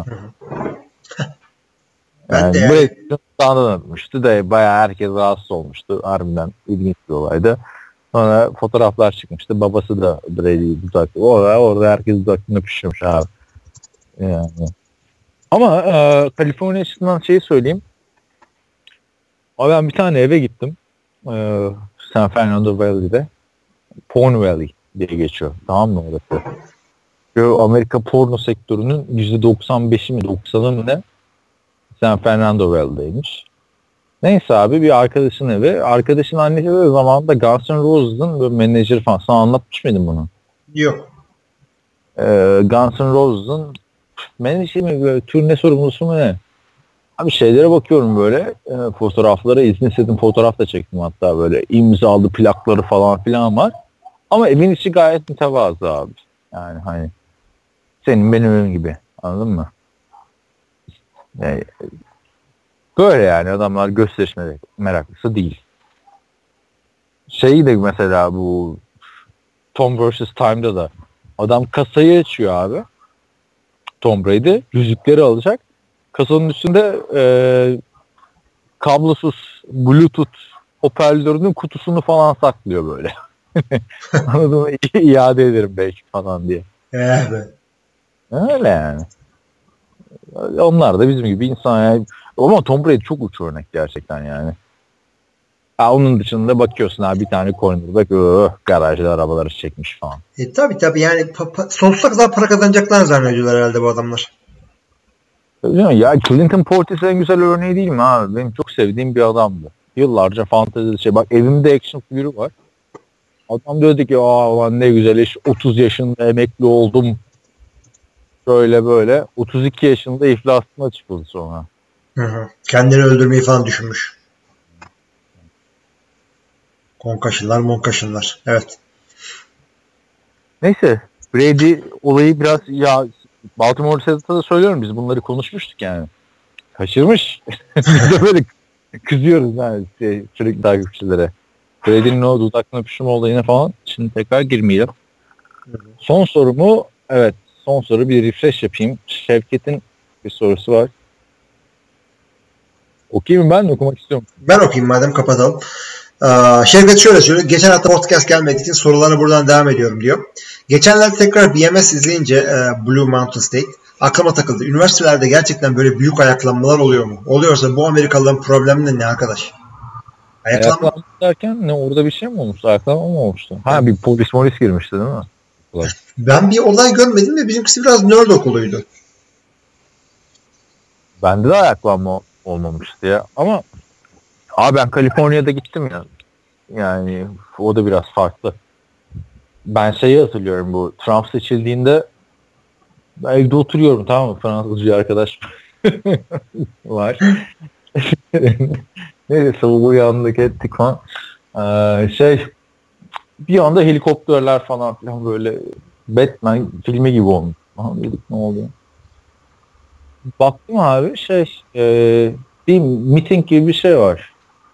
Yani Brady dudağından öpmüştü de bayağı herkes rahatsız olmuştu. Harbiden ilginç bir olaydı. Sonra fotoğraflar çıkmıştı. Babası da Brady'yi dudaklı. Orada herkes dudaktan öpüşüyormuş abi. Yani. Ama Kaliforniya açısından şeyi söyleyeyim. Ben bir tane eve gittim. San Fernando Valley'de. Porn Valley diye geçiyor. Tamam mı orası? Şu Amerika porno sektörünün %95'i mi 90'ı mı ne? San Fernando Valley'deymiş. Neyse abi bir arkadaşın evi. Arkadaşın annesi de zamanında Guns N' Roses'ın böyle menajeri falan. Sana anlatmış mıydım bunu? Yok. Guns N' Roses'ın menajeri mi? Böyle, turne sorumlusu mu ne? Abi şeylere bakıyorum böyle fotoğraflara, izin istedim, fotoğraf da çektim hatta, böyle imzalı plakları falan filan var. Ama evin içi gayet mütevazı abi. Yani hani senin benim evim gibi, anladın mı? Yani, böyle yani adamlar gösteriş meraklısı değil. Şeyi de mesela bu Tom vs. Time'da da adam kasayı açıyor abi. Tom Brady yüzükleri alacak. Kasanın üstünde kablosuz Bluetooth hoparlörünün kutusunu falan saklıyor böyle. Anladın mı? İade ederim belki falan diye. Evet. Öyle yani. Onlar da bizim gibi insan yani. Ama Tom Brady çok uç örnek gerçekten yani. Onun dışında bakıyorsun abi, bir tane cornerback garajda arabaları çekmiş falan. Tabii yani sonsuza kadar para kazanacaklarını zannediyorlar herhalde bu adamlar. Ya Clinton Portis en güzel örneği değil mi abi? Benim çok sevdiğim bir adamdı. Yıllarca fantezide şey. Bak evimde action figürü var. Adam diyordu ki lan ne güzel iş. 30 yaşında emekli oldum. Şöyle böyle. 32 yaşında iflasına çıkıldı sonra. Hı. Kendini öldürmeyi falan düşünmüş. Konkaşınlar. Evet. Neyse. Brady olayı biraz ya Baltimore Sedat'a da söylüyorum, biz bunları konuşmuştuk yani. Kaçırmış. Biz de böyle kızıyoruz yani sürekli takipçilere. Brady'nin o dudakla öpüşme olayına falan şimdi tekrar girmeyelim. Son sorumu, evet son soru, bir refresh yapayım. Şevket'in bir sorusu var. Okuyayım mı, ben de okumak istiyorum. Ben okuyayım madem, kapatalım. Şevket şöyle söylüyor. Geçen hafta podcast gelmediği için sorularına buradan devam ediyorum diyor. Geçenlerde tekrar BMS izleyince Blue Mountain State aklıma takıldı. Üniversitelerde gerçekten böyle büyük ayaklanmalar oluyor mu? Oluyorsa bu Amerikalıların problemi ne arkadaş? Ayaklanma derken ne, orada bir şey mi olmuştu? Ayaklanma mı olmuştu? Ha, bir polis girmişti değil mi? Ben bir olay görmedim de bizimkisi biraz nerd okuluydu. Bende de ayaklanma olmamıştı ya. Ama ben Kaliforniya'da gittim ya. Yani o da biraz farklı. Ben şeyi hatırlıyorum, bu Trump seçildiğinde ben evde oturuyorum, tamam mı? Fransızca bir arkadaş var. Neyse sabah uyandık ettik falan. Bir anda helikopterler falan filan, böyle Batman filmi gibi olmuş. Aha dedik, ne oluyor? Baktım abi bir miting gibi bir şey var.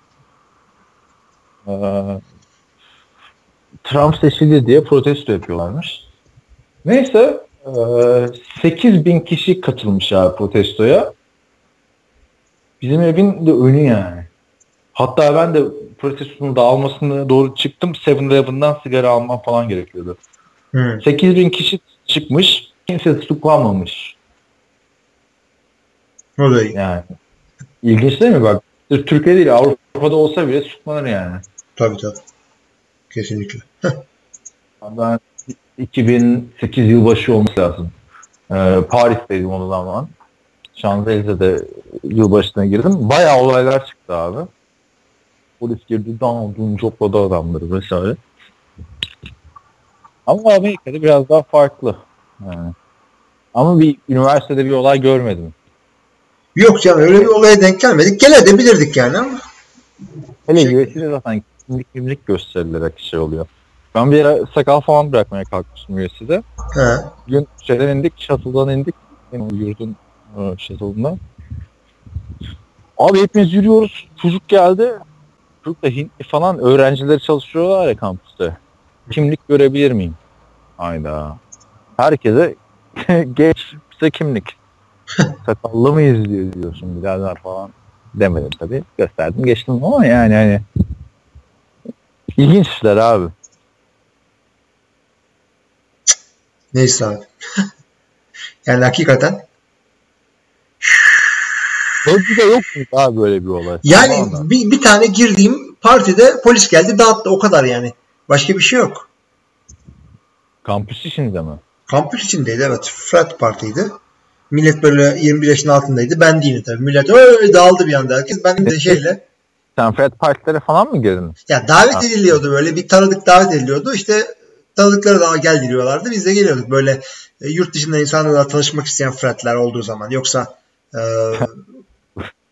Trump seçildi diye protesto yapıyorlarmış. Neyse 8.000 kişi katılmış abi protestoya. Bizim evin de önü yani. Hatta ben de protestonun dağılmasına doğru çıktım. 7-Eleven'dan sigara almam falan gerekiyordu. 8.000 kişi çıkmış. Kimse tutuklanmamış. O da iyi. Yani ilginç değil mi bak? Türkiye değil, Avrupa'da olsa bile tutuklanır yani. Tabii. Kesinlikle. Ben 2008 yılbaşı olması lazım. Paris'teydim o zaman. Şanzelize'de yılbaşına girdim. Bayağı olaylar çıktı abi. Polis girdi, copladı adamları vesaire. Ama Amerika'da biraz daha farklı. Yani. Ama bir üniversitede bir olay görmedim. Yok canım, öyle bir olaya denk gelmedik. Gelebilirdik yani ama. Hele üniversitede zaten kimlik gösterilerek şey oluyor. Ben bir ara sakal falan bırakmaya kalkmıştım üniversitede. Bugün shuttle'dan indik. Yurdun shuttle'ından. Abi hepimiz yürüyoruz. Çocuk geldi. Çocuk da Hintli falan, öğrencileri çalıştırıyorlar ya kampüste. Kimlik görebilir miyim? Hayda. Herkese geç bize kimlik. Sakallı mıyız diyorsun birader falan. Demedim tabii. Gösterdim geçtim ama yani hani ilginç işler abi. Neyse abi. Yani hakikaten. Bölgede yok mu daha böyle bir olay? Yani bir tane girdiğim partide polis geldi, dağıttı, o kadar yani. Başka bir şey yok. Kampüs içinde mi? Kampüs içindeydi, evet. Frat partiydi. Millet böyle 21 yaşın altındaydı. Ben değilim tabii. Millet öyle dağıldı bir anda herkes. Ben de şeyle. Sen Frat partilere falan mı girdin? Ya davet ediliyordu böyle. Bir tanıdık davet ediliyordu. İşte tanıdıkları da gel diyorlardı. Biz de geliyorduk. Böyle yurt dışında insanlarla tanışmak isteyen fratler olduğu zaman. Yoksa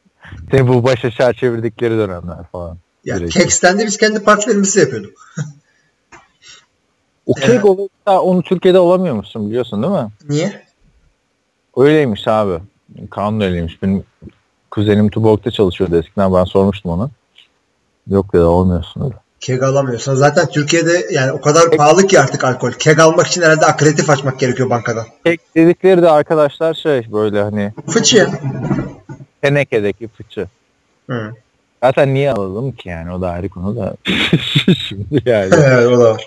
Seni bu baş aşağı çevirdikleri dönemler falan. Ya Direkt. Kex'ten de biz kendi partilerimizi yapıyorduk. O kek olayı, onu Türkiye'de olamıyormuşsun biliyorsun değil mi? Niye? Öyleymiş abi. Kanun öyleymiş. Benim kuzenim Tuborg'da çalışıyordu eskiden. Ben sormuştum ona. Yok dedi olmuyorsun öyle. Keg alamıyorsan. Zaten Türkiye'de yani o kadar pahalı ki artık alkol. Keg almak için herhalde akreditif açmak gerekiyor bankadan. Kek dedikleri de arkadaşlar böyle hani Fıçı ya. tenekedeki fıçı. Hı. Zaten niye alalım ki yani o da ayrı konu da. Şimdi yani. Evet, o da var.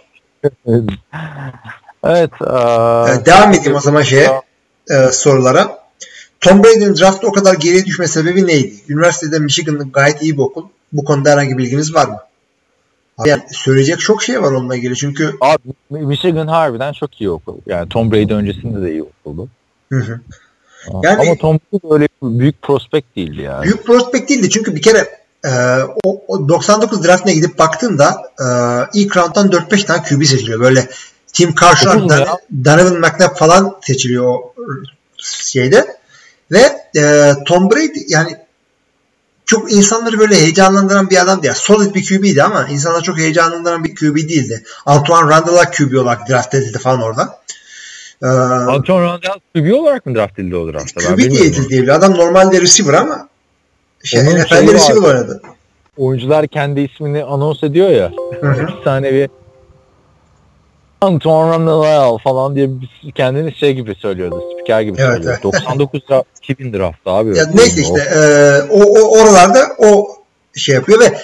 Evet. Devam edeyim o zaman sorulara. Tom Brady'nin draftı o kadar geriye düşme sebebi neydi? Üniversitede Michigan'ın gayet iyi bir okul. Bu konuda herhangi bilginiz var mı? Yani söyleyecek çok şey var onunla ilgili çünkü Abi Michigan harbiden çok iyi okul. Yani Tom Brady öncesinde de iyi okuldu. Hı. Yani, ama Tom Brady öyle büyük prospekt değildi yani. Büyük prospekt değildi çünkü bir kere o 99 draftına gidip baktığında ilk round'dan 4-5 tane QB seçiliyor. Böyle Tim Carshaw, Donovan McNabb falan seçiliyor o şeyde. Ve Tom Brady yani çok insanları böyle heyecanlandıran bir adamdı ya. Solid bir QB'ydi ama insanları çok heyecanlandıran bir QB değildi. Antoine Randall'a QB olarak draft edildi falan orada. Antoine Randall QB olarak mı draft edildi o draftta? QB diye edildi. Adam normalde receiver ama NFL'de receiver oynadı. Oyuncular kendi ismini anons ediyor ya. Bir tane bir Antoine Randall falan diye kendini şey gibi söylüyordu. Spiker gibi söylüyordu. Evet. 99 draft, 2000 draft abi. Ya neyse işte oralarda o şey yapıyor ve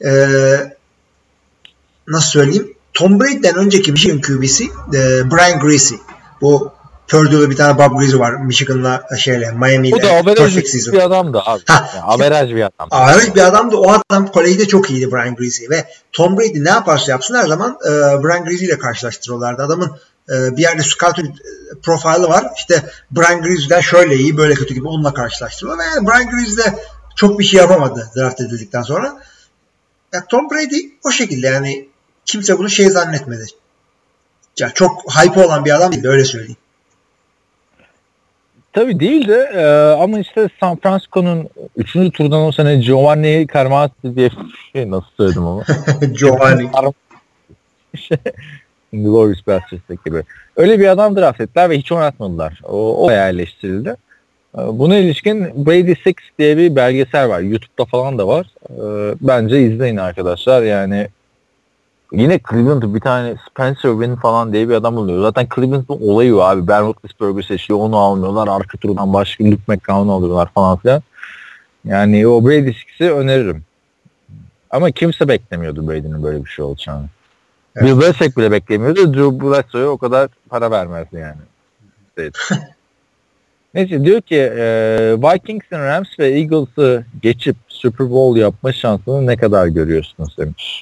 nasıl söyleyeyim Tom Brady'den önceki Michigan QB'si Brian Griese. Bu Purdue'da bir tane Bob Griese var. Michigan'la Miami'yle. O da averaj bir adamdı abi. Averaj bir adam. Averaj bir adamdı. O adam kolejde çok iyiydi Brian Griese ve Tom Brady ne yaparsa yapsın her zaman Brian Griese ile karşılaştırıyorlardı. Adamın bir yerde scouting profili var. İşte Brian Griese'den şöyle iyi böyle kötü gibi onunla karşılaştırıyorlar. Ve yani Brian Griese de çok bir şey yapamadı draft edildikten sonra. Yani Tom Brady o şekilde yani kimse bunu zannetmedi. Yani çok hype olan bir adam değildi öyle söyleyeyim. Tabii değil de ama işte San Francisco'nun 3. turdan o sene Giovanni Carmazzi diye nasıl söyledim ama. Giovanni. Inglourious Basterds gibi. Öyle bir adam draft ettiler ve hiç oynatmadılar. O yerleştirildi. Buna ilişkin Brady Six diye bir belgesel var. YouTube'da falan da var. Bence izleyin arkadaşlar. Yani yine Cleveland bir tane Spencer Wynn falan diye bir adam oluyor. Zaten Cleveland'ın olayı o abi. Ben Roethlisberger seçiyor. Onu almıyorlar. Arka turdan başka Luke McCown'u alıyorlar falan filan. Yani o Brady Six'i öneririm. Ama kimse beklemiyordu Brady'nin böyle bir şey olacağını. Evet. Bill Belichick bile beklemiyordu. Drew Bledsoe'ya o kadar para vermezdi yani. Neyse diyor ki Vikings'in Rams ve Eagles'ı geçip Super Bowl yapma şansını ne kadar görüyorsunuz demiş.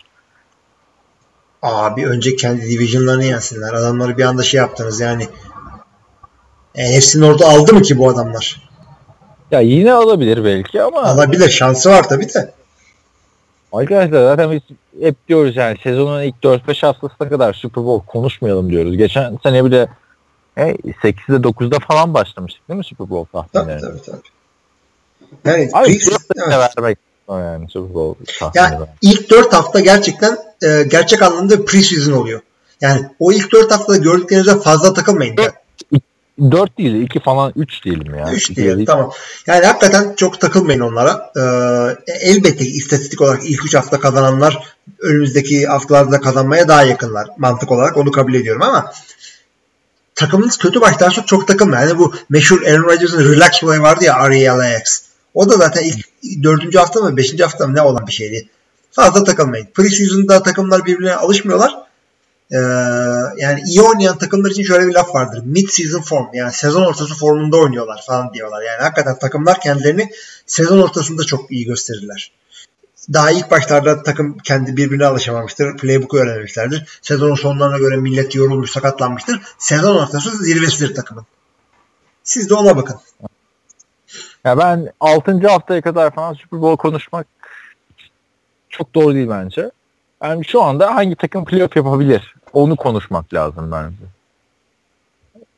Abi önce kendi division'larını yensinler. Adamları bir anda yaptınız yani. Hepsini orada aldı mı ki bu adamlar? Ya yine alabilir belki ama. Alabilir. Şansı var tabii de. Arkadaşlar zaten biz hep diyoruz yani sezonun ilk 4-5 haftasına kadar Super Bowl konuşmayalım diyoruz. Geçen sene bile 8'de 9'da falan başlamıştık değil mi Super Bowl tahminleri? Tabii. Yani vermek yani Super Bowl tahminleri. Yani ilk 4 hafta gerçekten gerçek anlamda pre-season oluyor. Yani o ilk 4 haftada gördüklerinize fazla takılmayın. 4 değil, 2 falan 3 diyelim ya. 3 değil, tamam. Yani hakikaten çok takılmayın onlara. Elbette istatistik olarak ilk 3 hafta kazananlar önümüzdeki haftalarda kazanmaya daha yakınlar. Mantık olarak onu kabul ediyorum ama takımınız kötü başlarsa çok takılmayın. Yani bu meşhur Aaron Rodgers'ın relax olayı vardı ya RELAX. O da zaten ilk 4. hafta mı 5. hafta mı ne olan bir şeydi. Fazla takılmayın. Pre-season'da takımlar birbirine alışmıyorlar. Yani iyi oynayan takımlar için şöyle bir laf vardır. Mid-season form yani sezon ortası formunda oynuyorlar falan diyorlar. Yani hakikaten takımlar kendilerini sezon ortasında çok iyi gösterirler. Daha ilk başlarda takım kendi birbirine alışamamıştır. Playbook'u öğrenmişlerdir. Sezonun sonlarına göre millet yorulmuş, sakatlanmıştır. Sezon ortası zirvesidir takımın. Siz de ona bakın. Ya ben 6. haftaya kadar falan Super Bowl konuşmak çok doğru değil bence. Yani şu anda hangi takım playoff yapabilir? Onu konuşmak lazım bence.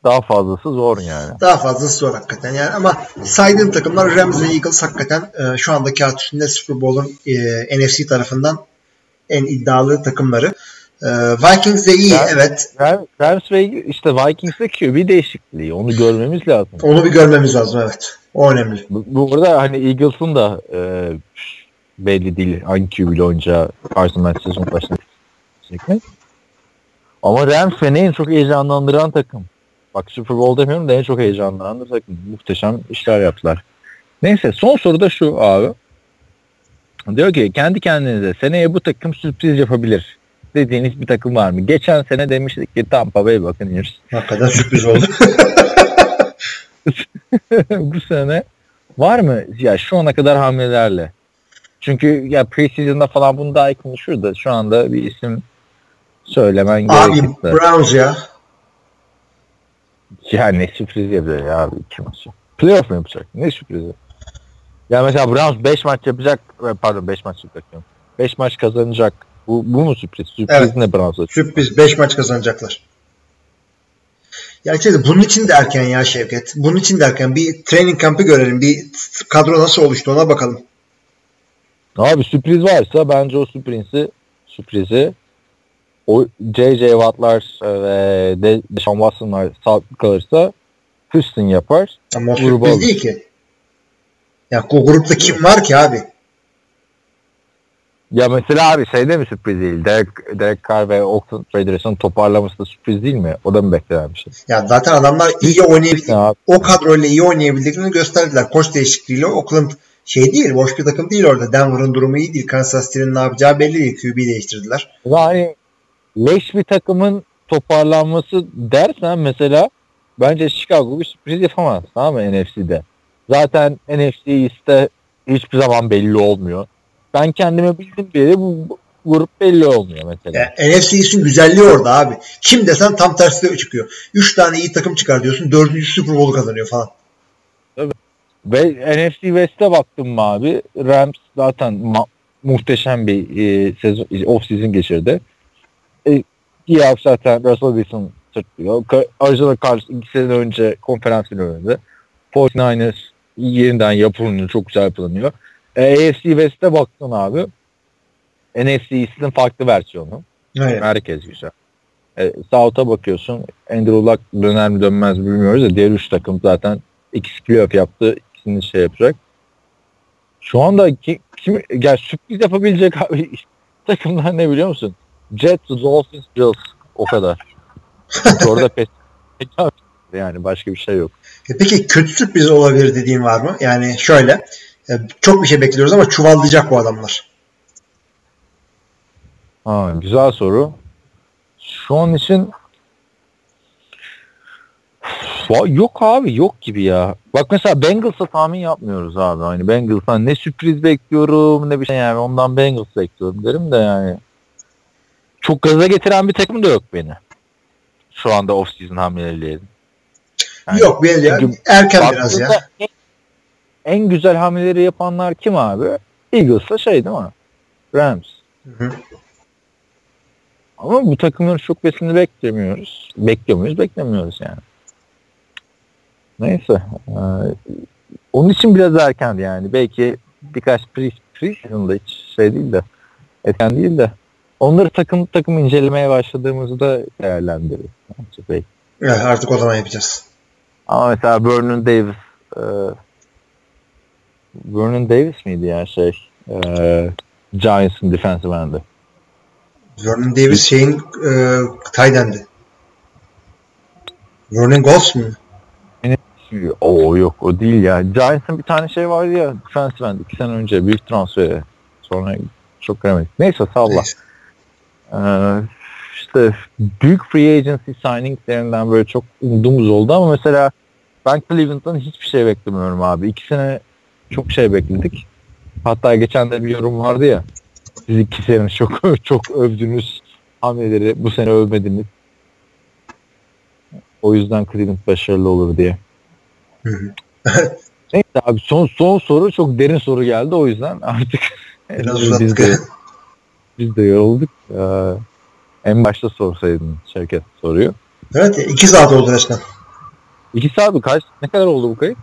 daha fazlası zor yani. Daha fazlası zor hakikaten yani, ama saydığım takımlar Rams ve Eagles hakikaten şu anda kağıt üstünde Super Bowl'un NFC tarafından en iddialı takımları. Vikings de iyi, evet. Rams ve işte Vikings'de QB değişikliği. Onu görmemiz lazım. Onu bir görmemiz lazım, evet. O önemli. Bu arada hani Eagles'ın da belli değil hangi QB ile oynayacağı Carson Wentz sezon başında. Ama Rams beni en çok heyecanlandıran takım. Bak Super Bowl demiyorum da en çok heyecanlandıran takım. Muhteşem işler yaptılar. Neyse, son soru da şu abi. Diyor ki kendi kendinize seneye bu takım sürpriz yapabilir dediğiniz bir takım var mı? Geçen sene demiştik ki Tampa Bay Buccaneers. Hakikaten sürpriz oldu. Bu sene var mı? Ya şu ana kadar hamlelerle. Çünkü ya preseason'da falan bunu daha iyi konuşur da şu anda bir isim söylemen gerekirse. Abi Browns ya. Ya ne sürpriz yapıyor ya abi, iki maçı. Playoff mu yapacak? Ne sürprizi? Ya mesela Browns 5 maç yapacak. Pardon 5 maç yapacak. 5 maç kazanacak. Bu mu sürpriz? Sürpriz evet. Ne Browns'a? Sürpriz 5 maç kazanacaklar. Ya işte bunun için de erken ya Şevket. Bunun için de erken. Bir training kampı görelim. Bir kadro nasıl oluştu ona bakalım. Abi sürpriz varsa bence o sürprizi o J.J. Watt'lar ve Deshaun Watson'lar sağlıklı kalırsa Houston yapar. Ama o sürpriz değil ki. Ya o grupta kim var ki abi? Ya mesela abi şeyde mi sürpriz değil? Derek Carr ve Oakland Raiders'ın toparlaması da sürpriz değil mi? O da mı beklenen bir şey? Ya zaten adamlar iyi oynayabildiğini, o kadroyla iyi oynayabildiklerini gösterdiler. Koç değişikliğiyle Oakland şey değil, boş bir takım değil orada. Denver'ın durumu iyi değil. Kansas City'nin ne yapacağı belli değil. QB değiştirdiler. Yani leş bir takımın toparlanması dersen mesela bence Chicago bir sürpriz yapamaz, tamam mı, NFC'de. Zaten NFC East'te hiçbir zaman belli olmuyor. Ben kendime bildim bir yere bu grup belli olmuyor mesela. NFC East'in güzelliği orada abi. Kim desen tam tersi çıkıyor. 3 tane iyi takım çıkar diyorsun. 4. Super Bowl'u kazanıyor falan. Tabii. Ve NFC West'e baktım mı abi? Rams zaten muhteşem bir off-season geçirdi. Seahawks zaten Russell Wilson sırtlıyor. Arizona Cardinals 2 sene önce konferans finali oynadı. 49ers yeniden yapılıyor. Çok güzel yapılanıyor. AFC West'e baktın abi. NFC East'in farklı versiyonu. Aynen. Herkes güzel. South'a bakıyorsun. Andrew Luck döner mi dönmez mi bilmiyoruz da diğer 3 takım zaten ikisi playoff yaptı. İkisini şey yapacak. Şu anda kim yani sürpriz yapabilecek abi takımlar ne biliyor musun? Jets, Dolphins, Bills. O kadar. Orada yani başka bir şey yok. Peki kötü sürpriz olabilir dediğin var mı? Yani şöyle çok bir şey bekliyoruz ama çuvallayacak bu adamlar. Güzel soru. Şu an için yok abi, yok gibi ya. Bak mesela Bengals'a tahmin yapmıyoruz abi. Hani Bengals'tan ne sürpriz bekliyorum ne bir şey, yani ondan Bengals bekliyorum derim de yani. Çok gaza getiren bir takım da yok beni. Şu anda off-season hamleleriyle. Yani yok erken biraz ya. En güzel hamleleri yapanlar kim abi? Eagles'la şey değil mi? Rams. Hı. Ama bu takımların çok besini beklemiyoruz. Beklemiyoruz yani. Neyse. Onun için biraz erkendi yani. Belki birkaç pre-season'da hiç şey değil de etken değil de onları takım incelemeye başladığımızda değerlendiririz. Belki. Evet, artık o zaman yapacağız. Ama mesela Vernon Davis miydi ya Giants'ın defensive end'i? Vernon Davis şeyin tight end'i. Vernon Goff mu? Yok o değil ya. Giants'ın bir tane şey vardı ya, defensive end 2 sene önce büyük transferi. Sonra çok göremedik. Neyse salla. İşte büyük free agency signinglerinden böyle çok umduğumuz oldu ama mesela ben Cleveland'dan hiçbir şey beklemiyorum abi. 2 sene çok şey bekledik. Hatta geçen de bir yorum vardı ya. Siz 2 sene çok övdünüz hamleleri, bu sene övmediniz. O yüzden Cleveland başarılı olur diye. Neyse abi son soru çok derin soru geldi, o yüzden artık biz de yorulduk. En başta sorsaydın Şevket soruyu. Evet 2 saat oldu resmen. 2 saat mi? Ne kadar oldu bu kayıt?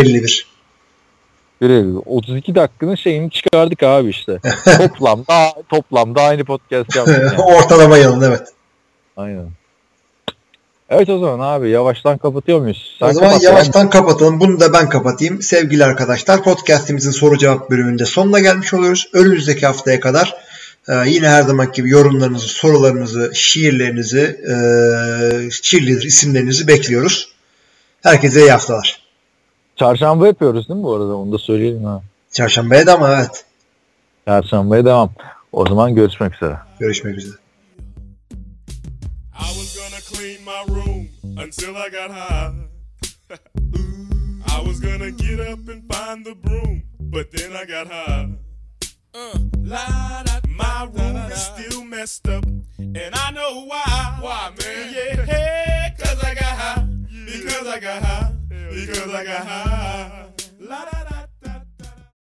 1.51. 32 dakikanın şeyini çıkardık abi işte. toplamda aynı podcast yaptık yani. Ortalama yalın, evet. Aynen. Evet, o zaman abi yavaştan kapatıyor muyuz? O zaman yavaştan kapatalım. Bunu da ben kapatayım. Sevgili arkadaşlar, podcastimizin soru cevap bölümünde sonuna gelmiş oluyoruz. Önümüzdeki haftaya kadar yine her zaman gibi yorumlarınızı, sorularınızı, şiirlerinizi, cheerleader isimlerinizi bekliyoruz. Herkese iyi haftalar. Çarşamba yapıyoruz değil mi bu arada? Onu da söyleyelim ha. Çarşambaya da ama evet. Çarşambaya devam. O zaman görüşmek üzere. Görüşmek üzere. I was gonna clean my room until I got high. I was gonna get up and find the broom, but then I got high. My room is still messed up, and I know why. Why, man? Yeah, 'cause I got high. Because I got high. Because I got high.